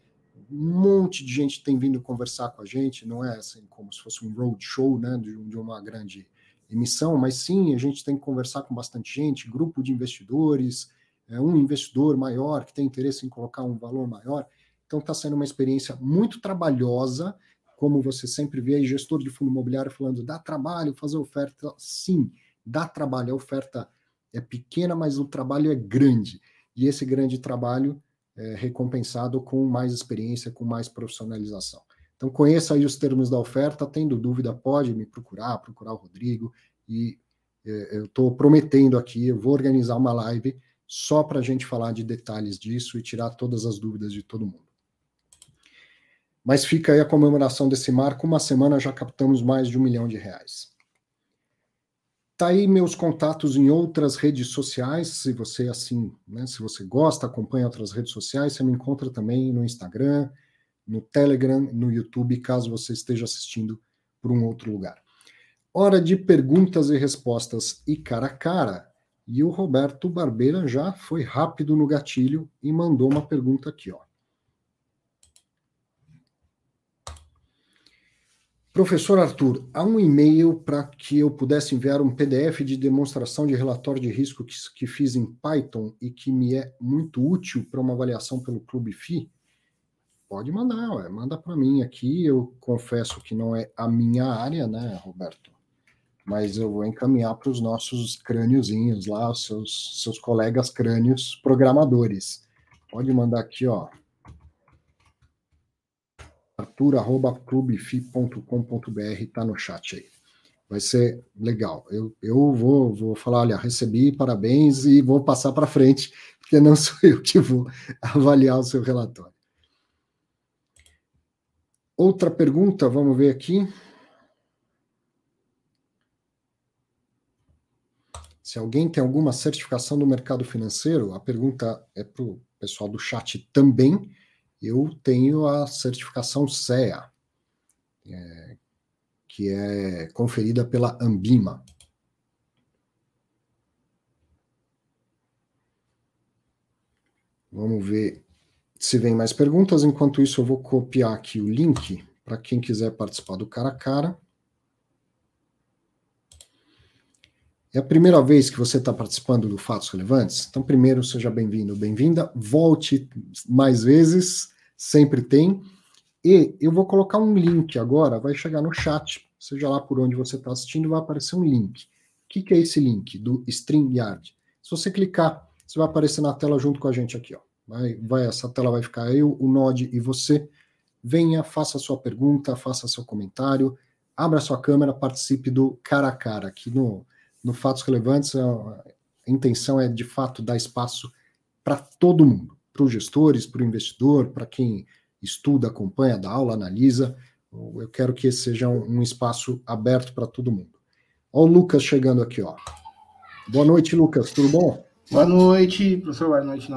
um monte de gente tem vindo conversar com a gente, não é assim como se fosse um roadshow, né, de, de uma grande emissão, mas sim, a gente tem que conversar com bastante gente, grupo de investidores, é, um investidor maior que tem interesse em colocar um valor maior. Então está sendo uma experiência muito trabalhosa, como você sempre vê aí, gestor de fundo imobiliário falando, dá trabalho fazer oferta? Sim, dá trabalho, a oferta é pequena, mas o trabalho é grande, e esse grande trabalho é recompensado com mais experiência, com mais profissionalização. Então conheça aí os termos da oferta, tendo dúvida pode me procurar, procurar o Rodrigo, e é, eu estou prometendo aqui, eu vou organizar uma live só para a gente falar de detalhes disso e tirar todas as dúvidas de todo mundo. Mas fica aí a comemoração desse marco, uma semana já captamos mais de um milhão de reais. Tá aí meus contatos em outras redes sociais, se você assim, né, se você gosta, acompanha outras redes sociais, você me encontra também no Instagram, no Telegram, no YouTube, caso você esteja assistindo por um outro lugar. Hora de perguntas e respostas e cara a cara, e o Roberto Barbeira já foi rápido no gatilho e mandou uma pergunta aqui, ó. Professor Arthur, há um e-mail para que eu pudesse enviar um P D F de demonstração de relatório de risco que, que fiz em Python e que me é muito útil para uma avaliação pelo Clube F I? Pode mandar, ué, manda para mim aqui. Eu confesso que não é a minha área, né, Roberto? Mas eu vou encaminhar para os nossos crâniozinhos lá, os seus, seus colegas crânios programadores. Pode mandar aqui, ó. arthur arroba clubefi ponto com ponto b r, tá no chat aí. Vai ser legal. Eu, eu vou, vou falar, olha, recebi, parabéns, e vou passar para frente, porque não sou eu que vou avaliar o seu relatório. Outra pergunta, vamos ver aqui. Se alguém tem alguma certificação do mercado financeiro, a pergunta é para o pessoal do chat também. Eu tenho a certificação C E A, é, que é conferida pela Ambima. Vamos ver se vem mais perguntas. Enquanto isso, eu vou copiar aqui o link para quem quiser participar do cara a cara. É a primeira vez que você está participando do Fatos Relevantes? Então, primeiro, seja bem-vindo, bem-vinda. Volte mais vezes, sempre tem. E eu vou colocar um link agora, vai chegar no chat, seja lá por onde você está assistindo, vai aparecer um link. O que, que é esse link? Do StreamYard. Se você clicar, você vai aparecer na tela junto com a gente aqui, ó. Vai, vai, essa tela vai ficar eu, o Nod e você. Venha, faça a sua pergunta, faça seu comentário, abra sua câmera, participe do cara a cara aqui no... No Fatos Relevantes, a intenção é, de fato, dar espaço para todo mundo, para os gestores, para o investidor, para quem estuda, acompanha, dá aula, analisa. Eu quero que esse seja um, um espaço aberto para todo mundo. Olha o Lucas chegando aqui, ó. Boa noite, Lucas, tudo bom? Boa noite, professor, boa noite,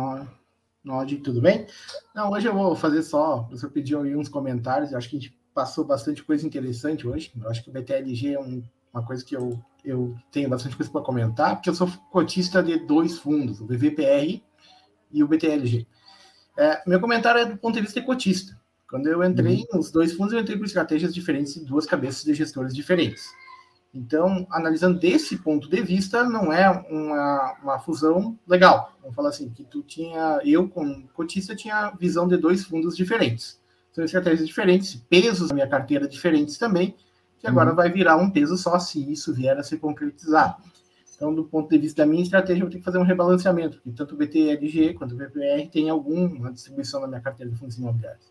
Nod, tudo bem? Não, hoje eu vou fazer só, o professor pediu aí uns comentários, eu acho que a gente passou bastante coisa interessante hoje, eu acho que o B T L G é um, uma coisa que eu eu tenho bastante coisa para comentar, porque eu sou cotista de dois fundos, o B V P R e o B T L G. É, meu comentário é do ponto de vista de cotista. Quando eu entrei uhum. nos dois fundos, eu entrei com estratégias diferentes e duas cabeças de gestores diferentes. Então, analisando desse ponto de vista, não é uma, uma fusão legal. Vamos falar assim, que tu tinha, eu como cotista tinha visão de dois fundos diferentes. São estratégias diferentes, pesos da minha carteira diferentes também, que agora uhum. vai virar um peso só se isso vier a se concretizar. Então, do ponto de vista da minha estratégia, eu vou ter que fazer um rebalanceamento, porque tanto o B T L G quanto o B P R tem alguma distribuição na minha carteira de fundos imobiliários.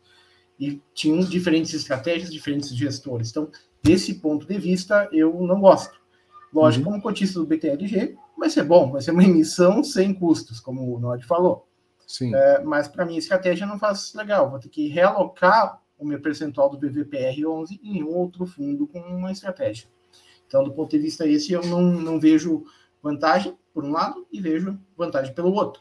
E tinham diferentes estratégias, diferentes gestores. Então, desse ponto de vista, eu não gosto. Lógico, uhum. como cotista do B T L G, vai ser bom, vai ser uma emissão sem custos, como o Nod falou. Sim. É, mas, para mim, a estratégia não faz legal. Vou ter que realocar o meu percentual do B V P R onze em outro fundo com uma estratégia. Então, do ponto de vista esse, eu não, não vejo vantagem, por um lado, e vejo vantagem pelo outro.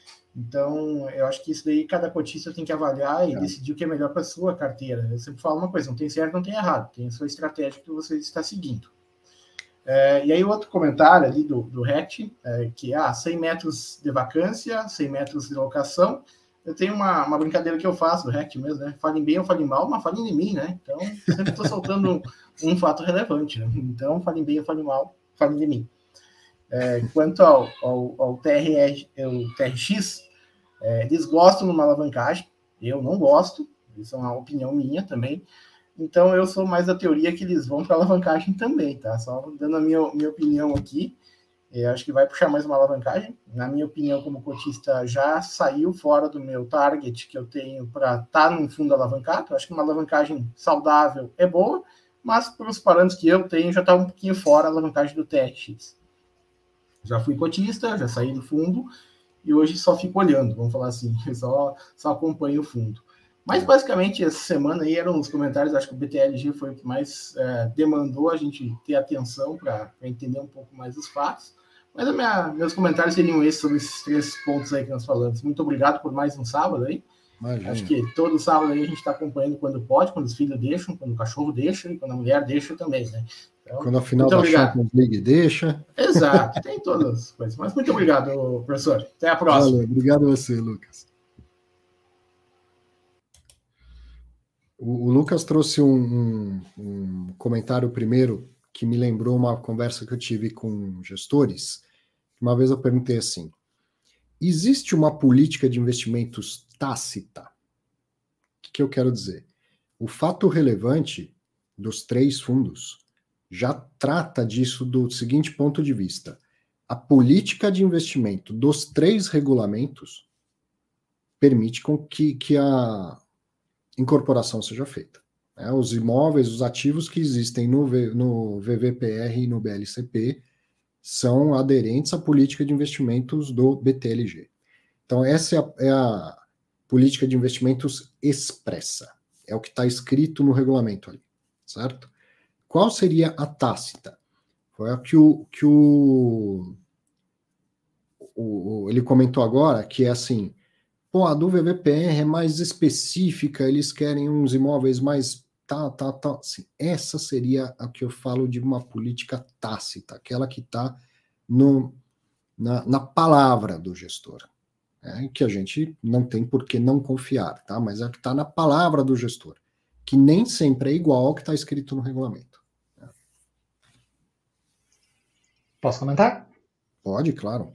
Então, eu acho que isso daí cada cotista tem que avaliar e é. decidir o que é melhor para a sua carteira. Eu sempre falo uma coisa, não tem certo, não tem errado, tem a sua estratégia que você está seguindo. É, e aí, outro comentário ali do, do R E C, é, que é ah, cem metros de vacância, cem metros de locação, eu tenho uma, uma brincadeira que eu faço, o hack mesmo, né? Falem bem ou falem mal, mas falem de mim, né? Então, sempre estou soltando um, um fato relevante, né? Então, falem bem ou falem mal, falem de mim. É, quanto ao, ao, ao T R R, o T R X, é, eles gostam de uma alavancagem, eu não gosto, isso é uma opinião minha também. Então, eu sou mais da teoria que eles vão para alavancagem também, tá? Só dando a minha, minha opinião aqui. Eu acho que vai puxar mais uma alavancagem. Na minha opinião, como cotista, já saiu fora do meu target que eu tenho para estar num fundo alavancado. Eu acho que uma alavancagem saudável é boa, mas pelos parâmetros que eu tenho, já está um pouquinho fora a alavancagem do T R X. Já fui cotista, já saí do fundo, e hoje só fico olhando, vamos falar assim, só, só acompanho o fundo. Mas, basicamente, essa semana aí eram os comentários, acho que o B T L G foi o que mais é, demandou a gente ter atenção para entender um pouco mais os fatos. Mas a minha, meus comentários seriam esses sobre esses três pontos aí que nós falamos. Muito obrigado por mais um sábado aí. Imagina. Acho que todo sábado aí a gente está acompanhando quando pode, quando os filhos deixam, quando o cachorro deixa e quando a mulher deixa também, né? Então, quando a final da Champions League deixa. Exato, tem todas as coisas. Mas muito obrigado, professor. Até a próxima. Valeu, obrigado a você, Lucas. O, o Lucas trouxe um, um, um comentário primeiro que me lembrou uma conversa que eu tive com gestores. Uma vez eu perguntei assim: existe uma política de investimentos tácita? O que, que eu quero dizer? O fato relevante dos três fundos já trata disso do seguinte ponto de vista: a política de investimento dos três regulamentos permite com que, que a incorporação seja feita. É, os imóveis, os ativos que existem no, no V V P R e no B L C P são aderentes à política de investimentos do B T L G. Então, essa é a, é a política de investimentos expressa. É o que está escrito no regulamento ali, certo? Qual seria a tácita? Foi a que o, que o, o ele comentou agora, que é assim: pô, a do V V P R é mais específica, eles querem uns imóveis mais tá, tá, tá. Assim, essa seria a que eu falo de uma política tácita, aquela que está na, na palavra do gestor, né, que a gente não tem por que não confiar, tá? Mas é a que está na palavra do gestor, que nem sempre é igual ao que está escrito no regulamento. Né? Posso comentar? Pode, claro.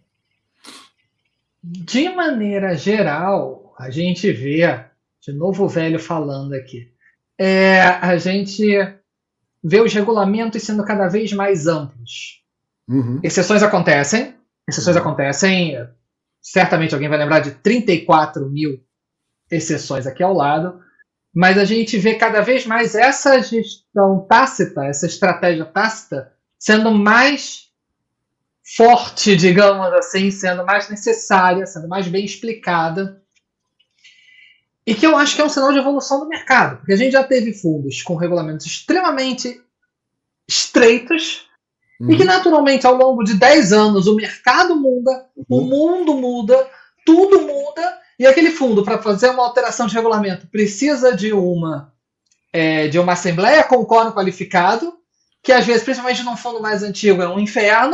De maneira geral, a gente vê, de novo o velho falando aqui, é, a gente vê os regulamentos sendo cada vez mais amplos. Uhum. Exceções acontecem, exceções uhum. acontecem, certamente alguém vai lembrar de trinta e quatro mil exceções aqui ao lado, mas a gente vê cada vez mais essa gestão tácita, essa estratégia tácita, sendo mais forte, digamos assim, sendo mais necessária, sendo mais bem explicada, e que eu acho que é um sinal de evolução do mercado, porque a gente já teve fundos com regulamentos extremamente estreitos, uhum. e que naturalmente ao longo de dez anos o mercado muda, uhum. o mundo muda, tudo muda, e aquele fundo, para fazer uma alteração de regulamento, precisa de uma, é, de uma assembleia com quórum qualificado, que às vezes, principalmente num fundo mais antigo, é um inferno.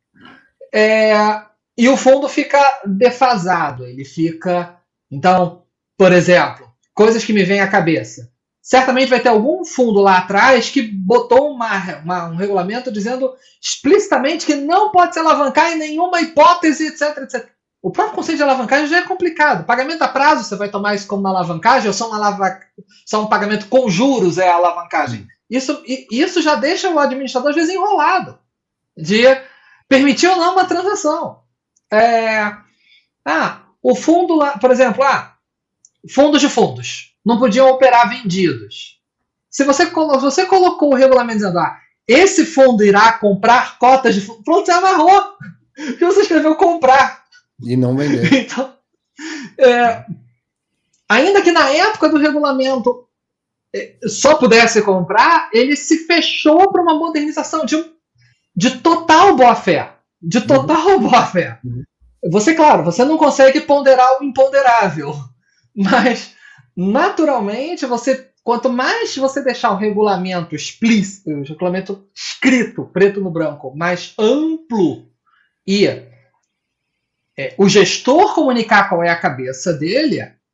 É, e o fundo fica defasado, ele fica... Então, por exemplo, coisas que me vêm à cabeça. Certamente vai ter algum fundo lá atrás que botou uma, uma, um regulamento dizendo explicitamente que não pode se alavancar em nenhuma hipótese, etc, etcétera. O próprio conceito de alavancagem já é complicado. Pagamento a prazo, você vai tomar isso como uma alavancagem ou só, uma alavanca, só um pagamento com juros é a alavancagem? Isso, isso já deixa o administrador, às vezes, enrolado de permitir ou não uma transação. É, ah, o fundo lá, por exemplo, ah, fundos de fundos não podiam operar vendidos. Se você, você colocou o regulamento dizendo, ah, esse fundo irá comprar cotas de fundo, pronto, você amarrou. Porque você escreveu comprar. E não vender. Então, é, ainda que na época do regulamento só pudesse comprar, ele se fechou para uma modernização de, de total boa-fé. De total uhum. boa-fé. Uhum. Você, claro, você não consegue ponderar o imponderável, mas naturalmente, você, quanto mais você deixar o regulamento explícito, o regulamento escrito, preto no branco, mais amplo, e é, o gestor comunicar qual é a cabeça dele,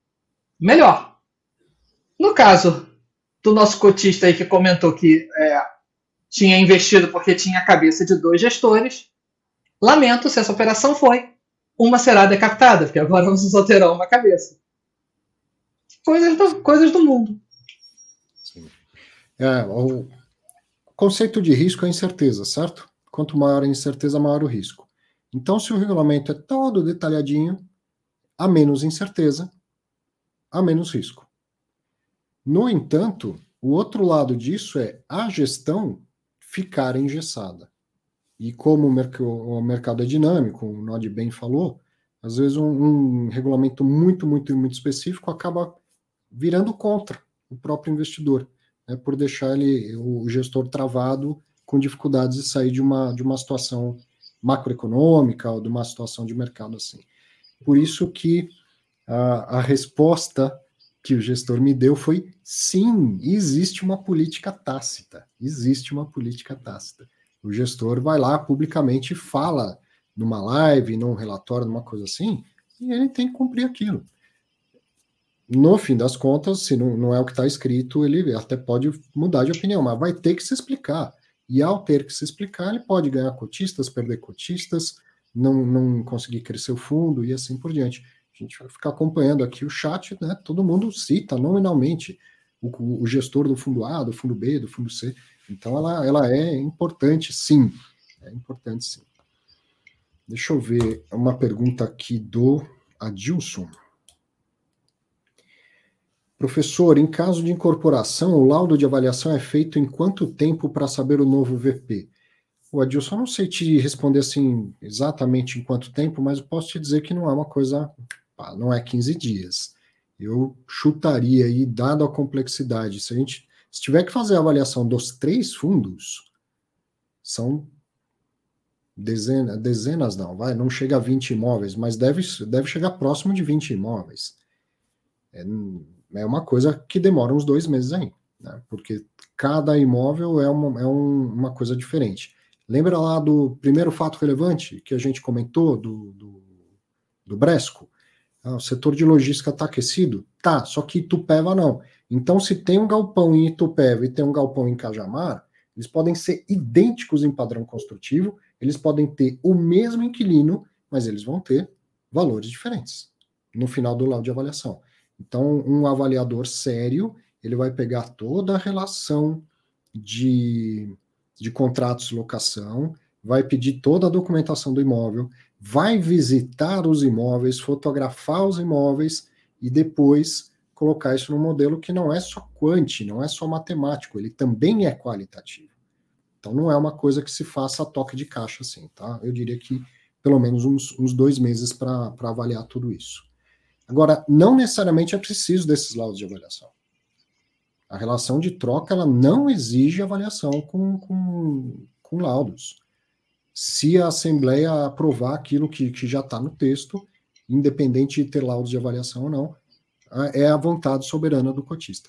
melhor. No caso do nosso cotista aí que comentou que é, tinha investido porque tinha a cabeça de dois gestores, lamento se essa operação foi, uma será decapitada, porque agora você só terá uma cabeça. Coisas do, coisas do mundo. Sim. É, o conceito de risco é incerteza, certo? Quanto maior a incerteza, maior o risco. Então, se o regulamento é todo detalhadinho, há menos incerteza, há menos risco. No entanto, o outro lado disso é a gestão ficar engessada. E como o, merc o mercado é dinâmico, o Nod bem falou, às vezes um, um regulamento muito, muito, muito específico acaba virando contra o próprio investidor, né, por deixar ele, o gestor travado com dificuldades de sair de uma, de uma situação macroeconômica ou de uma situação de mercado assim. Por isso que a, a resposta que o gestor me deu foi sim, existe uma política tácita, existe uma política tácita. O gestor vai lá publicamente e fala numa live, num relatório, numa coisa assim, e ele tem que cumprir aquilo. No fim das contas, se não, não é o que está escrito, ele até pode mudar de opinião, mas vai ter que se explicar. E ao ter que se explicar, ele pode ganhar cotistas, perder cotistas, não, não conseguir crescer o fundo e assim por diante. A gente vai ficar acompanhando aqui o chat, né? Todo mundo cita nominalmente o, o gestor do fundo A, do fundo B, do fundo C. Então ela, ela é importante, sim. É importante, sim. Deixa eu ver uma pergunta aqui do Adilson. Professor, em caso de incorporação, o laudo de avaliação é feito em quanto tempo para saber o novo V P? O Adilson, eu não sei te responder assim exatamente em quanto tempo, mas eu posso te dizer que não é uma coisa, não é quinze dias. Eu chutaria aí, dado a complexidade, se a gente se tiver que fazer a avaliação dos três fundos, são dezenas, dezenas não, vai, não chega a vinte imóveis, mas deve, deve chegar próximo de vinte imóveis. É, é uma coisa que demora uns dois meses aí, né? Porque cada imóvel é, uma, é um, uma coisa diferente. Lembra lá do primeiro fato relevante que a gente comentou, do, do, do Bresco? Ah, o setor de logística está aquecido? Tá, só que Itupeva não. Então, se tem um galpão em Itupeva e tem um galpão em Cajamar, eles podem ser idênticos em padrão construtivo, eles podem ter o mesmo inquilino, mas eles vão ter valores diferentes no final do laudo de avaliação. Então, um avaliador sério, ele vai pegar toda a relação de, de contratos de locação, vai pedir toda a documentação do imóvel, vai visitar os imóveis, fotografar os imóveis e depois colocar isso num modelo que não é só quanti, não é só matemático, ele também é qualitativo. Então, não é uma coisa que se faça a toque de caixa assim, tá? Eu diria que pelo menos uns, uns dois meses para avaliar tudo isso. Agora, não necessariamente é preciso desses laudos de avaliação. A relação de troca ela não exige avaliação com, com, com laudos. Se a Assembleia aprovar aquilo que, que já está no texto, independente de ter laudos de avaliação ou não, é a vontade soberana do cotista.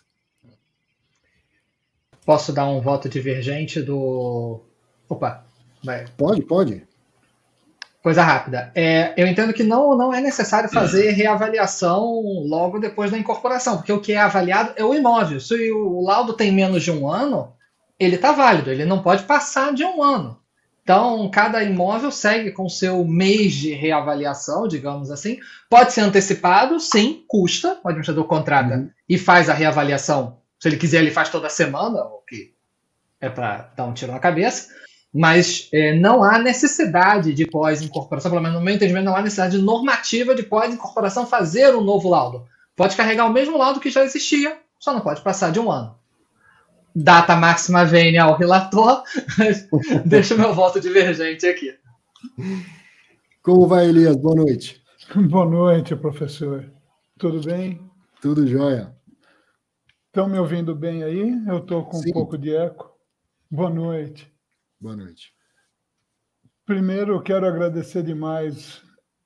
Posso dar um voto divergente do... Opa, vai. Pode, pode. Coisa rápida. É, eu entendo que não, não é necessário fazer reavaliação logo depois da incorporação, porque o que é avaliado é o imóvel. Se o laudo tem menos de um ano, ele está válido, ele não pode passar de um ano. Então, cada imóvel segue com o seu mês de reavaliação, digamos assim. Pode ser antecipado, sim, custa. O administrador contrata uhum. e faz a reavaliação. Se ele quiser, ele faz toda semana, o que é para dar um tiro na cabeça. Mas é, não há necessidade de pós-incorporação, pelo menos no meu entendimento, não há necessidade normativa de pós-incorporação fazer um novo laudo. Pode carregar o mesmo laudo que já existia, só não pode passar de um ano. Data máxima vênia ao relator, deixa o meu voto divergente aqui. Como vai, Elias? Boa noite. Boa noite, professor. Tudo bem? Tudo jóia. Estão me ouvindo bem aí? Eu estou com Sim. um pouco de eco. Boa noite. Boa noite. Primeiro, eu quero agradecer demais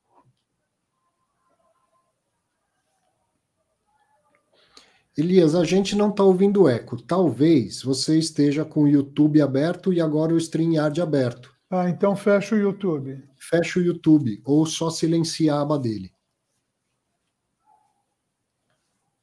Elias, a gente não está ouvindo eco. Talvez você esteja com o YouTube aberto e agora o StreamYard aberto. Ah, então fecha o YouTube. Fecha o YouTube, ou só silencia a aba dele.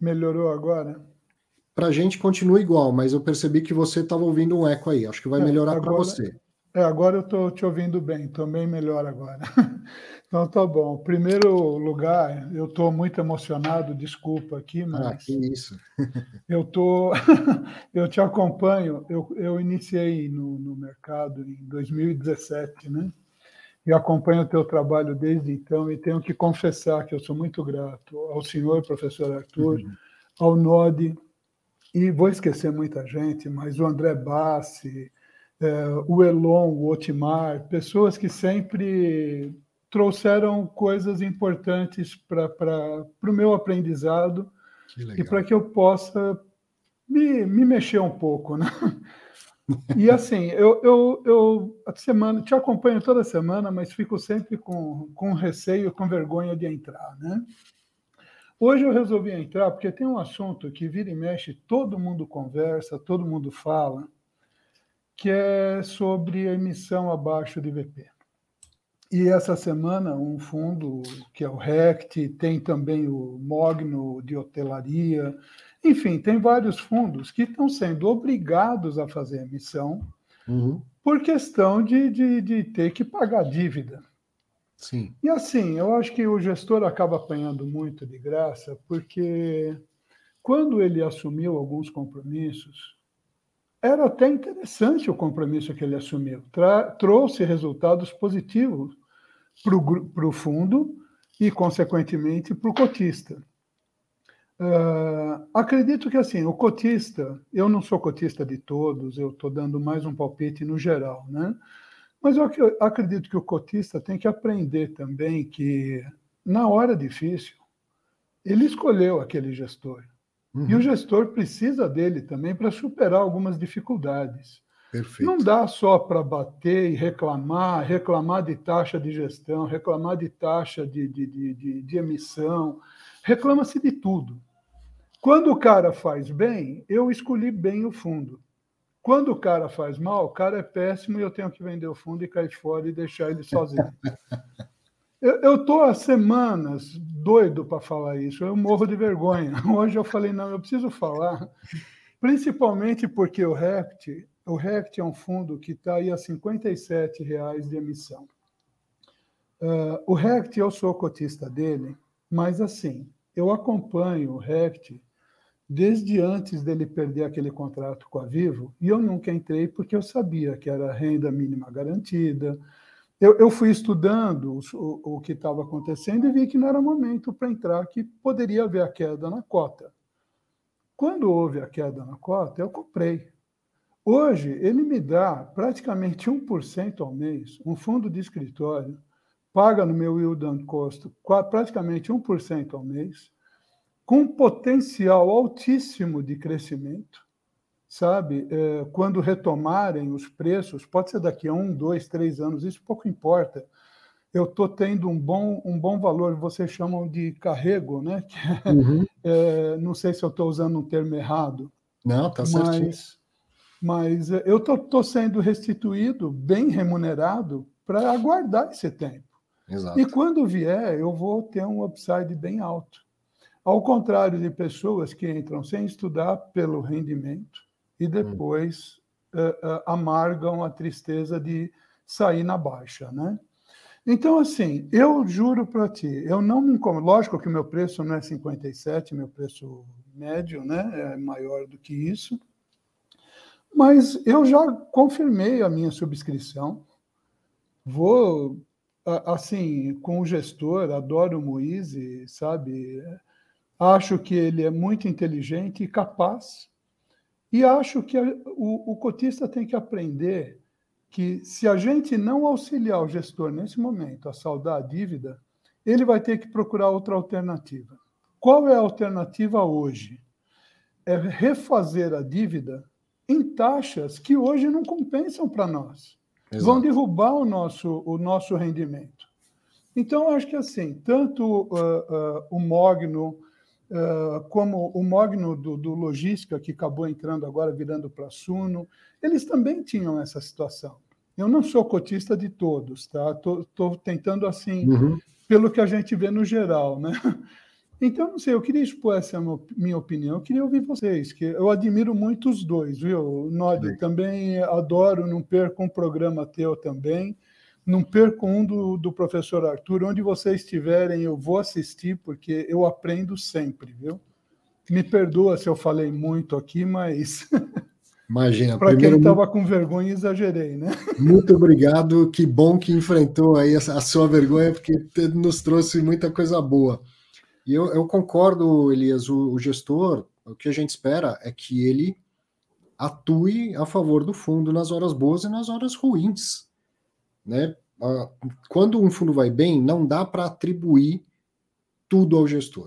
Melhorou agora? Para a gente continua igual, mas eu percebi que você estava ouvindo um eco aí. Acho que vai É, melhorar para agora- você. É, agora eu estou te ouvindo bem, também melhor agora. Então tá bom. Em primeiro lugar, eu estou muito emocionado, desculpa aqui, Ah, mas que isso. eu tô, eu te acompanho. Eu, eu iniciei no, no mercado em dois mil e dezessete, né? E acompanho o teu trabalho desde então e tenho que confessar que eu sou muito grato ao senhor, professor Arthur, Uhum. ao Nodi, e vou esquecer muita gente, mas o André Bassi, eh, o Elon, o Otimar, pessoas que sempre trouxeram coisas importantes para o meu aprendizado Que e legal. para que eu possa me, me mexer um pouco, né? E assim, eu, eu, eu a semana, te acompanho toda semana, mas fico sempre com, com receio, com vergonha de entrar, né? Hoje eu resolvi entrar porque tem um assunto que vira e mexe, todo mundo conversa, todo mundo fala, que é sobre emissão abaixo de V P. E essa semana um fundo, que é o RECT, tem também o Mogno de hotelaria, enfim, tem vários fundos que estão sendo obrigados a fazer emissão Uhum. por questão de, de, de ter que pagar dívida. Sim. E assim, eu acho que o gestor acaba apanhando muito de graça, porque quando ele assumiu alguns compromissos, era até interessante o compromisso que ele assumiu. Tra- trouxe resultados positivos para o fundo e, consequentemente, para o cotista. Uh, acredito que, assim, o cotista, eu não sou cotista de todos, eu estou dando mais um palpite no geral, né? Mas eu ac- acredito que o cotista tem que aprender também que, na hora difícil, ele escolheu aquele gestor. Uhum. E o gestor precisa dele também para superar algumas dificuldades. Perfeito. Não dá só para bater e reclamar, reclamar de taxa de gestão, reclamar de taxa de, de, de, de, de emissão, reclama-se de tudo. Quando o cara faz bem, eu escolhi bem o fundo. Quando o cara faz mal, o cara é péssimo e eu tenho que vender o fundo e cair fora e deixar ele sozinho. Eu estou há semanas doido para falar isso, eu morro de vergonha. Hoje eu falei, não, eu preciso falar, principalmente porque o RECT, o RECT é um fundo que está aí a cinquenta e sete reais de emissão. Uh, o RECT, eu sou cotista dele, mas assim, eu acompanho o RECT desde antes dele perder aquele contrato com a Vivo, e eu nunca entrei porque eu sabia que era renda mínima garantida. Eu, eu fui estudando o, o que estava acontecendo e vi que não era momento para entrar, que poderia haver a queda na cota. Quando houve a queda na cota, eu comprei. Hoje, ele me dá praticamente um por cento ao mês, um fundo de escritório, paga no meu yield on cost praticamente um por cento ao mês, com potencial altíssimo de crescimento, sabe? É, quando retomarem os preços, pode ser daqui a um, dois, três anos, isso pouco importa. Eu estou tendo um bom, um bom valor, vocês chamam de carrego, né? Que é, Uhum. é, não sei se eu estou usando um termo errado, Não, tá certinho. mas, mas eu estou sendo restituído, bem remunerado, para aguardar esse tempo. Exato. E quando vier, eu vou ter um upside bem alto. Ao contrário de pessoas que entram sem estudar pelo rendimento e depois hum. uh, uh, amargam a tristeza de sair na baixa, né? Então, assim, eu juro para ti, eu não me incomodo. Lógico que o meu preço não é cinquenta e sete, meu preço médio, né, é maior do que isso, mas eu já confirmei a minha subscrição. Vou, assim, com o gestor, adoro o Moise, sabe? Acho que ele é muito inteligente e capaz. E acho que o, o cotista tem que aprender que, se a gente não auxiliar o gestor nesse momento a saldar a dívida, ele vai ter que procurar outra alternativa. Qual é a alternativa hoje? É refazer a dívida em taxas que hoje não compensam para nós. Exato. Vão derrubar o nosso, o nosso rendimento. Então, acho que assim, tanto uh, uh, o Mogno, Uh, como o Mogno do, do Logística, que acabou entrando agora, virando para Suno, eles também tinham essa situação. Eu não sou cotista de todos, tá? Estou tentando, assim, uhum. pelo que a gente vê no geral, né? Então, não sei, eu queria expor essa minha opinião, eu queria ouvir vocês, que eu admiro muito os dois, viu? Nod, também adoro, não perco um programa teu também, não perco um do, do professor Arthur, onde vocês estiverem eu vou assistir, porque eu aprendo sempre, viu? Me perdoa se eu falei muito aqui, mas... Imagina. Para quem estava com vergonha, exagerei, né? Muito obrigado, que bom que enfrentou aí a sua vergonha, porque nos trouxe muita coisa boa. E eu, eu concordo, Elias, o, o gestor, o que a gente espera é que ele atue a favor do fundo nas horas boas e nas horas ruins, né? Quando um fundo vai bem, não dá para atribuir tudo ao gestor.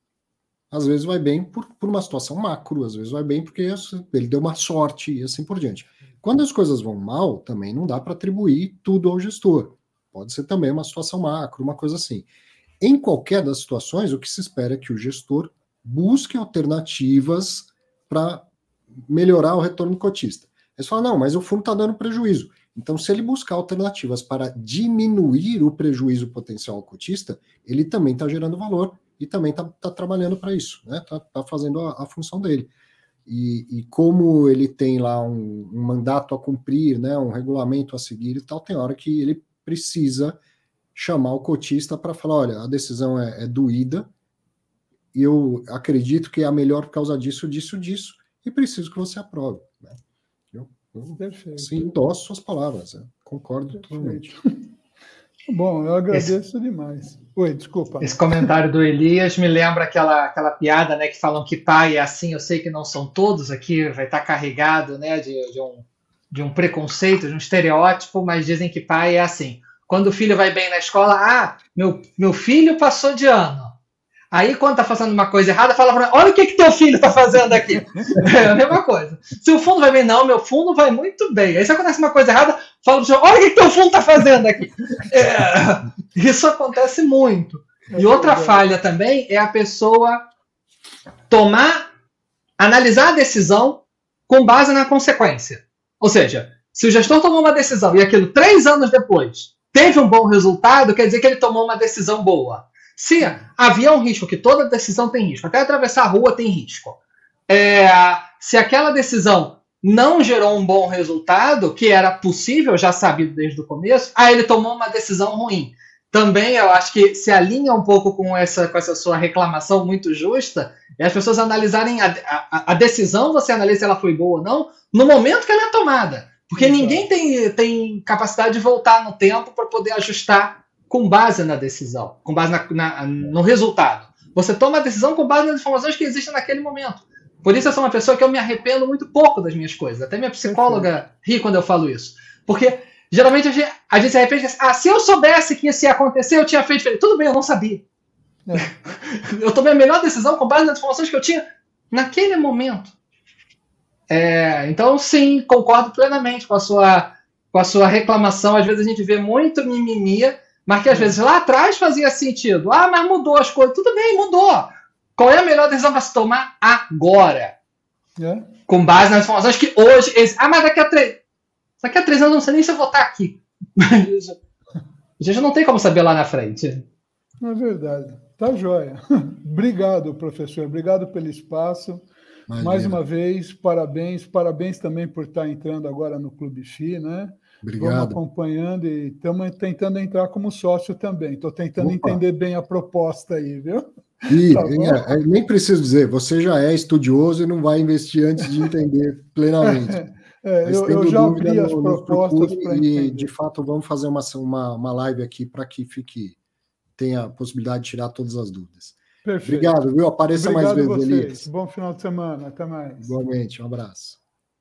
Às vezes vai bem por, por uma situação macro, às vezes vai bem porque ele deu uma sorte e assim por diante. Quando as coisas vão mal, também não dá para atribuir tudo ao gestor. Pode ser também uma situação macro, uma coisa assim. Em qualquer das situações, o que se espera é que o gestor busque alternativas para melhorar o retorno do cotista. Eles falam, não, mas o fundo está dando prejuízo. Então, se ele buscar alternativas para diminuir o prejuízo potencial ao cotista, ele também está gerando valor e também está tá trabalhando para isso, né? Está tá fazendo a, a função dele. E, e como ele tem lá um, um mandato a cumprir, né, um regulamento a seguir e tal, tem hora que ele precisa chamar o cotista para falar, olha, a decisão é, é doída, e eu acredito que é a melhor por causa disso, disso, disso, e preciso que você aprove. Né? Eu, eu assim, endosso suas palavras, né? Concordo totalmente. Bom, eu agradeço esse, demais. Oi, desculpa. Esse comentário do Elias me lembra aquela, aquela piada, né, que falam que pai é assim, eu sei que não são todos, aqui vai estar carregado, né, de, de, um, de um preconceito, de um estereótipo, mas dizem que pai é assim. Quando o filho vai bem na escola, ah, meu, meu filho passou de ano. Aí, quando tá fazendo uma coisa errada, fala pra mim, olha o que que teu filho tá fazendo aqui. É a mesma coisa. Se o fundo vai bem, não, meu fundo vai muito bem. Aí, se acontece uma coisa errada, fala pro senhor, olha o que que teu fundo tá fazendo aqui. É, isso acontece muito. E outra falha também é a pessoa tomar, analisar a decisão com base na consequência. Ou seja, se o gestor tomou uma decisão e aquilo três anos depois teve um bom resultado, quer dizer que ele tomou uma decisão boa. Se havia um risco, que toda decisão tem risco, até atravessar a rua tem risco. É, se aquela decisão não gerou um bom resultado, que era possível, já sabido desde o começo, aí ele tomou uma decisão ruim. Também eu acho que se alinha um pouco com essa, com essa sua reclamação muito justa, é as pessoas analisarem a, a, a decisão, você analisa se ela foi boa ou não, no momento que ela é tomada. Porque Exato. ninguém tem, tem capacidade de voltar no tempo para poder ajustar com base na decisão, com base na, na, no resultado. Você toma a decisão com base nas informações que existem naquele momento. Por isso eu sou uma pessoa que eu me arrependo muito pouco das minhas coisas. Até minha psicóloga ri quando eu falo isso. Porque geralmente a gente, a gente se arrepende assim, ah, se eu soubesse que isso ia acontecer, eu tinha feito diferente. Tudo bem, eu não sabia. É. Eu tomei a melhor decisão com base nas informações que eu tinha naquele momento. É, então, sim, concordo plenamente com a, sua, com a sua reclamação. Às vezes a gente vê muito mimimi, mas que às vezes lá atrás fazia sentido. Ah, mas mudou as coisas. Tudo bem, mudou. Qual é a melhor decisão para se tomar agora? É. Com base nas informações que hoje... Ah, mas daqui a três... Daqui a três anos eu não sei nem se eu vou estar aqui. A gente não tem como saber lá na frente. É verdade. Tá joia. Obrigado, professor. Obrigado pelo espaço. Imagina. Mais uma vez, parabéns. Parabéns também por estar entrando agora no Clube F I, né? Obrigado. Vamos acompanhando e estamos tentando entrar como sócio também. Estou tentando Opa. entender bem a proposta aí, viu? E tá é, é, nem preciso dizer, você já é estudioso e não vai investir antes de entender plenamente. É, eu, eu já abri as no, propostas para entender. E, de fato, vamos fazer uma, uma, uma live aqui para que fique, tenha a possibilidade de tirar todas as dúvidas. Perfeito. Obrigado, viu? Apareça Obrigado mais vezes, Elias. Bom final de semana. Até mais. Igualmente. Um abraço.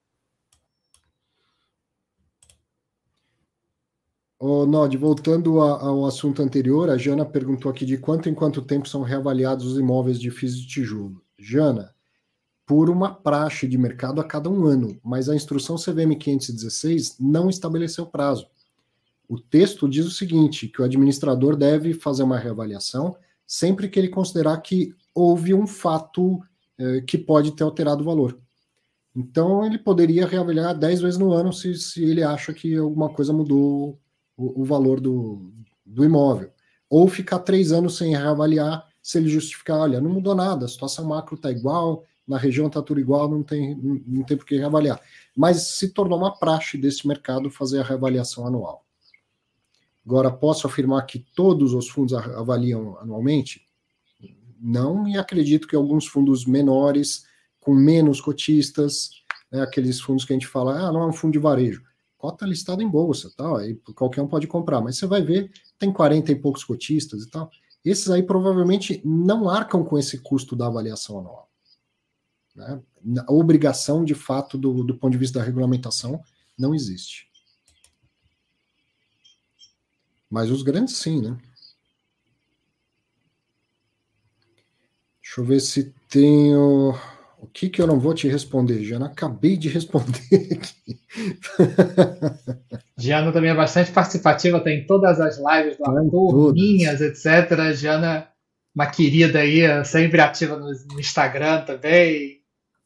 Ô, Nod, voltando a, ao assunto anterior, a Jana perguntou aqui de quanto em quanto tempo são reavaliados os imóveis de piso de tijolo. Jana, por uma praxe de mercado a cada um ano, mas a instrução C V M quinhentos e dezesseis não estabeleceu prazo. O texto diz o seguinte, que o administrador deve fazer uma reavaliação sempre que ele considerar que houve um fato eh, que pode ter alterado o valor. Então, ele poderia reavaliar dez vezes no ano se, se ele acha que alguma coisa mudou o, o valor do, do imóvel. Ou ficar três anos sem reavaliar se ele justificar, olha, não mudou nada, a situação macro está igual, na região está tudo igual, não tem, não, não tem por que reavaliar. Mas se tornou uma praxe desse mercado fazer a reavaliação anual. Agora, posso afirmar que todos os fundos avaliam anualmente? Não, e acredito que alguns fundos menores, com menos cotistas, né, aqueles fundos que a gente fala, ah, não é um fundo de varejo, cota listada em bolsa, tal, aí qualquer um pode comprar, mas você vai ver, tem quarenta e poucos cotistas e tal, esses aí provavelmente não arcam com esse custo da avaliação anual. Né? A obrigação, de fato, do, do ponto de vista da regulamentação, não existe. Mas os grandes, sim, né? Deixa eu ver se tenho... O que que eu não vou te responder? Já não acabei de responder aqui. Diana também é bastante participativa, tem todas as lives do Arthur, minhas, etcétera. Diana, uma querida aí, sempre ativa no, no Instagram também.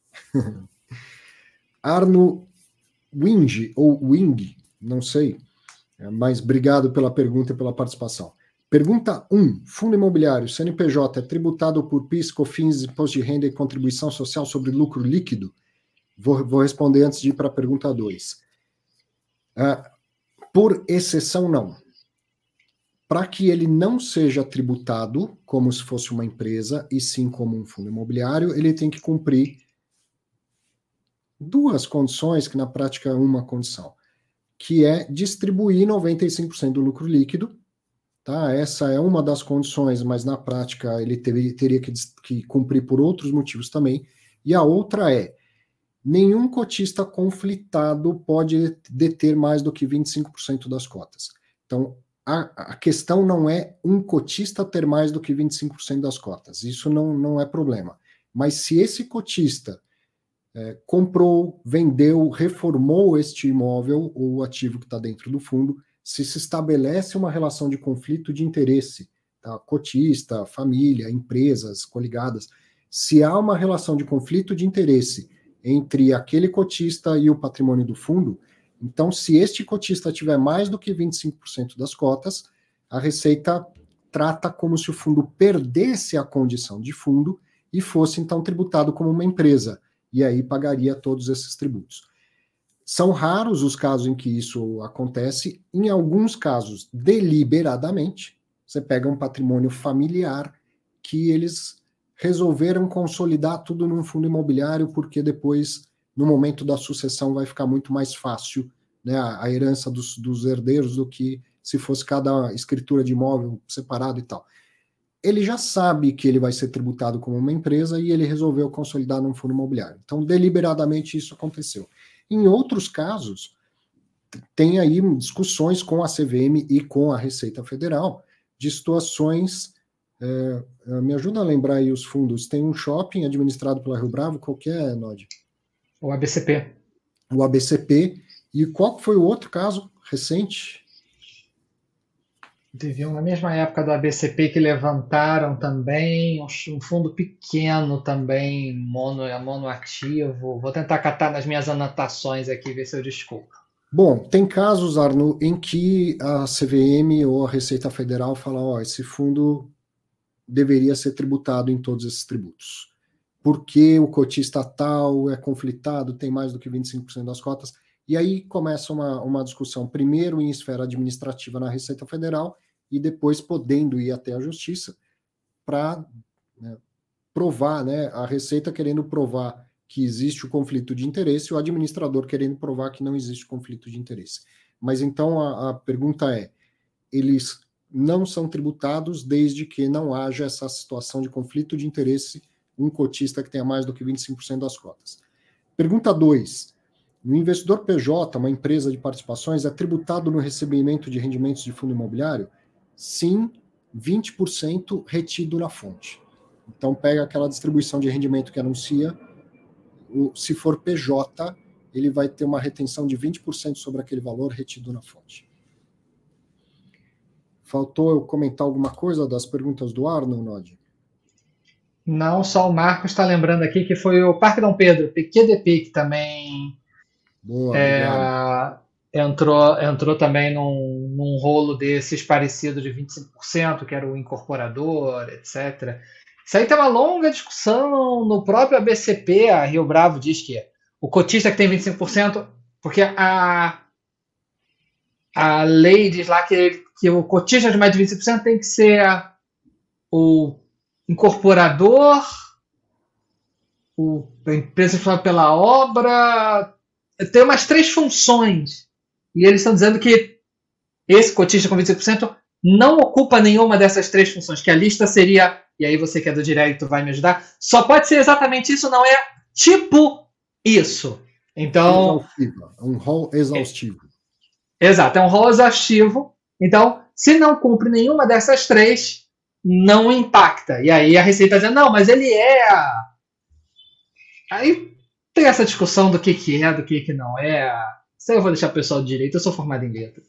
Arno Wing, ou Wing, não sei, mas obrigado pela pergunta e pela participação. Pergunta um. Fundo imobiliário, C N P J, é tributado por P I S, COFINS, Imposto de Renda e Contribuição Social sobre Lucro Líquido? Vou, vou responder antes de ir para a pergunta dois. Uh, por exceção, não. Para que ele não seja tributado como se fosse uma empresa, e sim como um fundo imobiliário, ele tem que cumprir duas condições, que na prática é uma condição, que é distribuir noventa e cinco por cento do lucro líquido. Tá? Essa é uma das condições, mas na prática ele teria, teria que, que cumprir por outros motivos também. E a outra é, nenhum cotista conflitado pode deter mais do que vinte e cinco por cento das cotas. Então, a, a questão não é um cotista ter mais do que vinte e cinco por cento das cotas. Isso não, não é problema. Mas se esse cotista é, comprou, vendeu, reformou este imóvel ou ativo que está dentro do fundo, se se estabelece uma relação de conflito de interesse, tá? Cotista, família, empresas coligadas, se há uma relação de conflito de interesse entre aquele cotista e o patrimônio do fundo, então se este cotista tiver mais do que vinte e cinco por cento das cotas, a Receita trata como se o fundo perdesse a condição de fundo e fosse então tributado como uma empresa, e aí pagaria todos esses tributos. São raros os casos em que isso acontece. Em alguns casos, deliberadamente, você pega um patrimônio familiar que eles resolveram consolidar tudo num fundo imobiliário, porque depois, no momento da sucessão, vai ficar muito mais fácil, né, a, a herança dos, dos herdeiros do que se fosse cada escritura de imóvel separado e tal. Ele já sabe que ele vai ser tributado como uma empresa e ele resolveu consolidar num fundo imobiliário. Então, deliberadamente, isso aconteceu. Em outros casos, tem aí discussões com a C V M e com a Receita Federal de situações... É, me ajuda a lembrar aí os fundos. Tem um shopping administrado pela Rio Bravo, qual que é, Nod? O A B C P. O A B C P. E qual foi o outro caso recente? Deviam, na mesma época do A B C P, que levantaram também um fundo pequeno também, mono, monoativo. Vou tentar catar nas minhas anotações aqui, ver se eu desculpo. Bom, tem casos, Arno, em que a C V M ou a Receita Federal fala, ó, esse fundo deveria ser tributado em todos esses tributos. Porque o cotista tal é conflitado, tem mais do que vinte e cinco por cento das cotas. E aí começa uma, uma discussão, primeiro em esfera administrativa na Receita Federal e depois podendo ir até a Justiça para, né, provar, né, a Receita querendo provar que existe o conflito de interesse e o administrador querendo provar que não existe conflito de interesse. Mas então a, a pergunta é, eles não são tributados desde que não haja essa situação de conflito de interesse, um cotista que tenha mais do que vinte e cinco por cento das cotas. Pergunta dois. O investidor P J, uma empresa de participações, é tributado no recebimento de rendimentos de fundo imobiliário? Sim, vinte por cento retido na fonte. Então, pega aquela distribuição de rendimento que anuncia, o, se for P J, ele vai ter uma retenção de vinte por cento sobre aquele valor retido na fonte. Faltou eu comentar alguma coisa das perguntas do Arno, Nod? Não, só o Marcos está lembrando aqui que foi o Parque Dom Pedro, P Q D P, que também... Boa, é, entrou, entrou também num, num rolo desses parecido de vinte e cinco por cento, que era o incorporador, etcétera. Isso aí tem uma longa discussão no próprio A B C P. A Rio Bravo diz que o cotista que tem vinte e cinco por cento, porque a, a lei diz lá que, que o cotista de mais de vinte e cinco por cento tem que ser o incorporador, o, a empresa responsável pela obra, tem umas três funções. E eles estão dizendo que esse cotista com vinte e cinco por cento não ocupa nenhuma dessas três funções, que a lista seria, e aí você que é do direito vai me ajudar, só pode ser exatamente isso, não é tipo isso. Então, exaustivo, um rol exaustivo. É, exato, é um rol exaustivo. Então, se não cumpre nenhuma dessas três, não impacta. E aí a Receita está dizendo, não, mas ele é... Aí tem essa discussão do que, que é, do que, que não é. Isso aí eu vou deixar o pessoal do direito, eu sou formado em letras.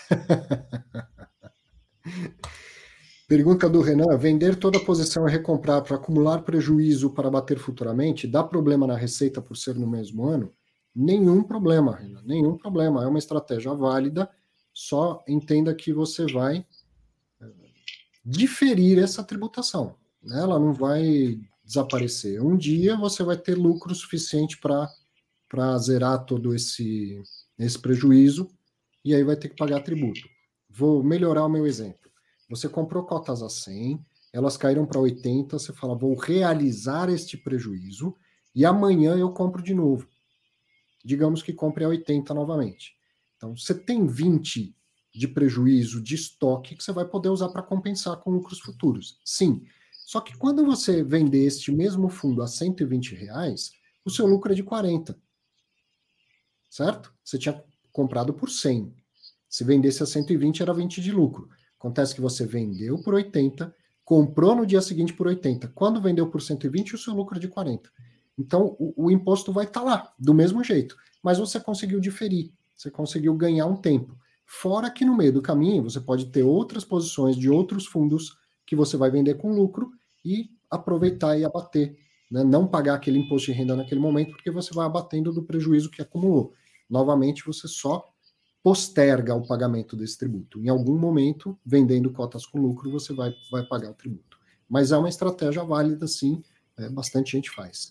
Pergunta do Renan: vender toda a posição e recomprar para acumular prejuízo para bater futuramente dá problema na receita por ser no mesmo ano? Nenhum problema, Renan, nenhum problema. É uma estratégia válida, só entenda que você vai diferir essa tributação. Né? Ela não vai desaparecer. Um dia você vai ter lucro suficiente para zerar todo esse, esse prejuízo e aí vai ter que pagar tributo. Vou melhorar o meu exemplo. Você comprou cotas a cem, elas caíram para oitenta, você fala, vou realizar este prejuízo e amanhã eu compro de novo. Digamos que compre a oitenta novamente. Então, você tem vinte de prejuízo de estoque que você vai poder usar para compensar com lucros futuros. Sim. Só que quando você vender este mesmo fundo a cento e vinte reais, o seu lucro é de quarenta. Certo? Você tinha comprado por cem. Se vendesse a cento e vinte, era vinte de lucro. Acontece que você vendeu por oitenta, comprou no dia seguinte por oitenta. Quando vendeu por cento e vinte, o seu lucro é de quarenta. Então, o, o imposto vai estar lá, do mesmo jeito. Mas você conseguiu diferir, você conseguiu ganhar um tempo. Fora que no meio do caminho, você pode ter outras posições de outros fundos que você vai vender com lucro e aproveitar e abater. Né? Não pagar aquele imposto de renda naquele momento, porque você vai abatendo do prejuízo que acumulou. Novamente, você só posterga o pagamento desse tributo. Em algum momento, vendendo cotas com lucro, você vai, vai pagar o tributo. Mas é uma estratégia válida, sim, é, bastante gente faz.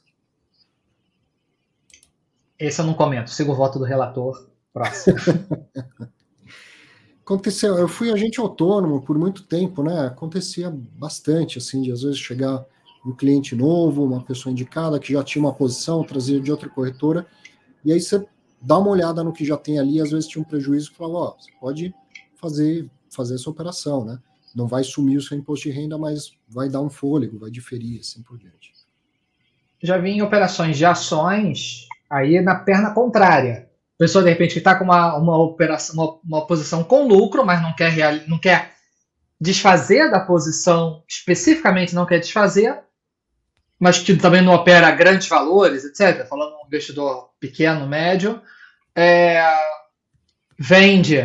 Esse eu não comento, sigo o voto do relator. Próximo. Aconteceu, eu fui agente autônomo por muito tempo, né? Acontecia bastante, assim, de às vezes chegar um cliente novo, uma pessoa indicada que já tinha uma posição, trazia de outra corretora, e aí você dá uma olhada no que já tem ali, às vezes tinha um prejuízo que fala, ó, você pode fazer, fazer essa operação, né? Não vai sumir o seu imposto de renda, mas vai dar um fôlego, vai diferir, assim por diante. Já vi em operações de ações, aí na perna contrária. A pessoa, de repente, está com uma, uma operação, uma, uma posição com lucro, mas não quer, real, não quer desfazer da posição, especificamente não quer desfazer, mas que também não opera grandes valores, etcétera. Falando de um investidor pequeno, médio, é, vende,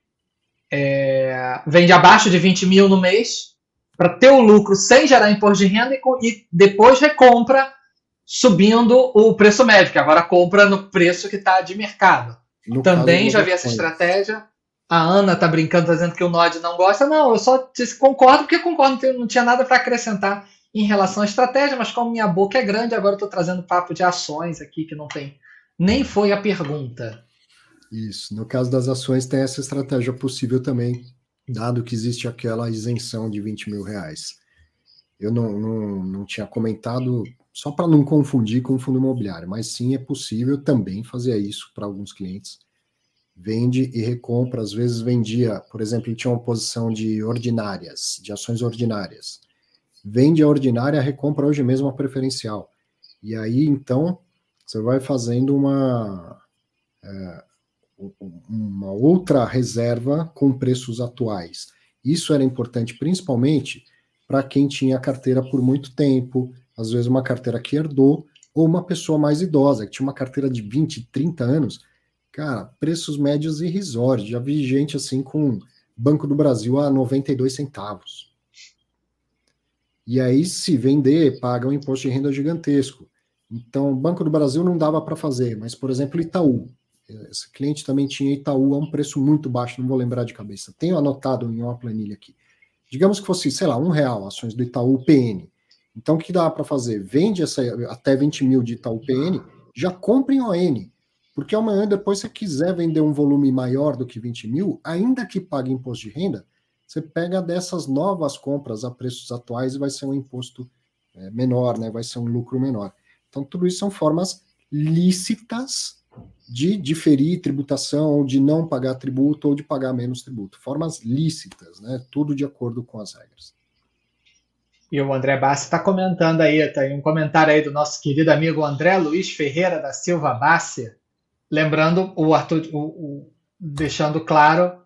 é, vende abaixo de vinte mil no mês para ter o lucro sem gerar imposto de renda e, e depois recompra subindo o preço médio, que agora compra no preço que está de mercado. No Também já vi essa estratégia. A Ana está brincando, tá dizendo que o N O D não gosta. Não, eu só concordo, porque concordo, não tinha nada para acrescentar em relação à estratégia, mas como minha boca é grande, agora eu estou trazendo papo de ações aqui, que não tem, nem foi a pergunta. Isso, no caso das ações tem essa estratégia possível também, dado que existe aquela isenção de vinte mil reais. Eu não, não, não tinha comentado, só para não confundir com o fundo imobiliário, mas sim é possível também fazer isso para alguns clientes. Vende e recompra, às vezes vendia, por exemplo, ele tinha uma posição de ordinárias, de ações ordinárias. Vende a ordinária, recompra hoje mesmo a preferencial. E aí, então, você vai fazendo uma, é, uma outra reserva com preços atuais. Isso era importante principalmente para quem tinha carteira por muito tempo, às vezes uma carteira que herdou, ou uma pessoa mais idosa, que tinha uma carteira de vinte, trinta anos. Cara, preços médios irrisórios. Já vi gente assim com Banco do Brasil a noventa e dois centavos. E aí, se vender, paga um imposto de renda gigantesco. Então, Banco do Brasil não dava para fazer, mas, por exemplo, Itaú. Esse cliente também tinha Itaú a um preço muito baixo, não vou lembrar de cabeça. Tenho anotado em uma planilha aqui. Digamos que fosse, sei lá, um real ações do Itaú P N. Então, o que dá para fazer? Vende essa, até vinte mil de Itaú P N, já compra em O N. Porque amanhã, depois, se você quiser vender um volume maior do que vinte mil, ainda que pague imposto de renda, você pega dessas novas compras a preços atuais e vai ser um imposto é, menor, né? Vai ser um lucro menor. Então, tudo isso são formas lícitas de diferir tributação, ou de não pagar tributo, ou de pagar menos tributo. Formas lícitas, né? Tudo de acordo com as regras. E o André Bassi está comentando aí, tem um comentário aí do nosso querido amigo André Luiz Ferreira da Silva Bassi, lembrando o Arthur, o, o, deixando claro...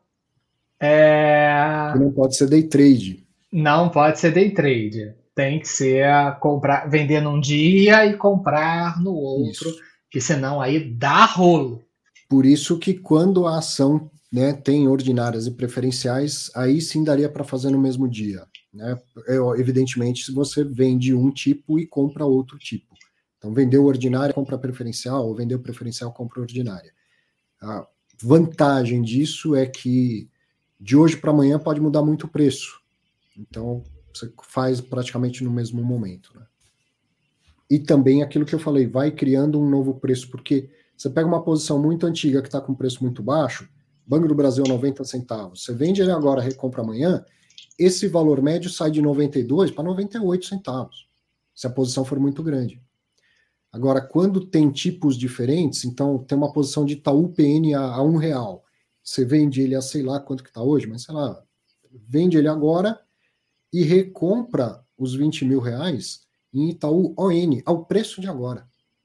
É... Que não pode ser day trade. Não pode ser day trade. Tem que ser comprar, vender num dia e comprar no outro, isso. Que senão aí dá rolo. Por isso que quando a ação, né, tem ordinárias e preferenciais, aí sim daria para fazer no mesmo dia. Né? É, evidentemente, se você vende um tipo e compra outro tipo. Então, vendeu ordinária, compra preferencial, ou vendeu preferencial, compra ordinária. A vantagem disso é que de hoje para amanhã pode mudar muito o preço. Então, você faz praticamente no mesmo momento. Né? E também aquilo que eu falei, vai criando um novo preço, porque você pega uma posição muito antiga que está com preço muito baixo, Banco do Brasil noventa centavos, você vende ele agora, recompra amanhã, esse valor médio sai de noventa e dois para noventa e oito centavos, se a posição for muito grande. Agora, quando tem tipos diferentes, então tem uma posição de Itaú P N a, a um real, você vende ele a sei lá quanto que está hoje, mas sei lá, vende ele agora e recompra os vinte mil reais em Itaú O N, ao preço de agora.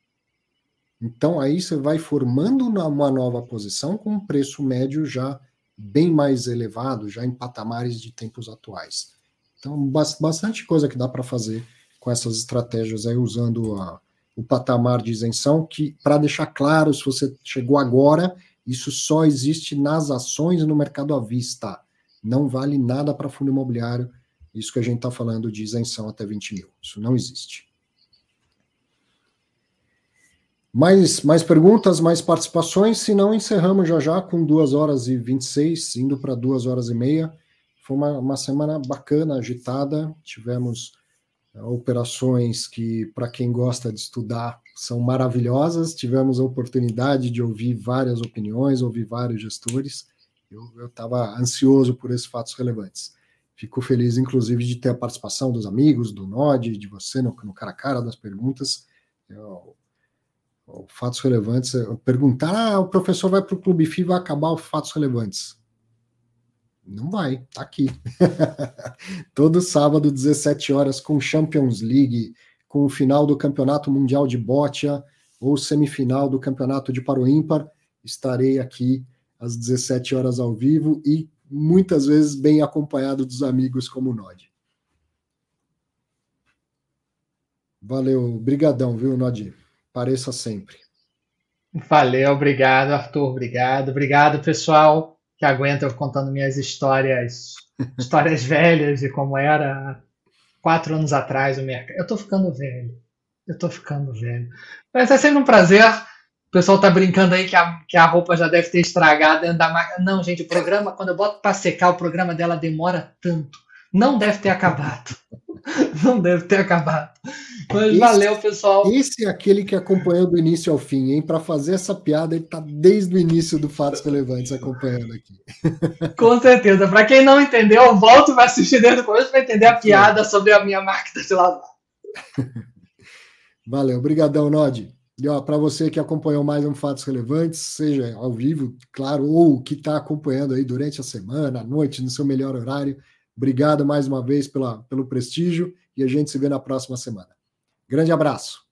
Então aí você vai formando uma nova posição com um preço médio já bem mais elevado, já em patamares de tempos atuais. Então, bastante coisa que dá para fazer com essas estratégias aí, usando a, o patamar de isenção, que, para deixar claro, se você chegou agora, isso só existe nas ações no mercado à vista. Não vale nada para fundo imobiliário, isso que a gente está falando de isenção até vinte mil. Isso não existe. Mais, mais perguntas, mais participações, se não encerramos já já com duas horas e vinte e seis, indo para duas horas e meia. Foi uma, uma semana bacana, agitada, tivemos uh, operações que, para quem gosta de estudar, são maravilhosas, tivemos a oportunidade de ouvir várias opiniões, ouvir vários gestores, eu estava ansioso por esses fatos relevantes. Fico feliz, inclusive, de ter a participação dos amigos, do Nod, de você no, no cara a cara das perguntas. Eu, fatos relevantes, perguntar, ah, o professor vai para o Clube F I, vai acabar os fatos relevantes. Não vai, tá aqui. Todo sábado, dezessete horas, com Champions League, com o final do Campeonato Mundial de Boccia, ou semifinal do Campeonato de Paro Ímpar, estarei aqui às dezessete horas ao vivo e muitas vezes bem acompanhado dos amigos como o Nod. Valeu, brigadão, viu, Nod? Pareça sempre. Valeu, obrigado, Arthur, obrigado. Obrigado, pessoal, que aguenta eu contando minhas histórias, histórias velhas de como era quatro anos atrás o mercado. Eu tô ficando velho, eu tô ficando velho. Mas é sempre um prazer. O pessoal tá brincando aí que a, que a roupa já deve ter estragado dentro da máquina. Não, gente, o programa, quando eu boto para secar, o programa dela demora tanto. Não deve ter acabado. Não deve ter acabado. Mas esse, valeu, pessoal. Esse é aquele que acompanhou do início ao fim, hein? Para fazer essa piada, ele tá desde o início do Fatos Relevantes acompanhando aqui. Com certeza. Para quem não entendeu, volta e vai assistir desde o começo para entender a piada sobre a minha máquina de lavar. Valeu, obrigadão, Nod. E ó, para você que acompanhou mais um Fatos Relevantes, seja ao vivo, claro, ou que está acompanhando aí durante a semana, à noite, no seu melhor horário, obrigado mais uma vez pela, pelo prestígio e a gente se vê na próxima semana. Grande abraço.